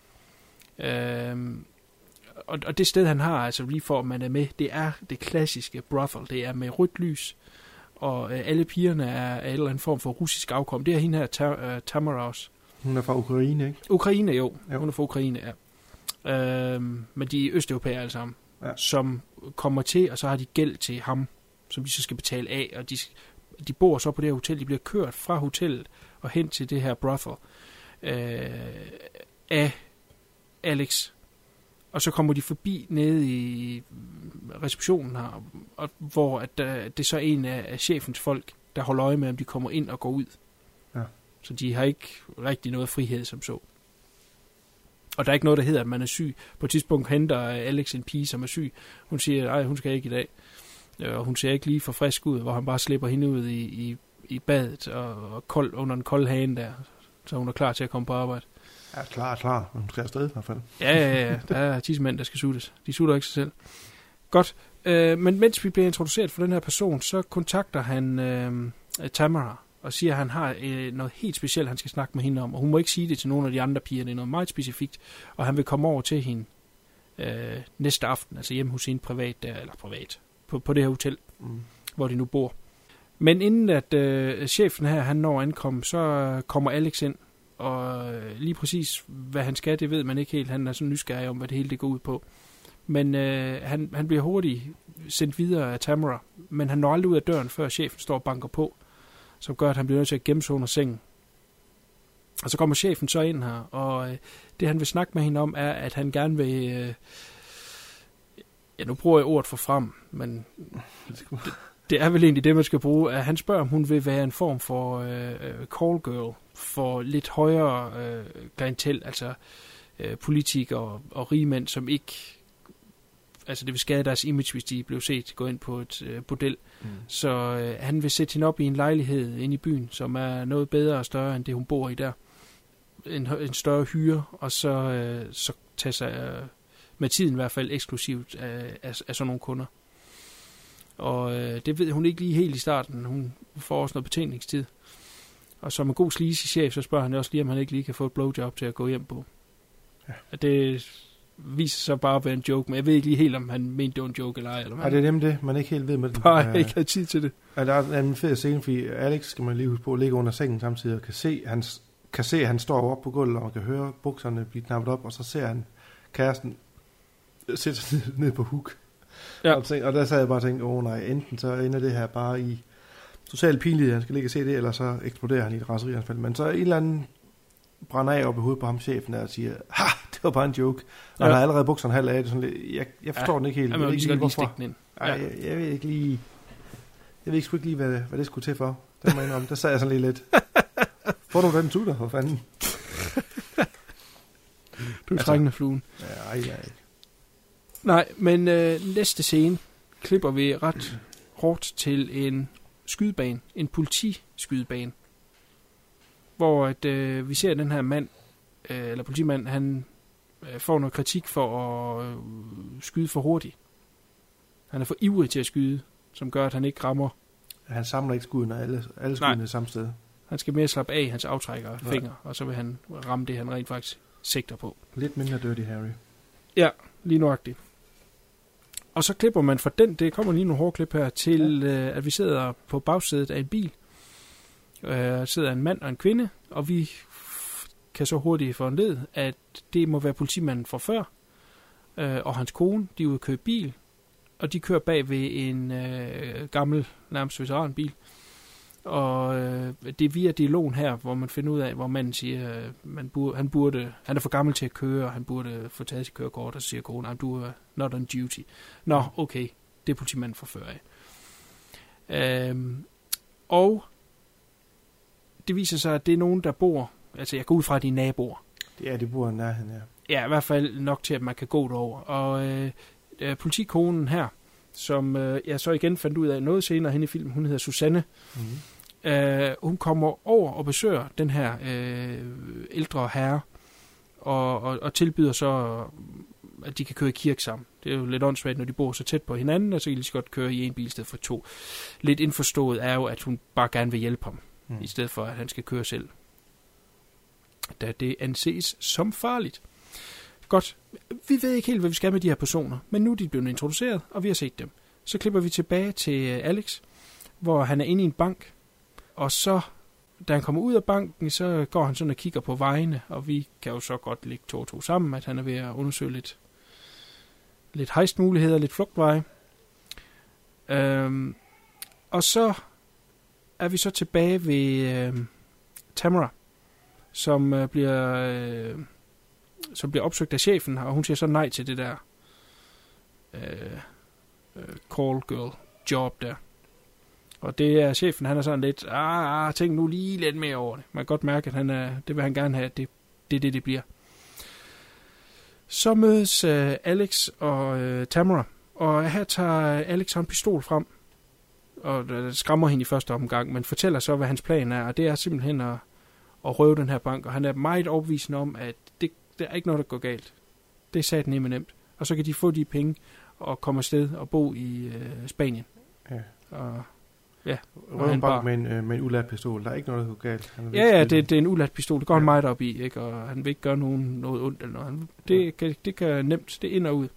Uh, og, og det sted, han har, altså lige for at man er med, det er det klassiske brothel. Det er med rødt lys, og uh, alle pigerne er af en eller anden form for russisk afkom. Det er hende her, ta- uh, Tamara også. Hun er fra Ukraine, ikke? Ukraine, jo. jo. Hun er fra Ukraine, ja. Uh, men de er østeuropæere alle sammen, ja. Som kommer til, og så har de gæld til ham, som de så skal betale af, og de, de bor så på det her hotel. De bliver kørt fra hotellet og hen til det her brothel uh, af Alex. Og så kommer de forbi nede i receptionen her, og hvor at, uh, det er så en af, af chefens folk, der holder øje med, om de kommer ind og går ud. Ja. Så de har ikke rigtig noget frihed som så. Og der er ikke noget, der hedder, at man er syg. På et tidspunkt henter Alex en pige, som er syg. Hun siger, nej, hun skal ikke i dag. Og hun ser ikke lige for frisk ud, hvor han bare slipper hende ud i, i, i badet og, og kold, under en kold hane der. Så hun er klar til at komme på arbejde. Ja, klar, klar. Hun skal afsted i hvert fald. Ja, ja, ja. Der er tissemænd, der skal suttes. De sutter ikke sig selv. Godt. Øh, men mens vi bliver introduceret for den her person, så kontakter han øh, Tamara og siger, at han har øh, noget helt specielt, han skal snakke med hende om. Og hun må ikke sige det til nogen af de andre piger. Det er noget meget specifikt. Og han vil komme over til hende øh, næste aften, altså hjemme hos sin privat der, eller privat, på, på det her hotel, mm. hvor de nu bor. Men inden at øh, chefen her, han når ankom, så kommer Alex ind, og lige præcis, hvad han skal, det ved man ikke helt. Han er sådan nysgerrig om, hvad det hele det går ud på. Men øh, han, han bliver hurtigt sendt videre af Tamara, men han når aldrig ud af døren, før chefen står og banker på, som gør, at han bliver nødt til at gemme sig under sengen. Og så kommer chefen så ind her, og øh, det han vil snakke med hende om, er, at han gerne vil... Øh, ja, nu bruger jeg ordet for frem, men det, det er vel egentlig det, man skal bruge. At han spørger, om hun vil være en form for øh, call girl, for lidt højere øh, klientel, altså øh, politikere og rigmænd, som ikke... Altså det vil skade deres image, hvis de blev set gå ind på et øh, bordel. Mm. Så øh, han vil sætte hende op i en lejlighed inde i byen, som er noget bedre og større, end det hun bor i der. En, en større hyre, og så, øh, så tage sig øh, med tiden i hvert fald eksklusivt af, af, af sådan nogle kunder. Og øh, det ved hun ikke lige helt i starten. Hun får også noget betænkningstid. Og som en god sleazy chef, så spørger han også lige, om han ikke lige kan få et blowjob til at gå hjem på. Ja. Det viser sig bare at være en joke, men jeg ved ikke lige helt, om han mente, det var en joke eller ej. Eller hvad. Ja, det er nemlig det, man ikke helt ved med det. Bare ja. Ikke har tid til det. Ja, der er en fed scene, fordi Alex, skal man lige huske på, ligger under sengen samtidig og kan se, hans, kan se, at han står oppe på gulvet, og man kan høre bukserne blive knappet op, og så ser han kæresten sætte sig ned, ned på hook. Ja. Og, tænkte, og der sad jeg bare og tænkte, åh oh, nej, enten så ender det her bare i totalt pinligt, at han skal ligge og se det, eller så eksploderer han i et raserianfald. Men så en eller anden brænder af op i hovedet på ham, chefen, og siger, ha, det var bare en joke. Og ja. Han har allerede bukserne halv af det, sådan lidt, jeg, jeg forstår ja. den ikke helt. Ja, jeg ved ikke lige, hvorfor. Den ind. Ej, ja. jeg, jeg ved ikke lige, jeg ved ikke, ikke lige, hvad, hvad det skulle til for. Det må jeg indrømme. Der sad jeg sådan lige lidt. Får du den tutter, for fanden? Du er altså, trængende fluen. Ja, ej, ej. Nej, men øh, næste scene klipper vi ret hårdt til en skydebane, en politiskydebane, hvor at, øh, vi ser den her mand, øh, eller politimand, han øh, får noget kritik for at øh, skyde for hurtigt. Han er for ivrig til at skyde, som gør, at han ikke rammer. Han samler ikke skuddene, alle, alle skuddene samme sted. Han skal mere slappe af hans aftrækker og fingre, og så vil han ramme det, han rent faktisk sigter på. Lidt mindre Dirty Harry. Ja, lige nøjagtigt. Og så klipper man fra den, det kommer lige nogle hårde klip her, til ja. øh, at vi sidder på bagsædet af en bil. Øh, sidder en mand og en kvinde, og vi f- kan så hurtigt få en led, at det må være politimanden fra før, øh, og hans kone, de er ude at købe bil, og de kører bag ved en øh, gammel, nærmest veteranbil. Og øh, det er via dialogen her, hvor man finder ud af, hvor manden siger, øh, man burde, han burde, han er for gammel til at køre, og han burde få taget sit kørekort, og så siger konen, du er not on duty. Nå, okay, det er politimanden fra før af. Øhm, og det viser sig, at det er nogen, der bor, altså jeg går ud fra, at de er naboer. Ja, de bor i nærheden, ja. Ja, i hvert fald nok til, at man kan gå derover. Og øh, øh, politikonen her, som øh, jeg så igen fandt ud af noget senere hen i filmen, hun hedder Susanne. Mm-hmm. Øh, hun kommer over og besøger den her øh, ældre herre, og, og, og tilbyder så, at de kan køre i kirke sammen. Det er jo lidt åndssvagt, når de bor så tæt på hinanden, og så kan de lige så godt køre i en bil i stedet for to. Lidt indforstået er jo, at hun bare gerne vil hjælpe ham, mm. i stedet for, at han skal køre selv. Da det anses som farligt. Godt. Vi ved ikke helt, hvad vi skal med de her personer, men nu er de blevet introduceret, og vi har set dem. Så klipper vi tilbage til Alex, hvor han er inde i en bank, og så, da han kommer ud af banken, så går han sådan og kigger på vejene, og vi kan jo så godt lægge to og to sammen, at han er ved at undersøge lidt, lidt hejstmuligheder, lidt flugtveje. Øhm, og så er vi så tilbage ved øh, Tamara, som øh, bliver... Øh, som bliver opsøgt af chefen, og hun siger så nej til det der øh, øh, call girl job der. Og det er chefen, han er sådan lidt, ah, ah, tænk nu lige lidt mere over det. Man kan godt mærke, at han er, det vil han gerne have, at det, det er det, det bliver. Så mødes øh, Alex og øh, Tamara, og her tager Alex en pistol frem, og øh, skræmmer hende i første omgang, men fortæller så, hvad hans plan er, og det er simpelthen at, at røve den her bank, og han er meget overbevisende om, at det Der er ikke noget, der går galt. Det er sat nemme nemt. Og så kan de få de penge og komme afsted og bo i øh, Spanien. Ja. Og Ja, Røver en bank med en, øh, med en uladt pistol. Der er ikke noget, der går galt. Han ja, ja, det, det er en uladt pistol. Det går ja. han meget op i, ikke? Og han vil ikke gøre nogen noget ondt eller noget. Han, det, ja. kan, det kan nemt, det ind og ud.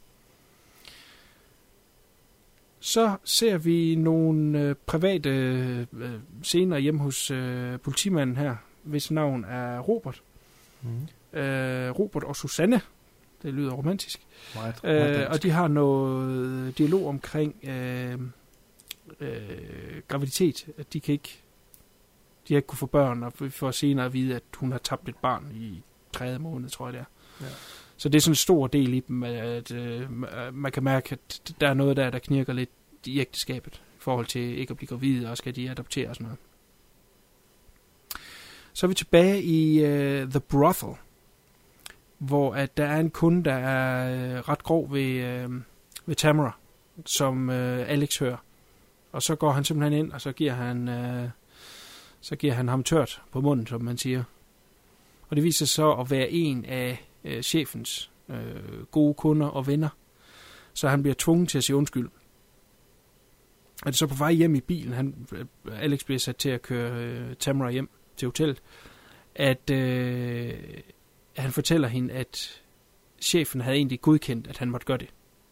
Så ser vi nogle øh, private øh, scener hjemme hos øh, politimanden her, hvis navn er Robert. Mm. Øh, Robert og Susanne. Det lyder romantisk. Meget, meget øh, og de har noget dialog omkring øh, øh, graviditet. At de kan ikke, de har ikke kunne få børn, og for senere at vide, at hun har tabt et barn i tredje måned, tror jeg det er. Ja. Så det er sådan en stor del i dem, at øh, man kan mærke, at der er noget der, der knirker lidt i ægteskabet, i forhold til ikke at blive gravid, og skal de adoptere og sådan noget. Så er vi tilbage i uh, The Brothel, hvor at der er en kunde, der er uh, ret grov ved, uh, ved Tamara, som uh, Alex hører. Og så går han simpelthen ind, og så giver han, uh, så giver han ham tørt på munden, som man siger. Og det viser sig så at være en af uh, chefens uh, gode kunder og venner. Så han bliver tvunget til at sige undskyld. Og det er så på vej hjem i bilen, han, Alex bliver sat til at køre øh, Tamara hjem til hotellet, at øh, han fortæller hende, at chefen havde egentlig godkendt, at han måtte gøre det.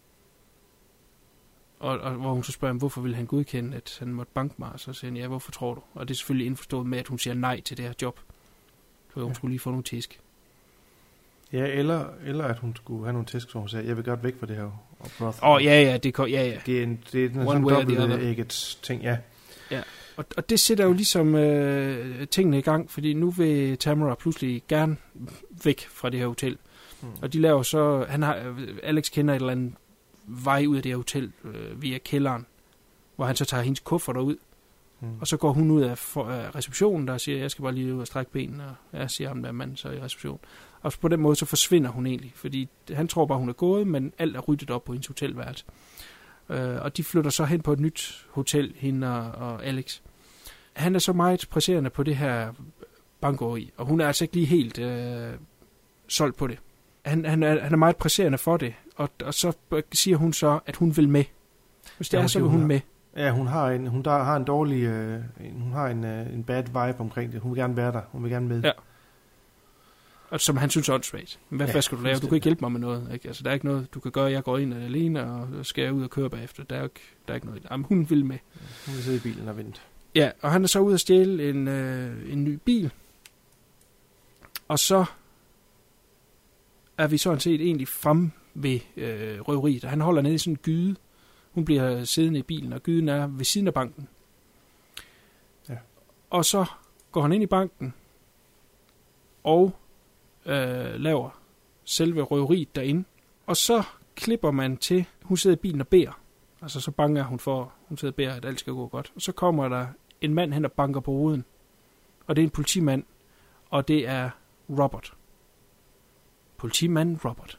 Og, og hvor hun så spørger ham, hvorfor ville han godkende, at han måtte banke mig? Og så siger han, ja, hvorfor tror du? Og det er selvfølgelig indforstået med, at hun siger nej til det her job. Så hun ja. skulle lige få nogle tæsk. Ja, eller, eller at hun skulle have nogle tæsk, som hun sagde, jeg vil godt væk fra det her. Åh, oh, ja, ja, det, ja, ja. Det er en, det er en sådan dobbelt-ægget ting, ja. Ja, og, og det sætter jo ligesom øh, tingene i gang, fordi nu vil Tamara pludselig gerne væk fra det her hotel. Hmm. Og de laver så, han har, Alex kender et eller andet vej ud af det her hotel øh, via kælderen, hvor han så tager hendes kuffert ud. Hmm. Og så går hun ud af, for, af receptionen, der siger, jeg skal bare lige ud og strække benene, og jeg siger ham der mand så i receptionen. Og på den måde så forsvinder hun egentlig, fordi han tror bare, hun er gået, men alt er ryddet op på hendes hotelværelse. Øh, og de flytter så hen på et nyt hotel, hende og, og Alex. Han er så meget presserende på det her bankeri, og hun er altså ikke lige helt øh, solgt på det. Han, han, er, han er meget presserende for det, og, og så siger hun så, at hun vil med. Hvis det ja, er, så vil hun, hun med. Ja, hun har en, hun der, har en dårlig, øh, hun har en, øh, en bad vibe omkring det. Hun vil gerne være der, hun vil gerne med. Ja. Og som han synes er åndssvagt. Hvad, ja, hvad skal du lave? Du kan ikke hjælpe mig med noget. Ikke? Altså, der er ikke noget, du kan gøre. Jeg går ind alene og skal ud og køre bagefter. Der er ikke, der er ikke noget. Jamen, hun vil med. Hun vil sidde i bilen og vente. Ja, og han er så ude at stjæle en, øh, en ny bil. Og så er vi sådan set egentlig frem ved øh, røveriet. Han holder nede i sådan en gyde. Hun bliver siddende i bilen, og gyden er ved siden af banken. Ja. Og så går han ind i banken og øh, laver selve røveriet derinde. Og så klipper man til, hun sidder i bilen og beder. Altså så banker hun for, hun sidder og beder, at alt skal gå godt. Og så kommer der en mand hen og banker på ruden. Og det er en politimand, og det er Robert. Politimanden Robert.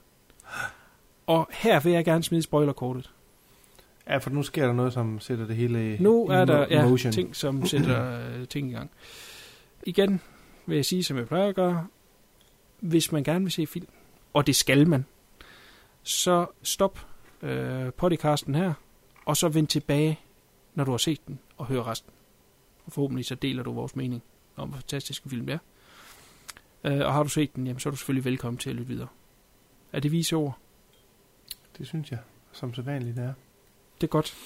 Og her vil jeg gerne smide spoilerkortet. Ja, for nu sker der noget, som sætter det hele i Nu er der ja, motion. ting, som sætter uh, ting i gang. Igen vil jeg sige, som jeg plejer at gøre, hvis man gerne vil se film, og det skal man, så stop uh, podcasten her, og så vend tilbage, når du har set den, og hør resten. Og forhåbentlig så deler du vores mening om, hvor fantastisk en film det er. Uh, og har du set den, jamen, så er du selvfølgelig velkommen til at lytte videre. Er det vise ord? Det synes jeg, som så vanligt er. Det er godt.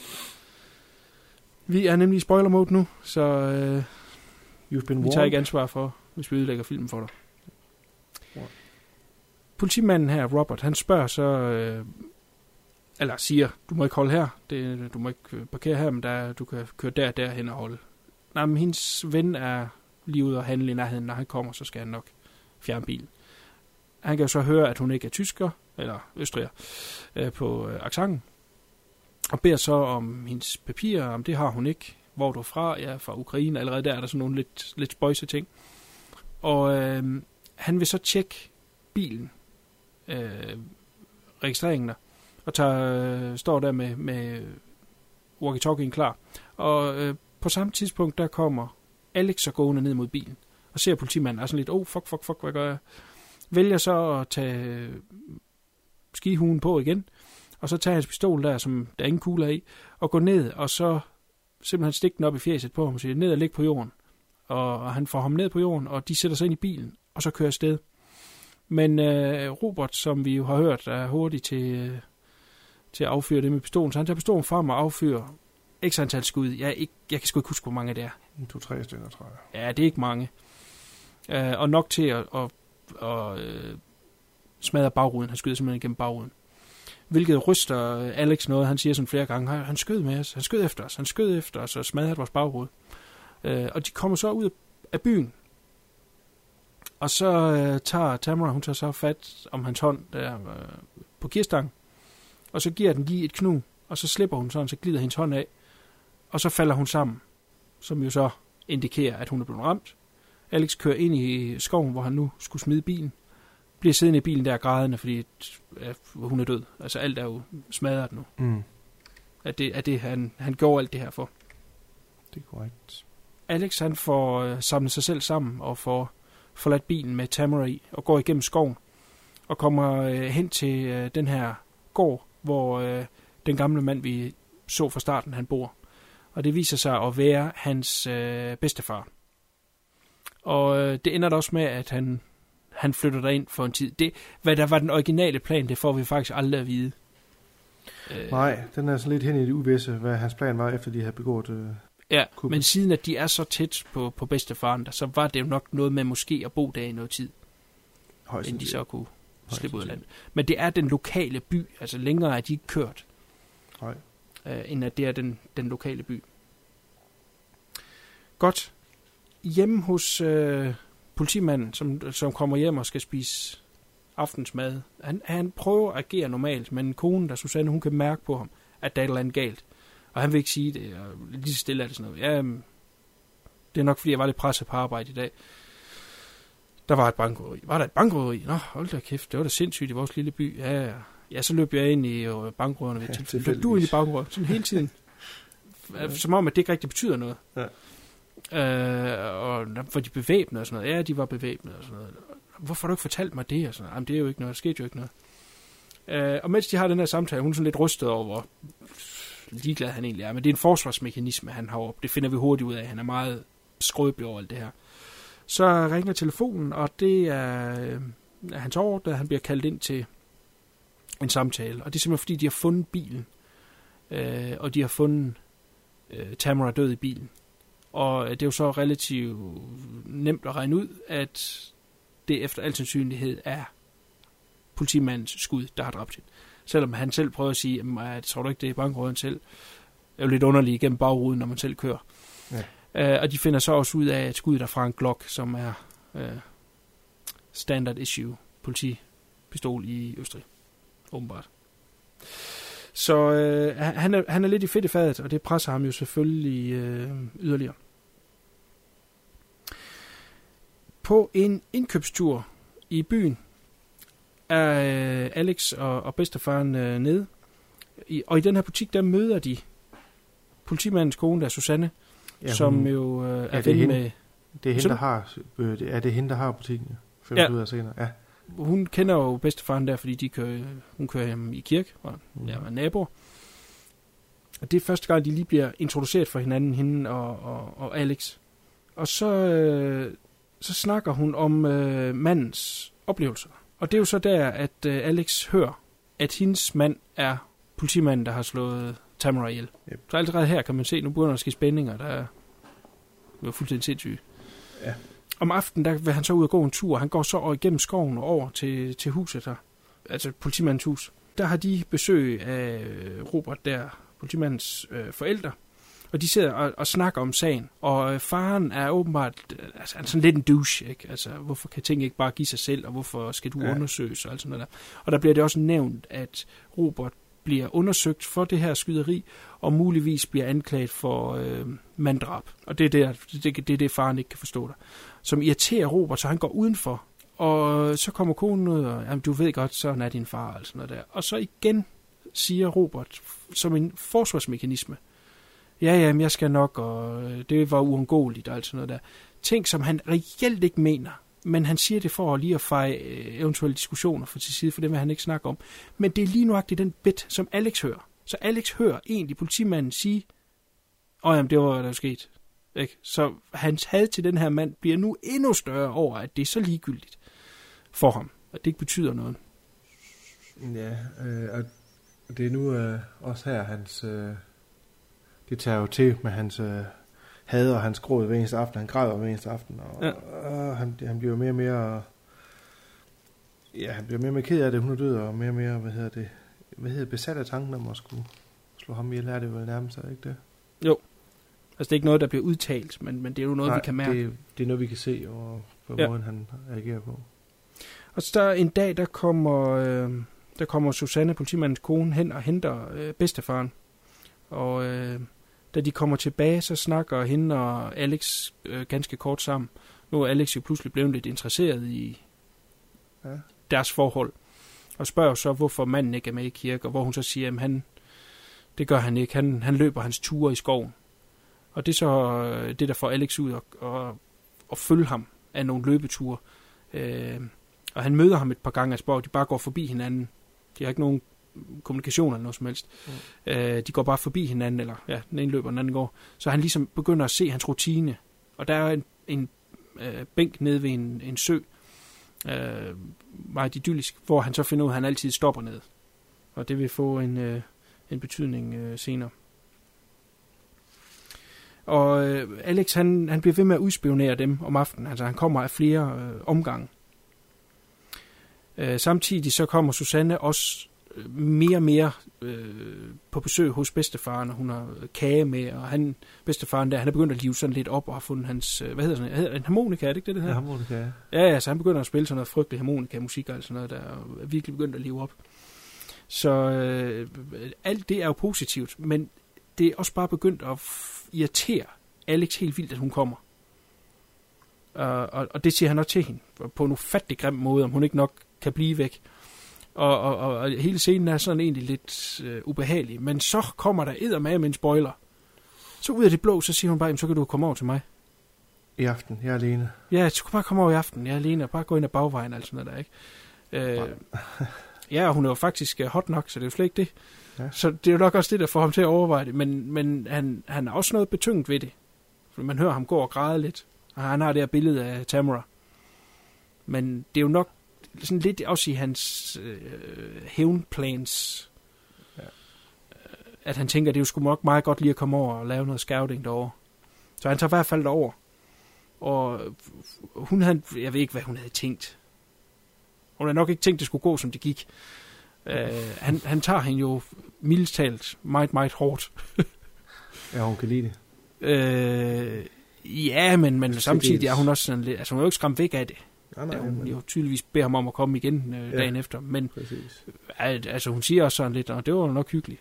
Vi er nemlig i spoiler mode nu, så øh, vi tager ikke ansvar for, hvis vi ødelægger filmen for dig. Wow. Politimanden her, Robert, han spørger så, øh, eller siger, du må ikke holde her, det, du må ikke parkere her, men der, du kan køre der der hen og holde. Nej, men hendes ven er lige ude og handle i nærheden, når han kommer, så skal han nok fjerne bilen. Han kan jo så høre, at hun ikke er tysker, eller østriger, øh, på øh, accenten. Og beder så om hendes papirer, om det har hun ikke. Hvor er du fra? Ja, fra Ukraine. Allerede der er der sådan nogle lidt, lidt spøjse ting. Og øh, han vil så tjekke bilen, øh, registreringen der, og tager, øh, står der med, med walkie-talkien klar. Og øh, på samme tidspunkt, der kommer Alex så gående ned mod bilen, og ser politimanden, er sådan lidt, oh, fuck, fuck, fuck, hvad gør jeg? Vælger så at tage skihuen på igen, og så tager hans pistol der, som der ingen kugler i, og går ned, og så simpelthen stikke den op i fjeset på ham og siger, ned og ligge på jorden. Og, og han får ham ned på jorden, og de sætter sig ind i bilen, og så kører afsted. Men øh, Robert, som vi jo har hørt, er hurtig til, øh, til at affyre det med pistolen, så han tager pistolen frem og affyrer x antal skud. Jeg, ikke, jeg kan sgu ikke huske, hvor mange det er. To-tre stykker, tror jeg. Ja, det er ikke mange. Øh, og nok til at, at, at, at øh, smadre bagruden. Han skyder simpelthen gennem bagruden. Hvilket ryster Alex noget. Han siger sådan flere gange, han skød med os, han skød efter os, han skød efter os og smadrede vores bagrude. Øh, og de kommer så ud af byen. Og så øh, tager Tamara, hun tager så fat om hans hånd der øh, på kirstangen. Og så giver den lige et knu. Og så slipper hun sådan, så glider hendes hånd af. Og så falder hun sammen. Som jo så indikerer, at hun er blevet ramt. Alex kører ind i skoven, hvor han nu skulle smide bilen. Bliver siddende i bilen der grædende, fordi ja, hun er død. Altså alt er jo smadret nu. Mm. At det er det, han, han gjorde alt det her for. Det er korrekt. Alex han får øh, samlet sig selv sammen og får forladt bilen med Tamara i og går igennem skoven og kommer øh, hen til øh, den her gård, hvor øh, den gamle mand, vi så fra starten, han bor. Og det viser sig at være hans øh, bedstefar. Og øh, det ender da også med, at han, han flytter derind for en tid. Det, hvad der var den originale plan, det får vi faktisk aldrig at vide. Øh, Nej, den er så lidt hen i det uvisse, hvad hans plan var, efter de havde begået... Øh, ja, kuppet. Men siden at de er så tæt på, på bedstefaren, der, så var det jo nok noget med måske at bo der i noget tid. Højst inden de så kunne slippe ud af landet. Men det er den lokale by, altså længere er de ikke kørt. Nej. Øh, end at det er den, den lokale by. Godt. Hjemme hos øh, politimanden, som, som kommer hjem og skal spise aftensmad. Han, han prøver at agere normalt, men konen, der Susanne, hun kan mærke på ham, at der er et eller andet galt. Og han vil ikke sige det, og lige så stille er det sådan noget. Ja, det er nok, fordi jeg var lidt presset på arbejde i dag. Der var et bankrøveri. Var der et bankrøveri? Nå, hold da kæft, det var da sindssygt i vores lille by. Ja, ja. Ja, så løb jeg ind i øh, bankrøverne ved ja, tilfælde. Løb du ind i bankrøverne? Sådan hele tiden. Ja. Som om, at det ikke rigtig betyder noget. Ja. Øh, og for de bevæbnede og sådan noget. Ja, de var bevæbnede og sådan noget. Hvorfor har du ikke fortalt mig det? Og sådan noget. Jamen, det er jo ikke noget. Der skete jo ikke noget. Øh, og mens de har den her samtale, hun er sådan lidt rystet over, hvor ligeglad han egentlig er. Men det er en forsvarsmekanisme, han har op. Det finder vi hurtigt ud af. Han er meget skrøbelig over alt det her. Så ringer telefonen, og det er, øh, er hans ordre, han bliver kaldt ind til en samtale. Og det er simpelthen fordi, de har fundet bilen. Øh, og de har fundet øh, Tamara død i bilen. Og det er jo så relativt nemt at regne ud, at det efter al sandsynlighed er politimandens skud, der har dræbt hende. Selvom han selv prøver at sige, at tror du ikke, det er bankrøveren selv. Det er jo lidt underligt gennem bagruden, når man selv kører. Ja. Uh, og de finder så også ud af, at skuddet er fra en Glock, som er uh, standard issue politipistol i Østrig. Åbenbart. Så uh, han, er, han er lidt i fedt i fadet, og det presser ham jo selvfølgelig uh, yderligere. På en indkøbstur i byen er uh, Alex og, og bedstefaren uh, nede. I, og i den her butik, der møder de politimandens kone, der er Susanne, ja, som hun, jo øh, er, er ven med... Det er hende, der har, øh, er det hende, der har butikken? Ja. Ud af senere. Ja. Hun kender jo bedstefaren der, fordi de kører, hun kører hjem i kirke, og mm. jeg var naboer. Og det er første gang, de lige bliver introduceret for hinanden, hende og, og, og Alex. Og så, øh, så snakker hun om øh, mandens oplevelser. Og det er jo så der, at øh, Alex hører, at hendes mand er politimanden, der har slået Tamara ihjel. Yep. Så allerede her kan man se, nu begynder der at ske spændinger, der er jo fuldstændig sindssyge. Ja. Om aftenen, der vil han så ud og gå en tur. Han går så igennem skoven og over til, til huset her. Altså politimandens hus. Der har de besøg af Robert der, politimandens øh, forældre. Og de sidder og, og snakker om sagen. Og øh, faren er åbenbart altså, han er sådan lidt en douche, ikke? Altså, hvorfor kan ting ikke bare give sig selv, og hvorfor skal du ja. undersøges og alt sådan noget der. Og der bliver det også nævnt, at Robert bliver undersøgt for det her skyderi, og muligvis bliver anklaget for øh, manddrab. Og det er det, det, det, det, det, faren ikke kan forstå der. Som irriterer Robert, så han går udenfor. Og så kommer konen ud, og jamen, du ved godt, sådan er din far, og sådan noget der. Og så igen siger Robert, som en forsvarsmekanisme, ja, jamen, jeg skal nok, og det var uundgåeligt, og alt sådan noget der. Ting, som han reelt ikke mener, men han siger det for lige at feje eventuelle diskussioner for til side, for det vil han ikke snakke om. Men det er lige nøjagtigt den bit, som Alex hører. Så Alex hører egentlig politimanden sige, Og jamen, det var, hvad der var sket. Ikke? Så hans had til den her mand bliver nu endnu større over, at det er så ligegyldigt for ham, at det ikke betyder noget. Ja, øh, og det er nu øh, også her, hans, øh, det tager jo til med hans øh, had og hans gråd hver eneste aften. Han græder hver eneste aften, og ja. øh, han, han bliver mere og mere, ja, han bliver mere og mere ked af det, hun er død, og mere og mere, hvad hedder det, hvad hedder det, besat af tanken om at skulle slå ham ihjel, er det vel nærmest, ikke det? Jo. Altså, det er ikke noget, der bliver udtalt, men, men det er jo noget, Nej, vi kan mærke. Det, det er noget, vi kan se, og på ja. måden, han agerer på. Og så der en dag, der kommer, øh, der kommer Susanne, politimandens kone, hen og henter øh, bedstefaren. Og øh, da de kommer tilbage, så snakker hende og Alex øh, ganske kort sammen. Nu er Alex jo pludselig blevet lidt interesseret i ja. deres forhold. Og spørger så, hvorfor manden ikke er med i kirke, og hvor hun så siger, at han, det gør han ikke. Han, han løber hans ture i skoven. Og det er så det, der får Alex ud og, og, og følge ham af nogle løbeture. Øh, og han møder ham et par gange, og de bare går forbi hinanden. De har ikke nogen kommunikation eller noget som helst. Mm. Øh, de går bare forbi hinanden, eller ja, den ene løber, den anden går. Så han ligesom begynder at se hans rutine. Og der er en, en øh, bænk nede ved en, en sø, øh, meget idyllisk, hvor han så finder ud af, at han altid stopper ned. Og det vil få en, øh, en betydning øh, senere. Og øh, Alex, han, han bliver ved med at udspionere dem om aftenen. Altså, han kommer af flere øh, omgange. Øh, samtidig så kommer Susanne også øh, mere og mere øh, på besøg hos bedstefaren, og hun har kage med, og han, bedstefaren der, han er begyndt at live sådan lidt op, og har fundet hans, øh, hvad hedder sådan noget, en harmonika, er det ikke det, det hedder? Ja, harmonika, ja. Ja, ja, så han begynder at spille sådan noget frygtelig harmonika-musik, og sådan noget, der er virkelig begyndt at live op. Så øh, alt det er jo positivt, men det er også bare begyndt at irritere Alex helt vildt, at hun kommer. Og, og, og det siger han også til hende, på en ufattelig grim måde, om hun ikke nok kan blive væk. Og, og, og, og hele scenen er sådan egentlig lidt øh, ubehagelig, men så kommer der eddermame med en spoiler. Så ud af det blå, så siger hun bare, så kan du komme over til mig. I aften, jeg er alene. Ja, så kan bare komme over i aften, jeg er alene, og bare gå ind ad bagvejen, og sådan noget der, ikke? Øh, ja, og hun er jo faktisk hot nok, så det er jo slet ikke det. Ja. Så det er jo nok også det, der får ham til at overveje det, men, men han, han er også noget betynget ved det. For man hører ham gå og græde lidt, og han har det her billede af Tamara. Men det er jo nok sådan lidt også i hans øh, hævnplans, ja. At han tænker, at det er jo sgu nok meget godt lige at komme over og lave noget scouting derovre. Så han tager i hvert fald derover. Og hun havde, jeg ved ikke, hvad hun havde tænkt. Hun havde nok ikke tænkt, det skulle gå, som det gik. Uh, han, han tager hende jo mildest talt meget, meget hårdt. Ja, hun kan lide det. Uh, ja, men, men samtidig er hun også sådan lidt, altså hun er jo ikke skræmt væk af det. Nej, nej, ja, hun men... jo tydeligvis beder ham om at komme igen uh, dagen ja, efter. Men altså hun siger også sådan lidt, og det var nok hyggeligt.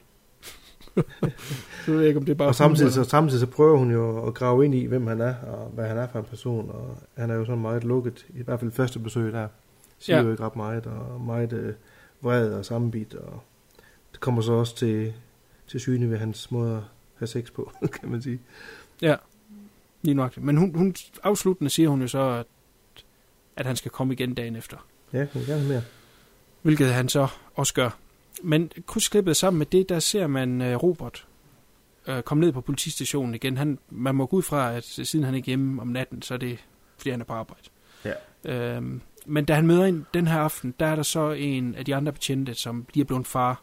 Så ved jeg ikke, om det er bare... Og samtidig så, samtidig så prøver hun jo at grave ind i, hvem han er, og hvad han er for en person, og han er jo sådan meget lukket, i hvert fald første besøg der, siger ja. jo ikke ret meget, og meget øh, vred og sammenbit, og det kommer så også til, til syne ved hans måde at have sex på, kan man sige. Ja, lige nok. Men hun, hun afsluttende siger hun jo så, at, at han skal komme igen dagen efter. Ja, hun vil gerne mere. Hvilket han så også gør. Men krydsklippet sammen med det, der ser man uh, Robert uh, komme ned på politistationen igen. Han, man må gå ud fra, at siden han ikke er hjemme om natten, så er det, fordi han er på arbejde. Ja. Uh, men da han møder ind den her aften, der er der så en af de andre betjente, som lige er blevet far.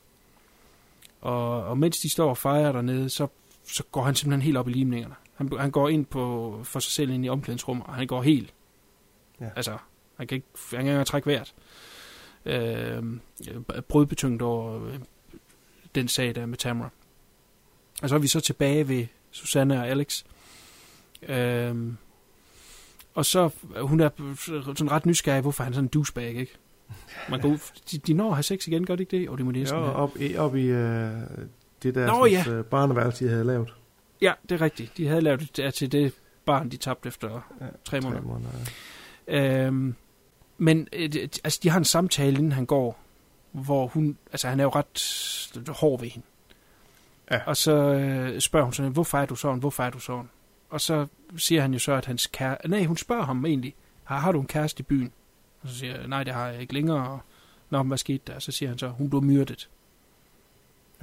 Og, og mens de står og fejrer dernede, så, så går han simpelthen helt op i limningerne. Han, han går ind på, for sig selv ind i omklædningsrummet, og han går helt. Ja. Altså, han kan ikke, han kan ikke engang trække vejret. Øh, brødbetynget over øh, den sag der med Tamara. Og så er vi så tilbage ved Susanne og Alex. Øh, og så hun er sådan ret nysgerrig, hvorfor han er sådan en douchebag, ikke? Man går ud, de, de når at have sex igen, gør de ikke det? Og det må det ja, op i, op i øh, det der Nå, ja. øh, barneværelse, de havde lavet. Ja, det er rigtigt. De havde lavet det til det barn, de tabte efter ja, tre måneder. Tre måneder ja. øh, Men altså, de har en samtale, inden han går, hvor hun, altså han er jo ret hård ved hende. Ja. Og så øh, spørger hun sådan, hvorfor er du sådan, hvorfor er du sådan? Og så siger han jo så, at hans kæreste, nej, hun spørger ham egentlig, har, har du en kæreste i byen? Og så siger jeg, nej, det har jeg ikke længere. Og, nå, hvad skete der? Så siger han så, hun blev myrdet.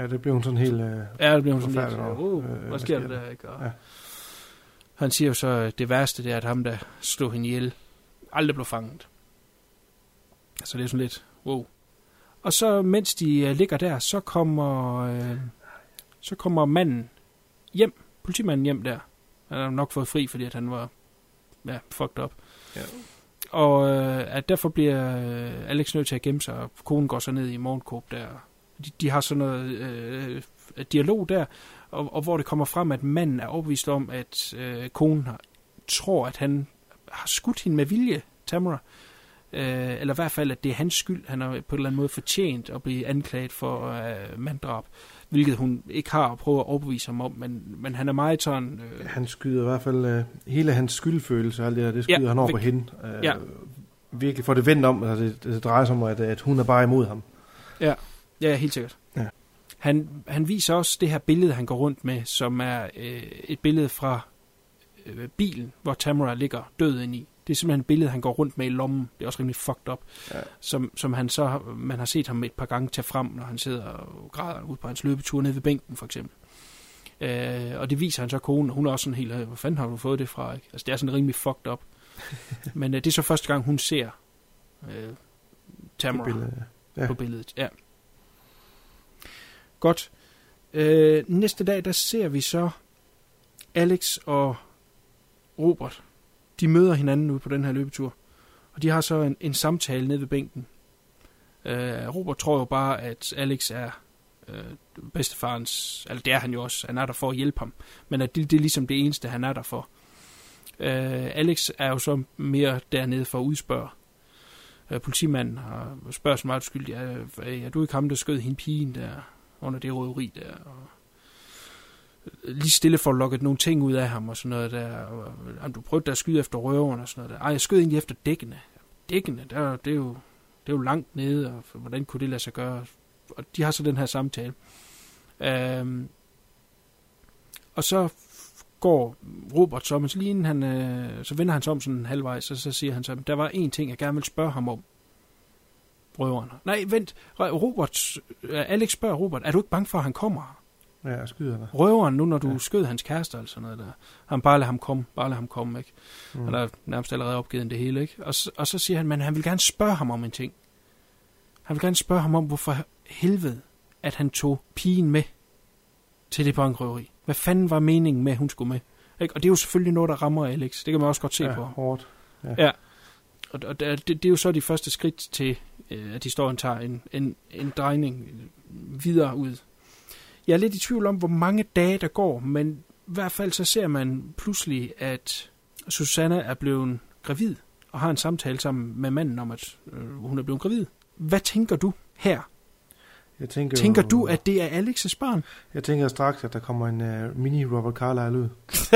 Ja, det blev hun sådan helt... Øh, ja, det blev hun sådan lidt, uh, øh, hvad sker der der, ikke? Og ja. Han siger jo så, at det værste, det er, at ham, der slog hende ihjel, aldrig blev fanget. Så det er sådan lidt, wow. Og så, mens de uh, ligger der, så kommer, øh, så kommer manden hjem, politimanden hjem der. Han har nok fået fri, fordi at han var, ja, fucked up. Ja. Og øh, at derfor bliver øh, Alex nødt til at gemme sig, og konen går så ned i morgenkåb der. De, de har sådan noget øh, dialog der, og, og hvor det kommer frem, at manden er overbevist om, at øh, konen har, tror, at han har skudt hende med vilje, Tamara. Øh, eller i hvert fald, at det er hans skyld. Han har på en eller anden måde fortjent at blive anklaget for øh, manddrab, hvilket hun ikke har at prøve at overbevise ham om, men, men han er meget sådan... Øh... Han skyder i hvert fald øh, hele hans skyldfølelse, alt det der, det skyder ja, han over vi... på hende. Øh, ja. Virkelig får det vendt om, altså det, det drejer sig om, at, at hun er bare imod ham. Ja, ja, helt sikkert. Ja. Han, han viser også det her billede, han går rundt med, som er øh, et billede fra øh, bilen, hvor Tamara ligger død ind i. Det er simpelthen et billede, han går rundt med i lommen. Det er også rimelig fucked up. Ja. Som, som han så, man har set ham et par gange tage frem, når han sidder og græder ud på hans løbetur nede ved bænken, for eksempel. Øh, og det viser han så konen, og hun er også sådan helt, hvor fanden har du fået det fra? Ikke? Altså, det er sådan rimelig fucked up. Men øh, det er så første gang, hun ser øh, Tamara billede, ja. på billedet. Ja. Godt. Øh, næste dag, der ser vi så Alex og Robert. De møder hinanden ude på den her løbetur. Og de har så en, en samtale nede ved bænken. Øh, Robert tror jo bare, at Alex er øh, bedstefarens... Altså det er han jo også. Han er der for at hjælpe ham. Men at det, det er ligesom det eneste, han er der for. Øh, Alex er jo så mere dernede for at udspørge. Øh, politimanden har spørger så meget skyldig. Er, er du ikke ham, der skød hende pigen der under det røveri der? Og lige stille for at lokke nogle ting ud af ham og sådan noget der. Og, og du prøvede da at skyde efter røveren og sådan noget der. Ej, jeg skød egentlig efter dækkene. Dækkene, der, det, er jo, det er jo langt nede, og hvordan kunne det lade sig gøre? Og de har så den her samtale. Øhm, og så går Robert så, men så lige inden han, øh, så vender han sig om sådan halvvejs, og så siger han så, der var en ting, jeg gerne vil spørge ham om. Røveren. Nej, vent. Robert, Alex spørger Robert, er du ikke bange for, at han kommer? Ja, jeg skyder dig. Røveren nu, når du ja. skød hans kæreste eller sådan noget der. Han bare lader ham komme, bare lader ham komme, ikke? Mm. Han har nærmest allerede opgivet det hele, ikke? Og, og så siger han, men han vil gerne spørge ham om en ting. Han vil gerne spørge ham om, hvorfor helvede, at han tog pigen med til det bankrøveri. Hvad fanden var meningen med, at hun skulle med? Ikke? Og det er jo selvfølgelig noget, der rammer Alex. Det kan man også godt se ja, på. Hårdt. Ja, ja. Og, og det, det er jo så de første skridt til, at historien tager en, en, en drejning videre ud. Jeg er lidt i tvivl om, hvor mange dage der går, men i hvert fald så ser man pludselig, at Susanna er blevet gravid, og har en samtale sammen med manden om, at øh, hun er blevet gravid. Hvad tænker du her? Jeg tænker, tænker jo, du, at det er Alex' barn? Jeg tænker straks, at der kommer en uh, mini Robert Carlyle ud.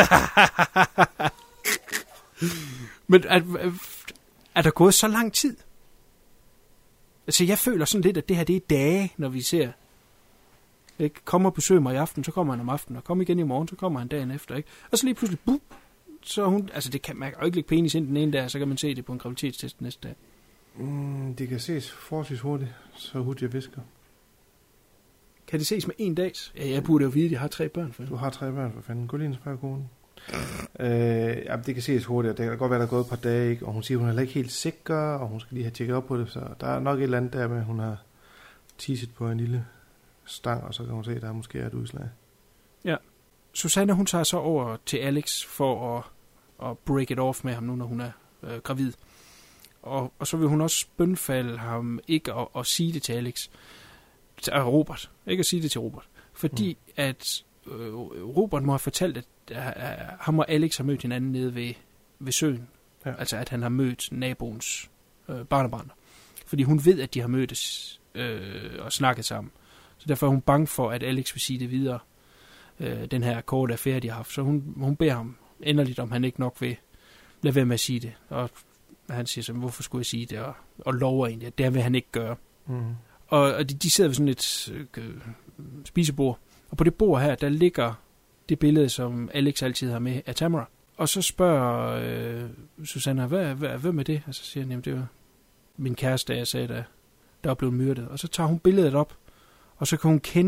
Men er, er der gået så lang tid? Altså, jeg føler sådan lidt, at det her det er dage, når vi ser... Ikke? Kommer og besøger mig i aften, så kommer han om aftenen, og kommer igen i morgen, så kommer han dagen efter, ikke? Og så lige pludselig, buh, så hun, altså det kan man kan jo ikke lægge penis ind den ene dag, så kan man se det på en graviditetstest næste dag. Mm, det kan ses forholdsvis hurtigt, så hurtigt jeg visker. Kan det ses med en dags? Ja, jeg burde jo vide, at jeg har tre børn for Du har tre børn for fanden. Gå lige ind og spørg konen. øh, ja, det kan ses hurtigt, det kan godt være, der er gået et par dage, ikke? Og hun siger, hun er heller ikke helt sikker, og hun skal lige have tjekket op på det, så der er nok et eller andet der med, hun har teaset på en lille stang, og så kan hun se, at der måske er et udslag. Ja. Susanne, hun tager så over til Alex for at, at break it off med ham nu, når hun er øh, gravid. Og, og så vil hun også bønfalde ham ikke at, at sige det til Alex. Til uh, Robert. Ikke at sige det til Robert. Fordi mm. at øh, Robert må have fortalt, at uh, ham og Alex har mødt hinanden nede ved, ved søen. Ja. Altså at han har mødt naboens øh, barnebarn. Fordi hun ved, at de har mødtes øh, og snakket sammen. Så derfor er hun bange for, at Alex vil sige det videre. Øh, den her korte affære, de har haft. Så hun, hun beder ham endeligt, om han ikke nok vil lade være med at sige det. Og han siger så, hvorfor skulle jeg sige det? Og, og lover egentlig, at det vil han ikke gøre. Mm. Og, og de, de sidder ved sådan et øh, spisebord. Og på det bord her, der ligger det billede, som Alex altid har med af Tamara. Og så spørger øh, Susanna, hvad, hvad, hvad med det? Og så siger han, jamen det var min kæreste, jeg sagde, der, der er blevet myrdet. Og så tager hun billedet op. Og så kan hun kende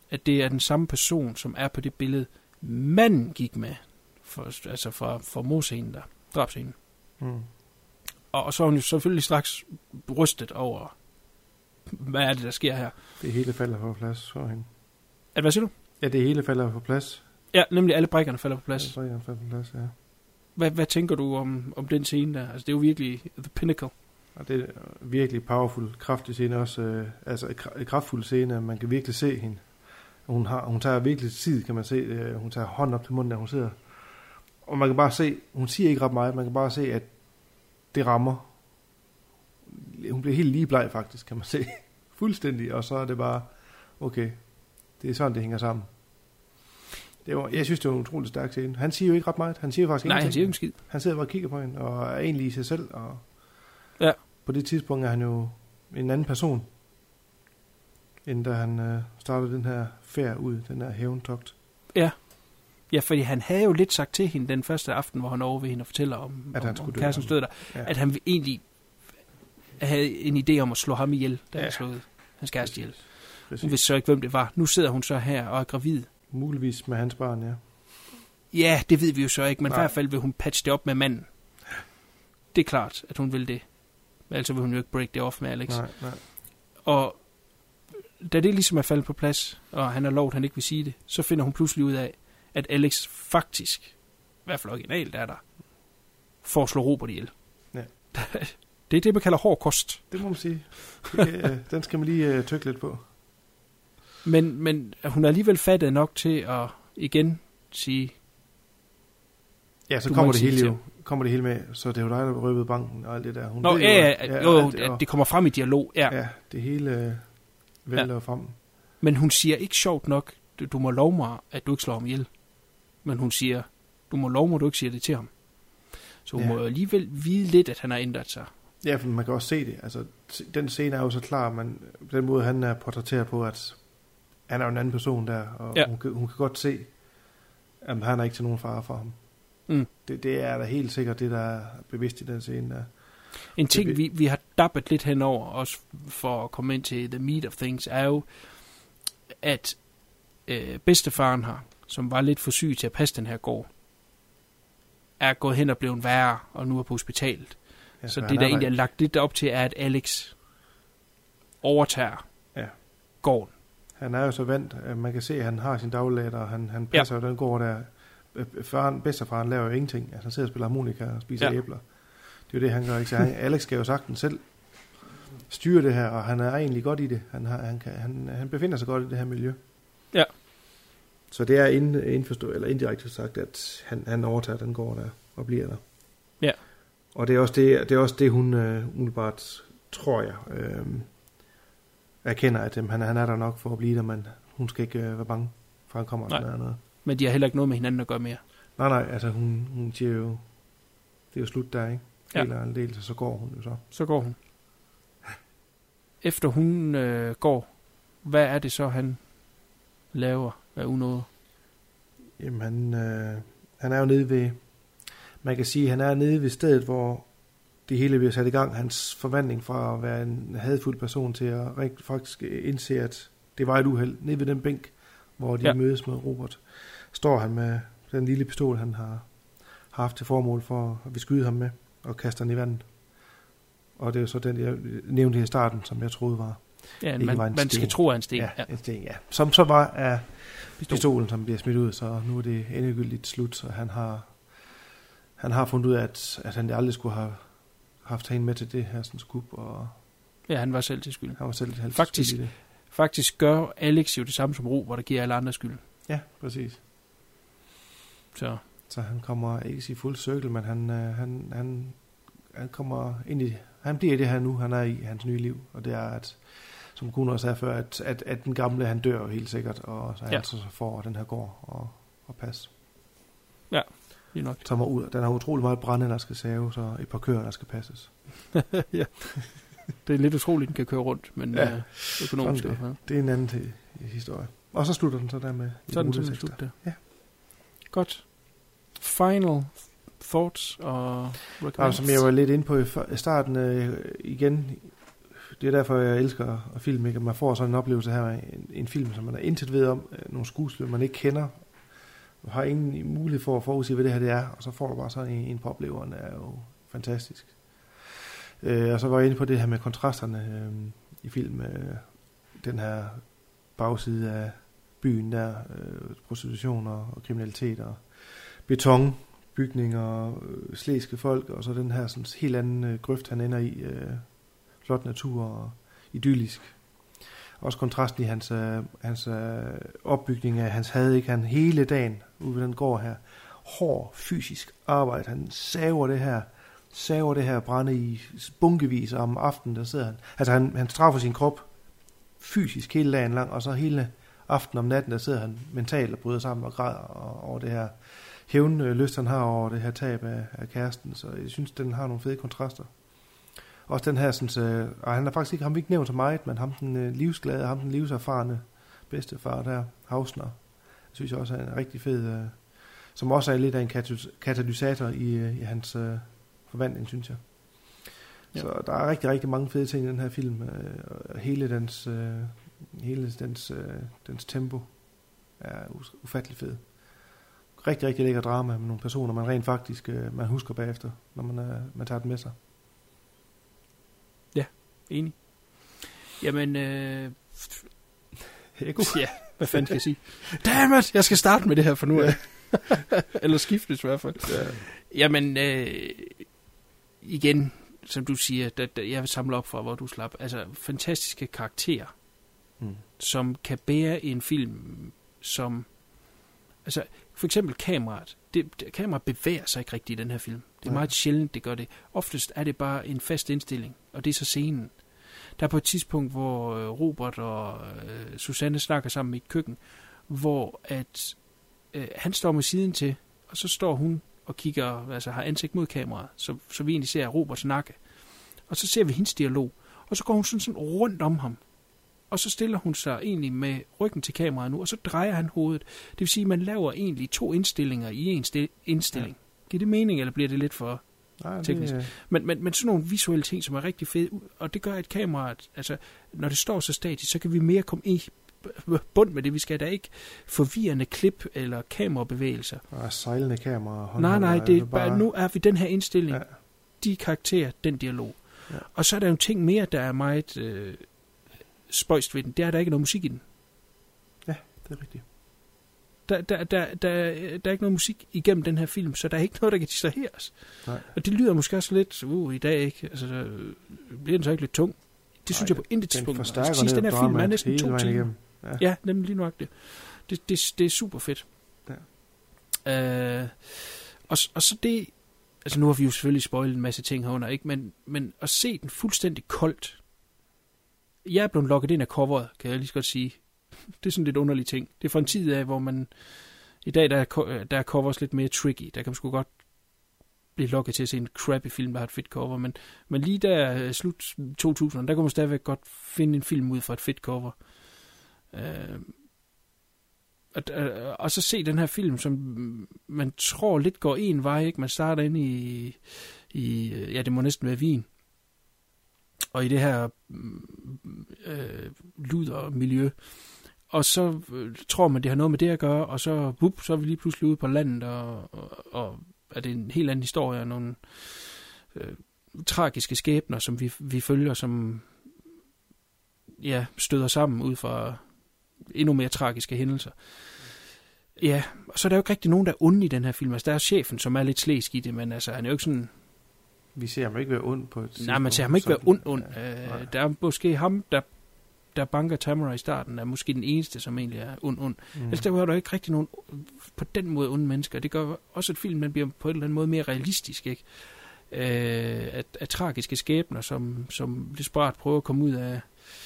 at det er den samme person, som er på det billede, manden gik med, for, altså fra, fra mordscenen der, drabscenen. Mm. Og, og så er hun jo selvfølgelig straks rystet over, hvad er det, der sker her. Det hele falder på plads for hende. At, hvad siger du? Ja, det hele falder på plads. Ja, nemlig alle brækkerne falder på plads. Alle brækkerne falder på plads, ja. Hvad, hvad tænker du om, om den scene der? Altså, det er jo virkelig the pinnacle. Og det er virkelig powerful, kraftig scene også. Øh, altså, et kraftfuld scene, man kan virkelig se hende. Hun, har, hun tager virkelig tid, kan man se. Øh, hun tager hånden op til munden, der hun sidder. Og man kan bare se, hun siger ikke ret meget, man kan bare se, at det rammer. Hun bliver helt ligebleg faktisk, kan man se. Fuldstændig, og så er det bare, okay, det er sådan, det hænger sammen. Det var, jeg synes, det var en utrolig stærk scene. Han siger jo ikke ret meget. Han siger faktisk Nej, ingenting. han siger ikke en skid. Han sidder bare og kigger på hende, og er egentlig i sig selv. Og ja. På det tidspunkt er han jo en anden person, end da han øh, startede den her færd ud, den her hævntogt. Ja. Ja, fordi han havde jo lidt sagt til hende den første aften, hvor han over ved hende og fortæller om, at han om, om kærestens død der, ja. At han egentlig havde en idé om at slå ham ihjel, da ja. han slog hans kæreste ihjel. Præcis. Hun vidste så ikke, hvem det var. Nu sidder hun så her og er gravid. Muligvis med hans barn, ja. Ja, det ved vi jo så ikke, men Nej. i hvert fald vil hun patche det op med manden. Det er klart, at hun vil det. Men altså vil hun jo ikke break det off med Alex. Nej, nej. Og da det ligesom er faldet på plads, og han har lovet, at han ikke vil sige det, så finder hun pludselig ud af, at Alex faktisk, i hvert fald originalt er der, for at slå Robert ihjel. Ja. Det er det, man kalder hård kost. Det må man sige. Det, den skal man lige uh, tykke lidt på. Men, men hun er alligevel fattet nok til at igen sige... Ja, så kommer det, hele jo, kommer det hele med, så det er jo dig, der røbede banken og alt det der. Hun Nå, ved ja, jo, ja, jo, jo, det, det kommer frem i dialog. Ja, ja det hele uh, vælter ja. frem. Men hun siger ikke sjovt nok, du, du må love mig, at du ikke slår ham ihjel. Men hun siger, du må love mig, at du ikke siger det til ham. Så hun ja. må alligevel vide lidt, at han har ændret sig. Ja, for man kan også se det. Altså, den scene er jo så klar, men på den måde, han er portrætteret på, at han er jo en anden person der, og ja. hun, kan, hun kan godt se, at han er ikke til nogen fare for ham. Mm. Det, det er da helt sikkert det, der er bevidst i den scene der. En ting, det, vi, vi har dappet lidt henover, også for at komme ind til the meat of things, er jo, at øh, bedstefaren her, som var lidt for syg til at passe den her gård, er gået hen og blevet værre, og nu er på hospitalet. Ja, så det, der egentlig er lagt lidt op til, er, at Alex overtager ja. gården. Han er jo så vant. Man kan se, at han har sin dagligdag, og han, han passer ja. jo den gård der. Faren, bedstefaren laver jo ingenting. Altså, han sidder og spiller harmonika og spiser ja. æbler. Det er jo det, han gør ikke. Så han, Alex skal jo sagtens selv styre det her, og han er egentlig godt i det. Han, har, han, kan, han, han befinder sig godt i det her miljø. Ja. Så det er indforstået, eller indirekte sagt, at han, han overtager den gård der, og bliver der. Ja. Og det er også det, det, er også det hun øh, umiddelbart, tror jeg, øh, erkender, at øh, han, han er der nok for at blive der, men hun skal ikke øh, være bange, for han kommer nej. Eller noget. Men de har heller ikke noget med hinanden at gøre mere. Nej, nej, altså hun, hun siger jo, det er jo slut der, ikke? Ja. Eller en del, så går hun jo så. Så går hun. Efter hun øh, går, hvad er det så, han laver af unåde? Jamen, han, øh, han er jo nede ved, man kan sige, han er nede ved stedet, hvor det hele bliver sat i gang. Hans forvandling fra at være en hadfuld person til at rigt, faktisk indse, at det var et uheld. Nede ved den bænk, hvor de ja. mødes med Robert, står han med den lille pistol, han har haft til formål for at vi skyde ham med, og kaster den i vandet. Og det er jo så den, jeg nævnte her i starten, som jeg troede var ja, man, var en man skal tro, at en sten. Ja, ja. En sten, ja. Som så var af Pistol. pistolen, som bliver smidt ud, så nu er det endegyldigt slut, så han har han har fundet ud af, at, at han aldrig skulle have haft hende med til det her sådan skub. Og ja, han var selv til skyld. Han var selv til faktisk, skyld i det. Faktisk gør Alex jo det samme som Robert, der giver alle andre skyld. Ja, præcis. Så, så han kommer ikke i fuld cirkel, men han, øh, han, han, han kommer ind i, han bliver i det her nu, han er i hans nye liv, og det er, at, som Gunnar også sagde før, at, at, at den gamle, han dør jo helt sikkert, og så han ja. så får den her gård og, og pas. Ja, lige nok. Tommer ud. Den har utrolig meget brænde, der skal saves, og et par køer, der skal passes. Ja. Det er lidt utroligt, den kan køre rundt, men ja. øh, økonomisk. Det. Ja. det er en anden til, historie. Og så slutter den så der med... Så er den sådan slut der. Ja. Godt. Final thoughts og recommends? Som jeg var lidt inde på i starten, øh, igen, det er derfor, jeg elsker at filme, ikke? At man får sådan en oplevelse her, en, en film, som man er intet ved om, nogle skuespillere, man ikke kender, og har ingen mulighed for at forudsige, hvad det her det er, og så får du bare sådan en, en på opleveren, er jo fantastisk. Øh, og så var jeg inde på det her med kontrasterne øh, i film, øh, den her bagside af byen der, øh, prostitution og, og kriminalitet og beton, bygninger, øh, slæske folk, og så den her sådan, helt anden øh, grøft, han ender i, øh, flot natur og idyllisk. Også kontrasten i hans, øh, hans øh, opbygning af hans had, ikke? Han hele dagen ude ved den gård her, hård fysisk arbejde, han saver det her, saver det her brænde i bunkevis, og om aftenen der sidder han, altså han, han straffer sin krop fysisk hele dagen lang, og så hele aften om natten, der sidder han mentalt og bryder sammen og græder over det her hævnlyst, han har over det her tab af, af kæresten. Så jeg synes, den har nogle fede kontraster. Også den her, sådan, øh, og han har faktisk ikke, ham ikke nævnt så meget, men ham den øh, livsglade, ham den livserfarne bedstefar der, Hausner, synes jeg også er en rigtig fed, øh, som også er lidt af en katalys- katalysator i, øh, i hans øh, forvandling, synes jeg. Ja. Så der er rigtig, rigtig mange fede ting i den her film, øh, og hele dens, øh, hele dens, øh, dens tempo er ufattelig fed. Rigtig, rigtig lækker drama med nogle personer, man rent faktisk øh, man husker bagefter, når man, øh, man tager det med sig. Ja, enig. Jamen, øh... ja, hvad fanden skal jeg sige? Dammit, jeg skal starte med det her for nu af. Eller skiftes i hvert fald. Ja. Jamen, øh... igen, som du siger, der, der, jeg vil samle op fra, hvor du slap. Altså, fantastiske karakterer, mm. som kan bære en film, som... Altså, for eksempel kameraet. Det, det, kameraet bevæger sig ikke rigtigt i den her film. Det er ja. meget sjældent, det gør det. Oftest er det bare en fast indstilling, og det er så scenen. Der er på et tidspunkt, hvor Robert og øh, Susanne snakker sammen i et køkken, hvor at øh, han står med siden til, og så står hun og kigger, altså har ansigt mod kameraet, så, så vi egentlig ser Roberts nakke. Og så ser vi hendes dialog, og så går hun sådan, sådan rundt om ham. Og så stiller hun sig egentlig med ryggen til kameraet nu, og så drejer han hovedet. Det vil sige, at man laver egentlig to indstillinger i en stil- indstilling. Ja. Giver det mening, eller bliver det lidt for Nej, teknisk? Det, men, men, men sådan nogle visuelle ting, som er rigtig fede, og det gør, at kameraet, altså, når det står så statisk, så kan vi mere komme i bund med det. Vi skal da ikke forvirrende klip eller kamerabevægelser. Og sejlende kamera. Nej, nej, det er bare, nu er vi den her indstilling. Ja. De karakterer, den dialog. Ja. Og så er der jo en ting mere, der er meget... Øh, spøjst ved den, det er, der ikke noget musik i den. Ja, det er rigtigt. Der, der, der, der, der er ikke noget musik igennem den her film, så der er ikke noget, der kan distrahere os. Nej. Og det lyder måske også lidt, uh, i dag ikke, altså, der bliver den så ikke lidt tung. Det synes Nej, jeg på intet tidspunkt. Den forstærker altså, den her film er næsten to timer. Ja. ja, nemlig lige nok det. Det, det, det er super fedt. Ja. Uh, og, og så det, altså nu har vi jo selvfølgelig spoilet en masse ting herunder, ikke? Men, men at se den fuldstændig koldt. Jeg er blevet lukket ind af coveret, kan jeg lige så godt sige. Det er sådan lidt underlig ting. Det er fra en tid af, hvor man... I dag der er, der er covers lidt mere tricky. Der kan man sgu godt blive lukket til at se en crappy film, der har et fedt cover. Men, men lige der slut to tusind, der kunne man stadigvæk godt finde en film ud fra et fedt cover. Øh, og, og så se den her film, som man tror lidt går en vej, ikke? Man starter ind i... i ja, det må næsten være Wien. Og i det her øh, ludermiljø. Og så øh, tror man, det har noget med det at gøre, og så, whoop, så er vi lige pludselig ude på landet, og, og, og er det en helt anden historie, og nogle øh, tragiske skæbner, som vi, vi følger, som ja, støder sammen ud fra endnu mere tragiske hændelser. Ja, og så er der jo ikke rigtig nogen, der er onde i den her film. Altså, der er chefen, som er lidt slæsk i det, men altså, han er jo ikke sådan... Vi ser ham ikke være ond på et Nej, man ser ham ikke være ond, ond. Ja, øh, der er måske ham, der, der banker Tamara i starten, er måske den eneste, som egentlig er ond, ond. Mm. Altså, der var der ikke rigtig nogen på den måde onde mennesker. Det gør også, at filmen bliver på en eller anden måde mere realistisk, ikke? Øh, at, at tragiske skæbner, som, som desperat prøver at komme ud af,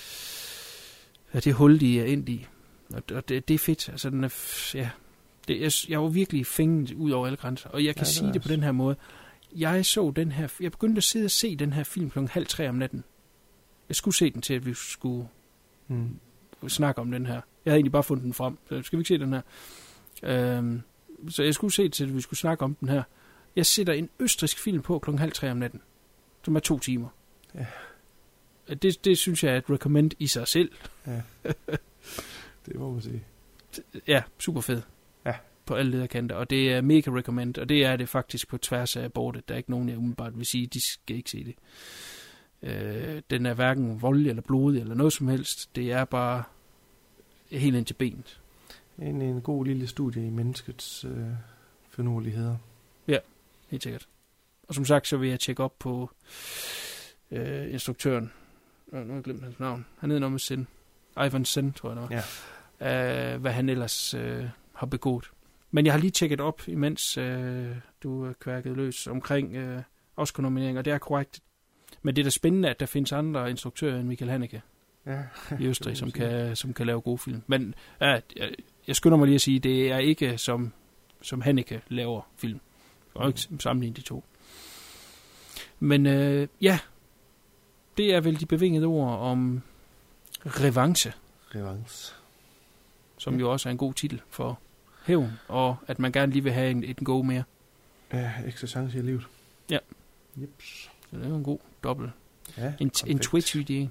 af det hul, de er ind i. Og, og det, det er fedt. Altså, den er, ja, det, jeg, jeg var virkelig fænget ud over alle grænser. Og jeg kan ja, sige det på den her måde. Jeg så den her, jeg begyndte at sidde og se den her film klokken halv tre om natten. Jeg skulle se den til, at vi skulle mm. snakke om den her. Jeg havde egentlig bare fundet den frem. Så skal vi ikke se den her? Øhm, så jeg skulle se til, at vi skulle snakke om den her. Jeg sætter en østrigsk film på klokken halv tre om natten, som er to timer. Ja. Det, det synes jeg er et recommend i sig selv. Ja. Det må man sige. Ja, super fed. Ja. På alle lederkanter, og det er mega recommend, og det er det faktisk på tværs af bordet. Der er ikke nogen, jeg umiddelbart vil sige, de skal ikke se det. Øh, den er hverken voldelig eller blodig eller noget som helst. Det er bare helt ind til benet. En, en god lille studie i menneskets øh, finurligheder. Ja, helt sikkert. Og som sagt, så vil jeg tjekke op på øh, instruktøren. Nu har jeg glemt hans navn. Han hedder noget med Sen. Ivan Sen, tror jeg det var. Ja. Uh, hvad han ellers uh, har begået. Men jeg har lige tjekket op, imens uh, du er kværket løs omkring uh, Oscar-nomineringer. Det er korrekt. Men det er da spændende, at der findes andre instruktører end Michael Haneke ja. i Østrig, som kan, som kan lave gode film. Men uh, jeg, jeg skynder mig lige at sige, det er ikke som, som Haneke laver film. Jeg kan ikke sammenligne de to. Men uh, ja, det er vel de bevingede ord om revanche. Revanche. Som jo også er en god titel for hævn, og at man gerne lige vil have en, et go mere. Ja, ekstra chance i livet. Ja. Jeps. Så det er jo en god dobbelt. Ja, en, en Twitch-idé.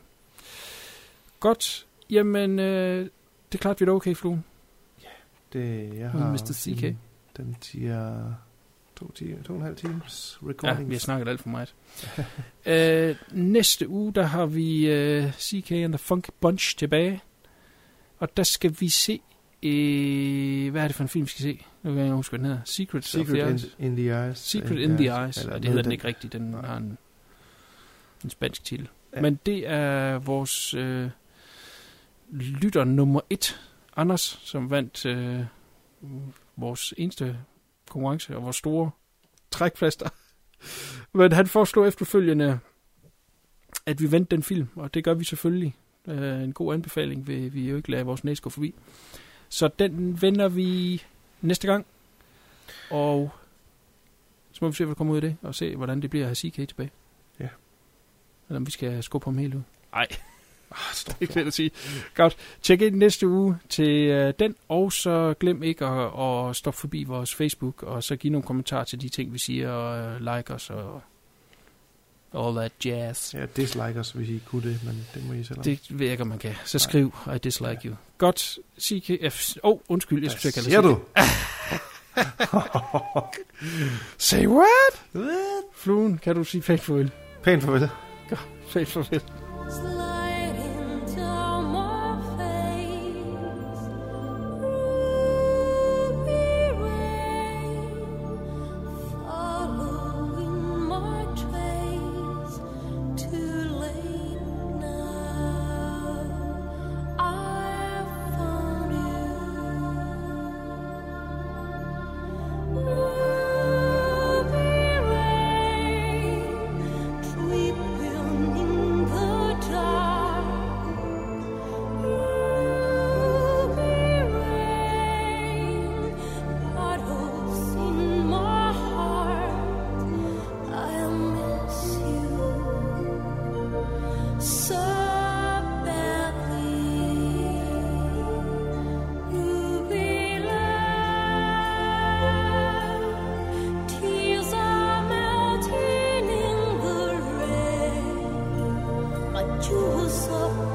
Godt. Jamen, øh, det er klart, vi er okay, Fluen. Ja, det jeg har... mister C K. Den siger to, ti, to og en halv times recording. Ja, vi har snakket alt for meget. øh, næste uge, der har vi øh, C K and the Funk Bunch tilbage. Og der skal vi se... Øh, hvad er det for en film, vi skal se? Nu kan jeg huske, hvad den hedder. Secrets Secret of the in, Eyes. in the Eyes. Secret in the Eyes. Eller, det hedder den ikke rigtigt. Den har en, en spansk titel. Ja. Men det er vores øh, lytter nummer et, Anders, som vandt øh, vores eneste konkurrence og vores store trækplaster. Men han foreslår efterfølgende, at vi vendte den film, og det gør vi selvfølgelig. Uh, en god anbefaling vil vi jo ikke lade vores næse gå forbi. Så den vender vi næste gang. Og så må vi se, hvad der kommer ud af det, og se, hvordan det bliver at have C K tilbage. Ja. Eller om vi skal skubbe ham helt ud. Nej. Ah, stop. Det er ikke at sige. Godt. Tjek ind næste uge til uh, den, og så glem ikke at, at stoppe forbi vores Facebook, og så give nogle kommentarer til de ting, vi siger, og uh, like os, og all that jazz. Ja, dislike os, hvis I kunne det, men det må I selv. Det ved jeg ikke, om man kan. Så skriv, I dislike ja. you. Godt. C K F. Åh, oh, undskyld, jeg skulle ikke kalde det. Say what? What? Fluen, kan du sige pænt farvel? Pænt farvel. Godt, pænt farvel. Jewels of